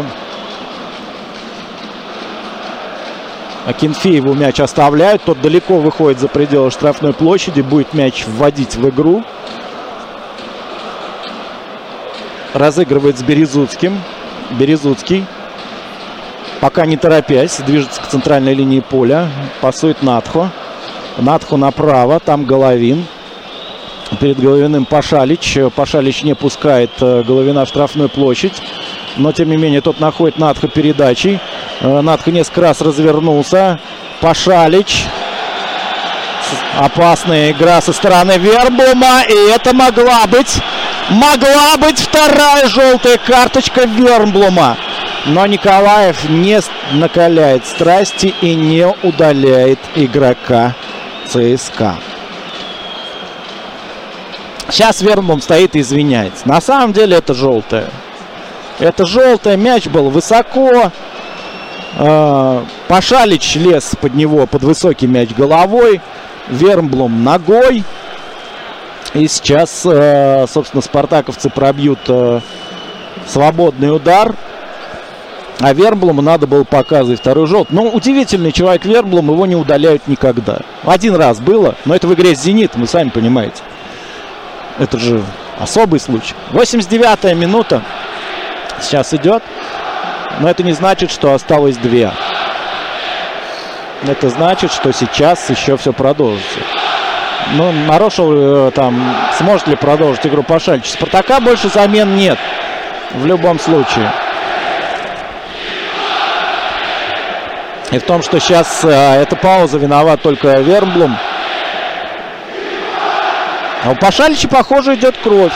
Акинфееву мяч оставляют. Тот далеко выходит за пределы штрафной площади. Будет мяч вводить в игру. Разыгрывает с Березутским. Березутский. Пока не торопясь. Движется к центральной линии поля. Пасует Натхо. Натхо направо. Там Головин. Перед Головиным Пашалич. Пашалич не пускает Головина в штрафную площадь. Но, тем не менее, тот находит Натхо передачей. Натхо несколько раз развернулся. Пашалич. Опасная игра со стороны Вермблума. И это могла быть вторая желтая карточка Вермблума. Но Николаев не накаляет страсти и не удаляет игрока ЦСКА. Сейчас Вермблум стоит и извиняется. На самом деле это желтая. Это желтая. Мяч был высоко. Пашалич лез под него, под высокий мяч головой. Вермблум ногой. И сейчас, собственно, спартаковцы пробьют свободный удар. А Вермблуму надо было показывать второй желтый. Ну, удивительный человек Вермблум, его не удаляют никогда. Один раз было, но это в игре с «Зенитом», вы сами понимаете. Это же особый случай. 89-я минута сейчас идет. Но это не значит, что осталось 2. это значит, что сейчас еще все продолжится. Ну, нарушил там, сможет ли продолжить игру Пашалич. Спартака больше замен нет. В любом случае. И в том, что сейчас эта пауза, виноват только Вернблум. А у Пашалича, похоже, идет кровь.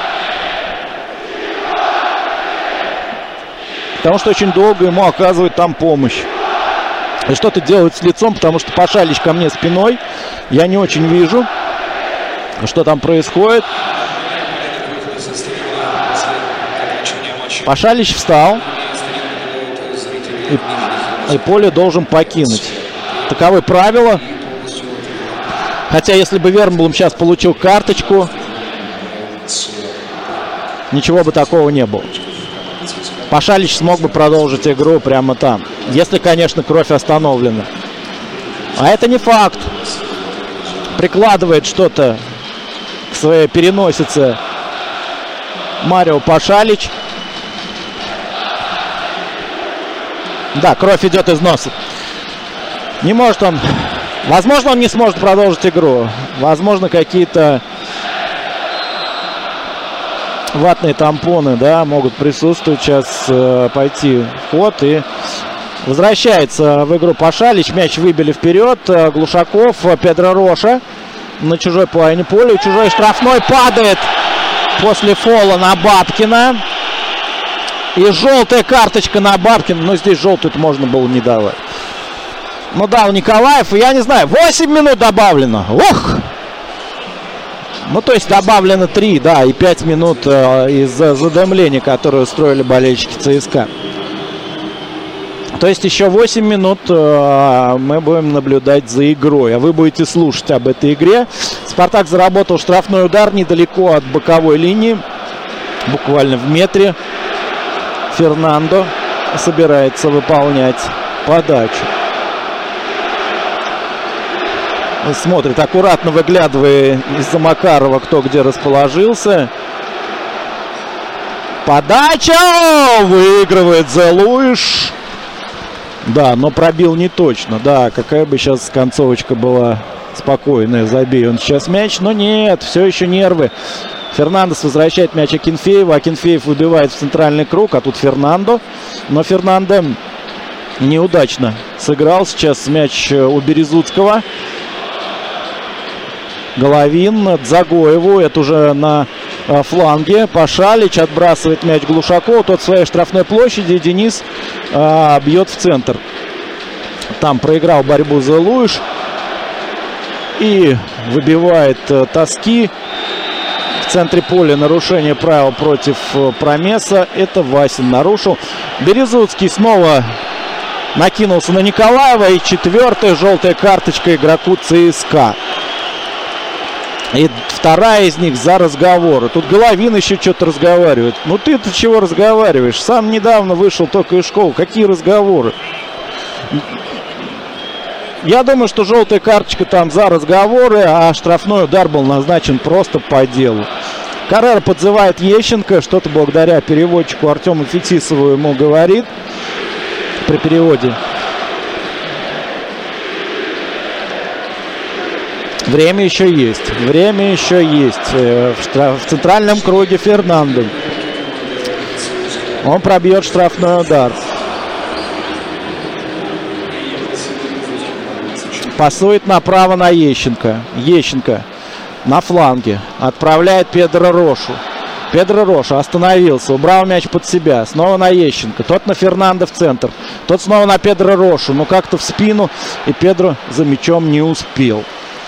Потому что очень долго ему оказывают там помощь. И что-то делают с лицом, потому что Пашалич ко мне спиной. Я не очень вижу, что там происходит. Пашалич встал. И поле должен покинуть. Таковы правила. Хотя, если бы Вернблум сейчас получил карточку, ничего бы такого не было. Пашалич смог бы продолжить игру прямо там. Если, конечно, кровь остановлена. А это не факт. Прикладывает что-то к своей переносице Марио Пашалич. Да, кровь идет из носа. Не может он... Возможно, он не сможет продолжить игру. Возможно, какие-то ватные тампоны, да, могут присутствовать. Сейчас пойти в ход. И возвращается в игру Пашалич. Мяч выбили вперед. Глушаков, Педро Роша на чужой половине поля. Чужой штрафной падает после фола на Бабкина. И желтая карточка на Бабкина. Но здесь желтую-то можно было не давать. Ну да, у Николаев, я не знаю, 8 минут добавлено. Ох! Ну, то есть добавлено 3, да, и 5 минут из-за задымления, которое устроили болельщики ЦСКА. То есть еще 8 минут мы будем наблюдать за игрой. А вы будете слушать об этой игре. Спартак заработал штрафной удар недалеко от боковой линии. Буквально в метре. Фернандо собирается выполнять подачу. Смотрит, аккуратно выглядывая из-за Макарова, кто где расположился. Подача! Выигрывает Зе Луиш. Да, но пробил не точно. Да, какая бы сейчас концовочка была спокойная. Забей он сейчас мяч. Но нет, все еще нервы. Фернандес возвращает мяч Акинфееву. Акинфеев выбивает в центральный круг. А тут Фернандо. Но Фернандо неудачно сыграл. Сейчас мяч у Березуцкого. Головин, Дзагоеву. Это уже на фланге. Пашалич отбрасывает мяч Глушакову. Тот в своей штрафной площади. Денис бьет в центр. Там проиграл борьбу Зе Луиш. И выбивает Тоски. В центре поля нарушение правил против Промеса. Это Васин нарушил. Березуцкий снова накинулся на Николаева. И четвертая желтая карточка игроку ЦСКА. И вторая из них за разговоры. Тут Головин еще что-то разговаривает. Ну ты-то чего разговариваешь? Сам недавно вышел только из школы. Какие разговоры? Я думаю, что желтая карточка там за разговоры, а штрафной удар был назначен просто по делу. Каррера подзывает Ещенко. Что-то благодаря переводчику Артему Фетисову ему говорит при переводе. Время еще есть. Время еще есть. В центральном круге Фернандо. Он пробьет штрафной удар. Пасует направо на Ещенко. Ещенко на фланге. Отправляет Педро Рошу. Педро Роша остановился. Убрал мяч под себя. Снова на Ещенко. Тот на Фернандо в центр. Тот снова на Педро Рошу. Но как-то в спину. И Педро за мячом не успел.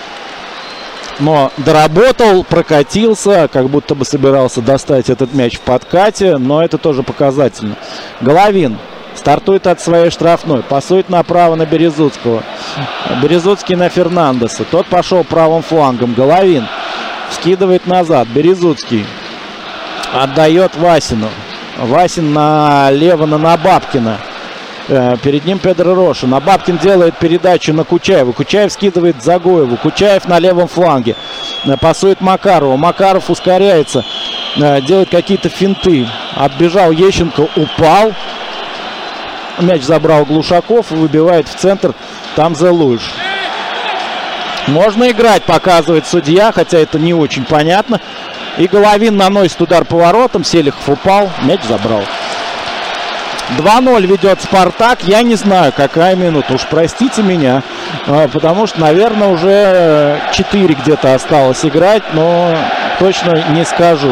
Но доработал, прокатился. Как будто бы собирался достать этот мяч в подкате. Но это тоже показательно. Головин. Стартует от своей штрафной. Пасует направо на Березуцкого. Березуцкий на Фернандеса. Тот пошел правым флангом. Головин скидывает назад. Березуцкий отдает Васину. Васин налево на Бабкина. Перед ним Педро Роша. Бабкин делает передачу на Кучаева. Кучаев скидывает Загоеву. Кучаев на левом фланге. Пасует Макарову. Макаров ускоряется. Делает какие-то финты. Отбежал Ещенко. Упал. Мяч забрал Глушаков и выбивает в центр там Зелуиш. Можно играть, показывает судья, хотя это не очень понятно. И Головин наносит удар поворотом, Селихов упал, мяч забрал. 2-0 ведет Спартак. Я не знаю, какая минута. Уж простите меня, потому что, наверное, уже 4 где-то осталось играть, но точно не скажу.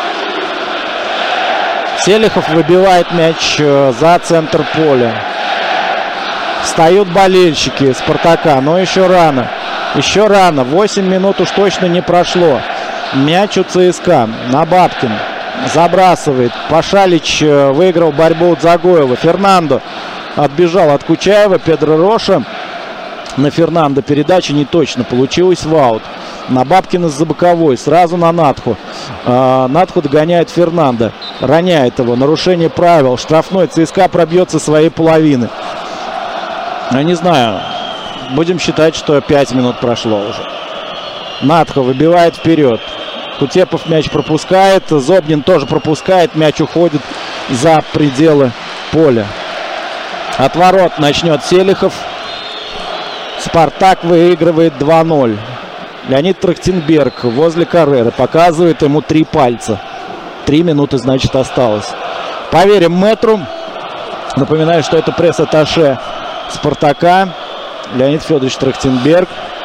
Селихов выбивает мяч за центр поля. Встают болельщики Спартака, но еще рано. Еще рано. 8 минут уж точно не прошло. Мяч у ЦСКА. Набабкин забрасывает. Пашалич выиграл борьбу от Загоева. Фернандо отбежал от Кучаева. Педро Роша на Фернандо. Передача не точно. Получилось в аут. Набабкин из-за боковой. Сразу на Натху. Натху догоняет Фернандо. Роняет его. Нарушение правил. Штрафной. ЦСКА пробьется своей половины. Я не знаю. Будем считать, что 5 минут прошло уже. Натху выбивает вперед. Кутепов мяч пропускает. Зобнин тоже пропускает. Мяч уходит за пределы поля. От ворот начнет Селихов. Спартак выигрывает 2-0. Леонид Трахтенберг возле Карреры. Показывает ему 3 пальца. 3 минуты, значит, осталось. Поверим мэтру. Напоминаю, что это пресс-атташе Спартака. Леонид Федорович Трахтенберг.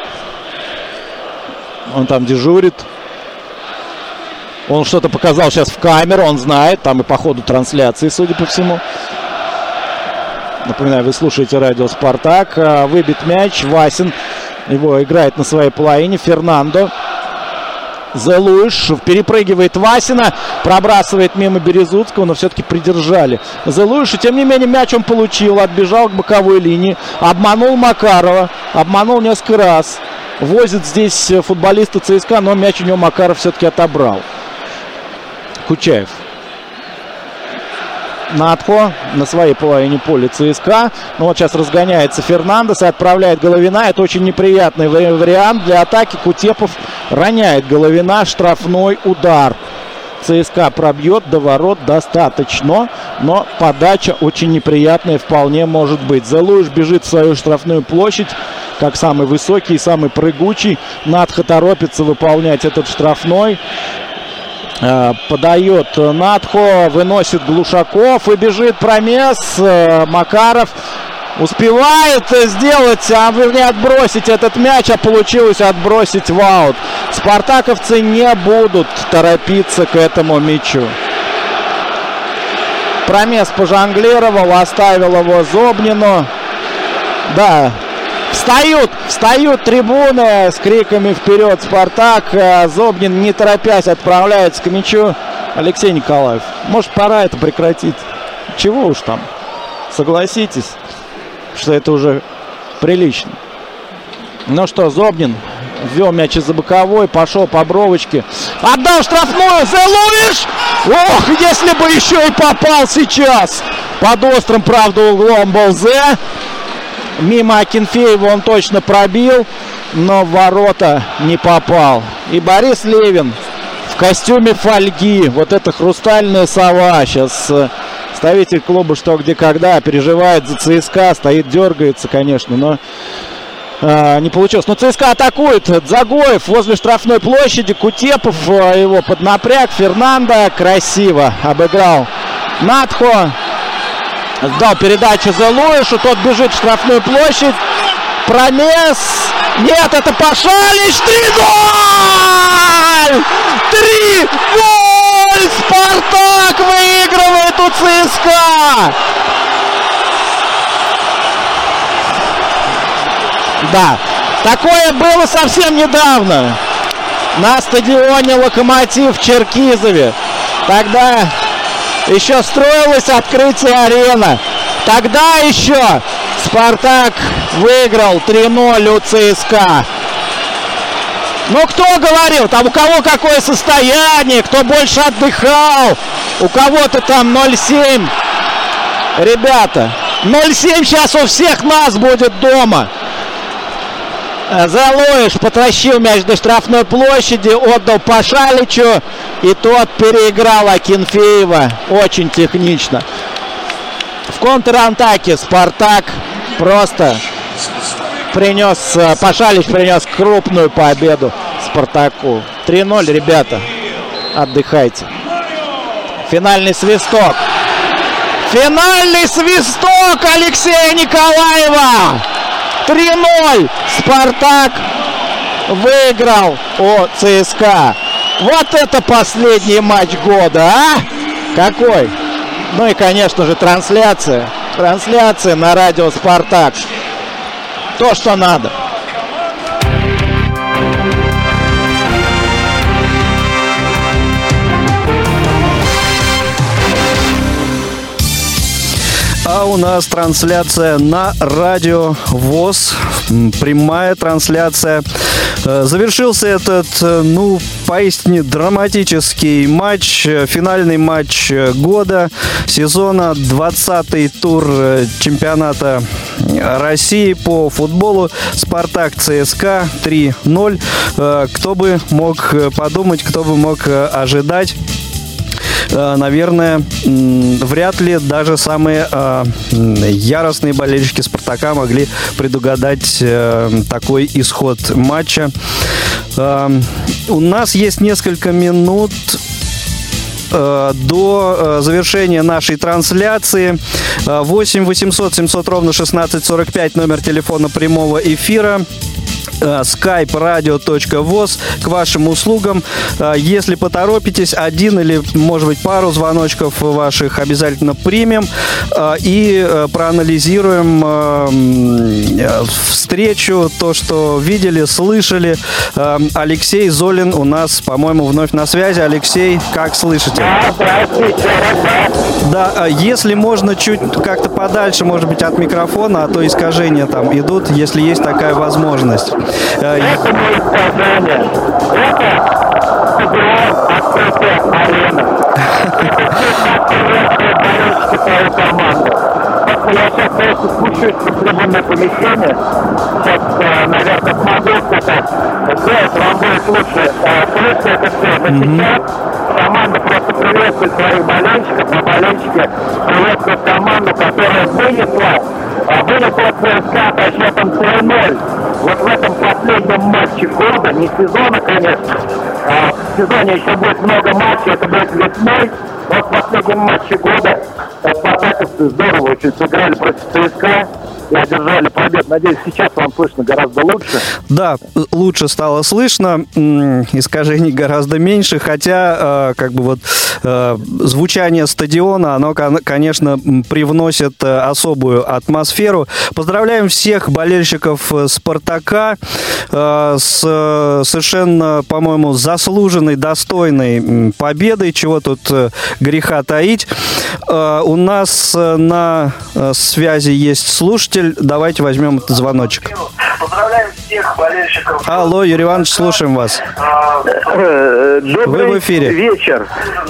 Он там дежурит. Он что-то показал сейчас в камеру. Он знает. Там и по ходу трансляции, судя по всему. Напоминаю, вы слушаете радио «Спартак». Выбит мяч. Васин его играет на своей половине. Фернандо. Зелуиш перепрыгивает Васина. Пробрасывает мимо Березутского, но все-таки придержали Зелуиш. И тем не менее мяч он получил. Отбежал к боковой линии. Обманул Макарова. Обманул несколько раз. Возит здесь футболиста ЦСКА, но мяч у него Макаров все-таки отобрал. Кучаев. Натхо на своей половине поля ЦСКА. Ну вот сейчас разгоняется Фернандес и отправляет Головина. Это очень неприятный вариант для атаки. Кутепов роняет Головина. Штрафной удар. ЦСКА пробьет до ворот достаточно, но подача очень неприятная вполне может быть. Зелуиш бежит в свою штрафную площадь, как самый высокий и самый прыгучий. Натхо торопится выполнять этот штрафной. Подает Натхо, выносит Глушаков и бежит промес. Макаров успевает сделать, вернее отбросить этот мяч, а получилось отбросить в аут. Спартаковцы не будут торопиться к этому мячу. Промес пожонглировал, оставил его Зобнину. Да, встают трибуны с криками «Вперед, Спартак!». Зобнин, не торопясь, отправляется к мячу. Алексей Николаев, может, пора это прекратить? Чего уж там? Согласитесь, что это уже прилично. Ну что, Зобнин ввел мяч из-за боковой, пошел по бровочке. Отдал штрафную, Зелуиш! Ох, если бы еще и попал сейчас! Под острым, правда, углом был Зе. Мимо Акинфеева он точно пробил, но в ворота не попал. И Борис Левин в костюме фольги. Вот это хрустальная сова. Сейчас представитель клуба «Что, где, когда» переживает за ЦСКА. Стоит, дергается, конечно, но не получилось. Но ЦСКА атакует. Загоев возле штрафной площади. Кутепов его поднапряг. Фернандо красиво обыграл Натхо. Сдал передачу Зелуишу. Тот бежит в штрафную площадь. Промес. Нет, это Пашалич. 3-0! 3-0! Спартак выигрывает у ЦСКА. Да, такое было совсем недавно на стадионе «Локомотив» в Черкизове. Тогда еще строилось открытие арены. Тогда еще Спартак выиграл 3-0 у ЦСКА. Ну, кто говорил? Там у кого какое состояние, кто больше отдыхал. У кого-то там 0-7. Ребята, 0-7 сейчас у всех нас будет дома. Зелуиш потащил мяч до штрафной площади, отдал Пашаличу, и тот переиграл Акинфеева очень технично. В контратаке Спартак просто Пашалич принес крупную победу Спартаку. 3-0, ребята. Отдыхайте. Финальный свисток. Финальный свисток Алексея Николаева. 3-0. Спартак выиграл у ЦСКА. Вот это последний матч года, а? Какой? Ну и, конечно же, трансляция. Трансляция на радио «Спартак». То, что надо. А у нас трансляция на радио ВОС. Прямая трансляция. Завершился этот, поистине драматический матч. Финальный матч года, сезона. 20-й тур чемпионата России по футболу. Спартак ЦСКА 3-0. Кто бы мог подумать, кто бы мог ожидать? Наверное, вряд ли даже самые яростные болельщики «Спартака» могли предугадать такой исход матча. У нас есть несколько минут до завершения нашей трансляции. 8 800 700 ровно 1645 номер телефона прямого эфира. Skype radio.voz к вашим услугам. Если поторопитесь, один или, может быть, пару звоночков ваших обязательно примем и проанализируем встречу, то, что видели, слышали. Алексей Золин у нас, по-моему, вновь на связи. Алексей, как слышите? Да, если можно, чуть как-то подальше, может быть, от микрофона, а то искажения там идут, если есть такая возможность. Это мое сказание. Это открытая арена. Это твою команду. Я сейчас просто спущусь в трибунное помещение. Сейчас, наверное, смогу сказать. Вам будет лучше слышно это все. Но сейчас команда просто приветствует своих болельщиков, а болельщики приветствуют команду, которая вынесла ЦСКА по счетом 3-0. Вот в этом последнем матче года, не сезона, конечно, в сезоне еще будет много матчей, это будет весной. Вот в последнем матче года спартаковцы здорово очень сыграли против ЦСКА и одержали победу. Надеюсь, сейчас вам слышно гораздо лучше. Да, лучше стало слышно, искажений гораздо меньше, хотя звучание стадиона, оно, конечно, привносит особую атмосферу. Поздравляем всех болельщиков «Спартака» с совершенно, по-моему, заслуженной, достойной победой, чего тут греха таить. У нас на связи есть слушатель. Давайте возьмем этот звоночек. Поздравляем всех болельщиков. Алло, Юрий Иванович, слушаем вас. Добрый Вы в эфире. Вечер.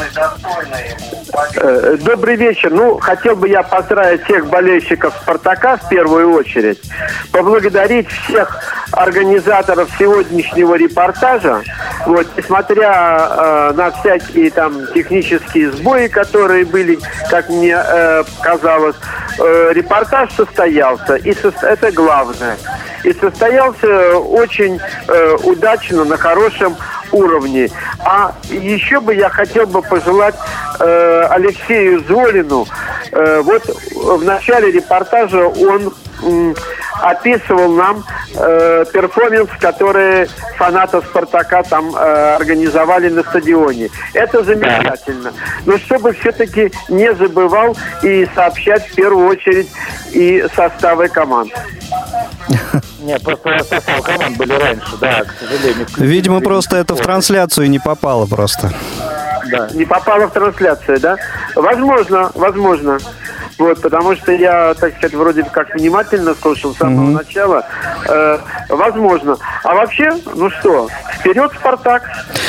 Добрый вечер. Хотел бы я поздравить всех болельщиков «Спартака» в первую очередь. Поблагодарить всех организаторов сегодняшнего репортажа. Несмотря на всякие там технические сбои, которые были, как мне казалось, репортаж состоялся. И это главное. И состоялся очень удачно, на хорошем уровне. А еще бы я хотел бы пожелать Алексею Золину. В начале репортажа он описывал нам перформанс, который фанаты «Спартака» там организовали на стадионе. Это замечательно. Но чтобы все-таки не забывал и сообщать в первую очередь и составы команд. Нет, просто состав команд были раньше, да, к сожалению. Видимо, просто это в трансляцию не попало просто. Да. Не попало в трансляцию, да? Возможно. Потому что я, так сказать, вроде как внимательно слушал с самого начала. Возможно. А вообще, вперед, «Спартак».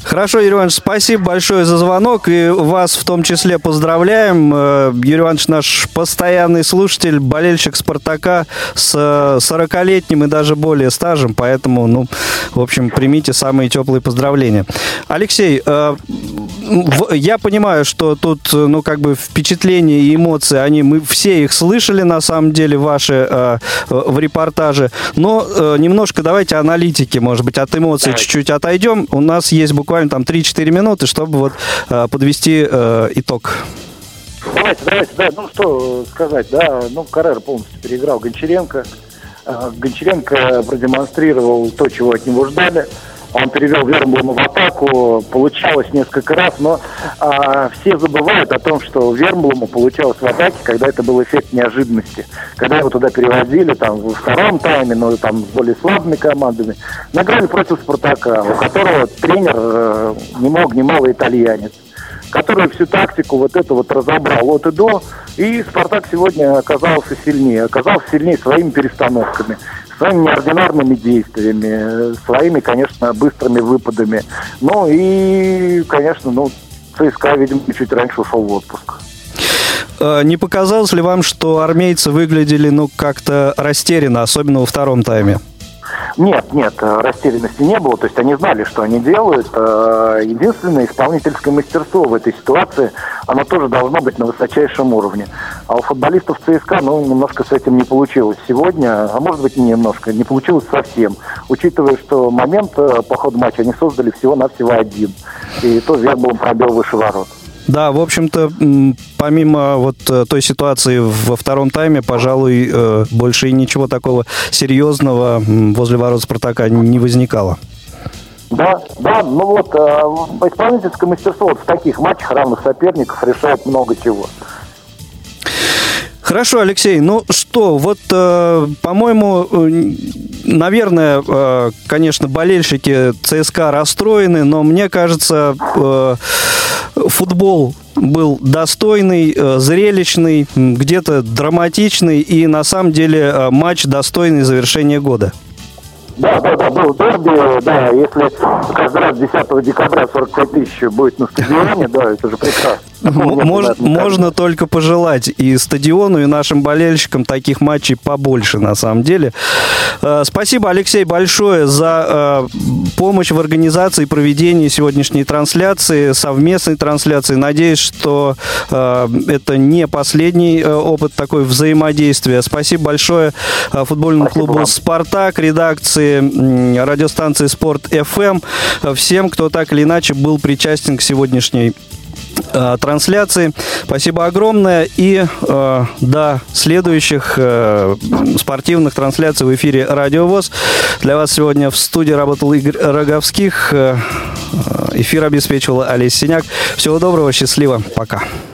Хорошо, Юрий Иванович, спасибо большое за звонок, и вас в том числе поздравляем. Юрий Иванович наш постоянный слушатель, болельщик «Спартака» с 40-летним и даже более стажем, поэтому, в общем, примите самые теплые поздравления. Алексей, я понимаю, что тут, впечатления и эмоции, мы все их слышали, на самом деле, ваши в репортаже, но немножко давайте аналитики, может быть, от эмоций чуть-чуть отойдем. У нас есть буквально там 3-4 минуты, чтобы подвести итог. Давайте, что сказать, Каррера полностью переиграл Гончаренко. Гончаренко продемонстрировал то, чего от него ждали. Он перевел Вермлома в атаку, получалось несколько раз, но все забывают о том, что Вермлому получалось в атаке, когда это был эффект неожиданности. Когда его туда переводили во втором тайме, но с более слабыми командами. Награли против «Спартака», у которого тренер ни много ни мало итальянец, который всю тактику разобрал от и до, и «Спартак» сегодня оказался сильнее своими перестановками, своими неординарными действиями, своими, конечно, быстрыми выпадами. ЦСКА, видимо, чуть раньше ушел в отпуск. Не показалось ли вам, что армейцы выглядели, как-то растерянно, особенно во втором тайме? Нет, растерянности не было. То есть они знали, что они делают. Единственное, исполнительское мастерство в этой ситуации, оно тоже должно быть на высочайшем уровне. А у футболистов ЦСКА, немножко с этим не получилось сегодня, а может быть, не получилось совсем. Учитывая, что момент по ходу матча они создали всего-навсего один. И то Вермлом пробил выше ворот. Да, в общем-то, помимо той ситуации во втором тайме, пожалуй, больше и ничего такого серьезного возле ворот «Спартака» не возникало. Да, исполнительское мастерство в таких матчах равных соперников решает много чего. Хорошо, Алексей, по-моему, наверное, конечно, болельщики ЦСКА расстроены, но мне кажется, футбол был достойный, зрелищный, где-то драматичный и, на самом деле, матч достойный завершения года. Да, был дерби, если каждый раз 10 декабря 45 тысяч будет на стадионе, это же прекрасно. Можно только пожелать и стадиону, и нашим болельщикам таких матчей побольше, на самом деле. Спасибо, Алексей, большое за помощь в организации и проведении сегодняшней трансляции, совместной трансляции. Надеюсь, что это не последний опыт такой взаимодействия. Спасибо большое футбольному клубу «Спартак», редакции радиостанции «Спорт ФМ», всем, кто так или иначе был причастен к сегодняшней трансляции. Спасибо огромное. И до следующих спортивных трансляций в эфире Радио ВОС. Для вас сегодня в студии работал Игорь Роговских. Эфир обеспечивала Олеся Синяк. Всего доброго, счастливо. Пока.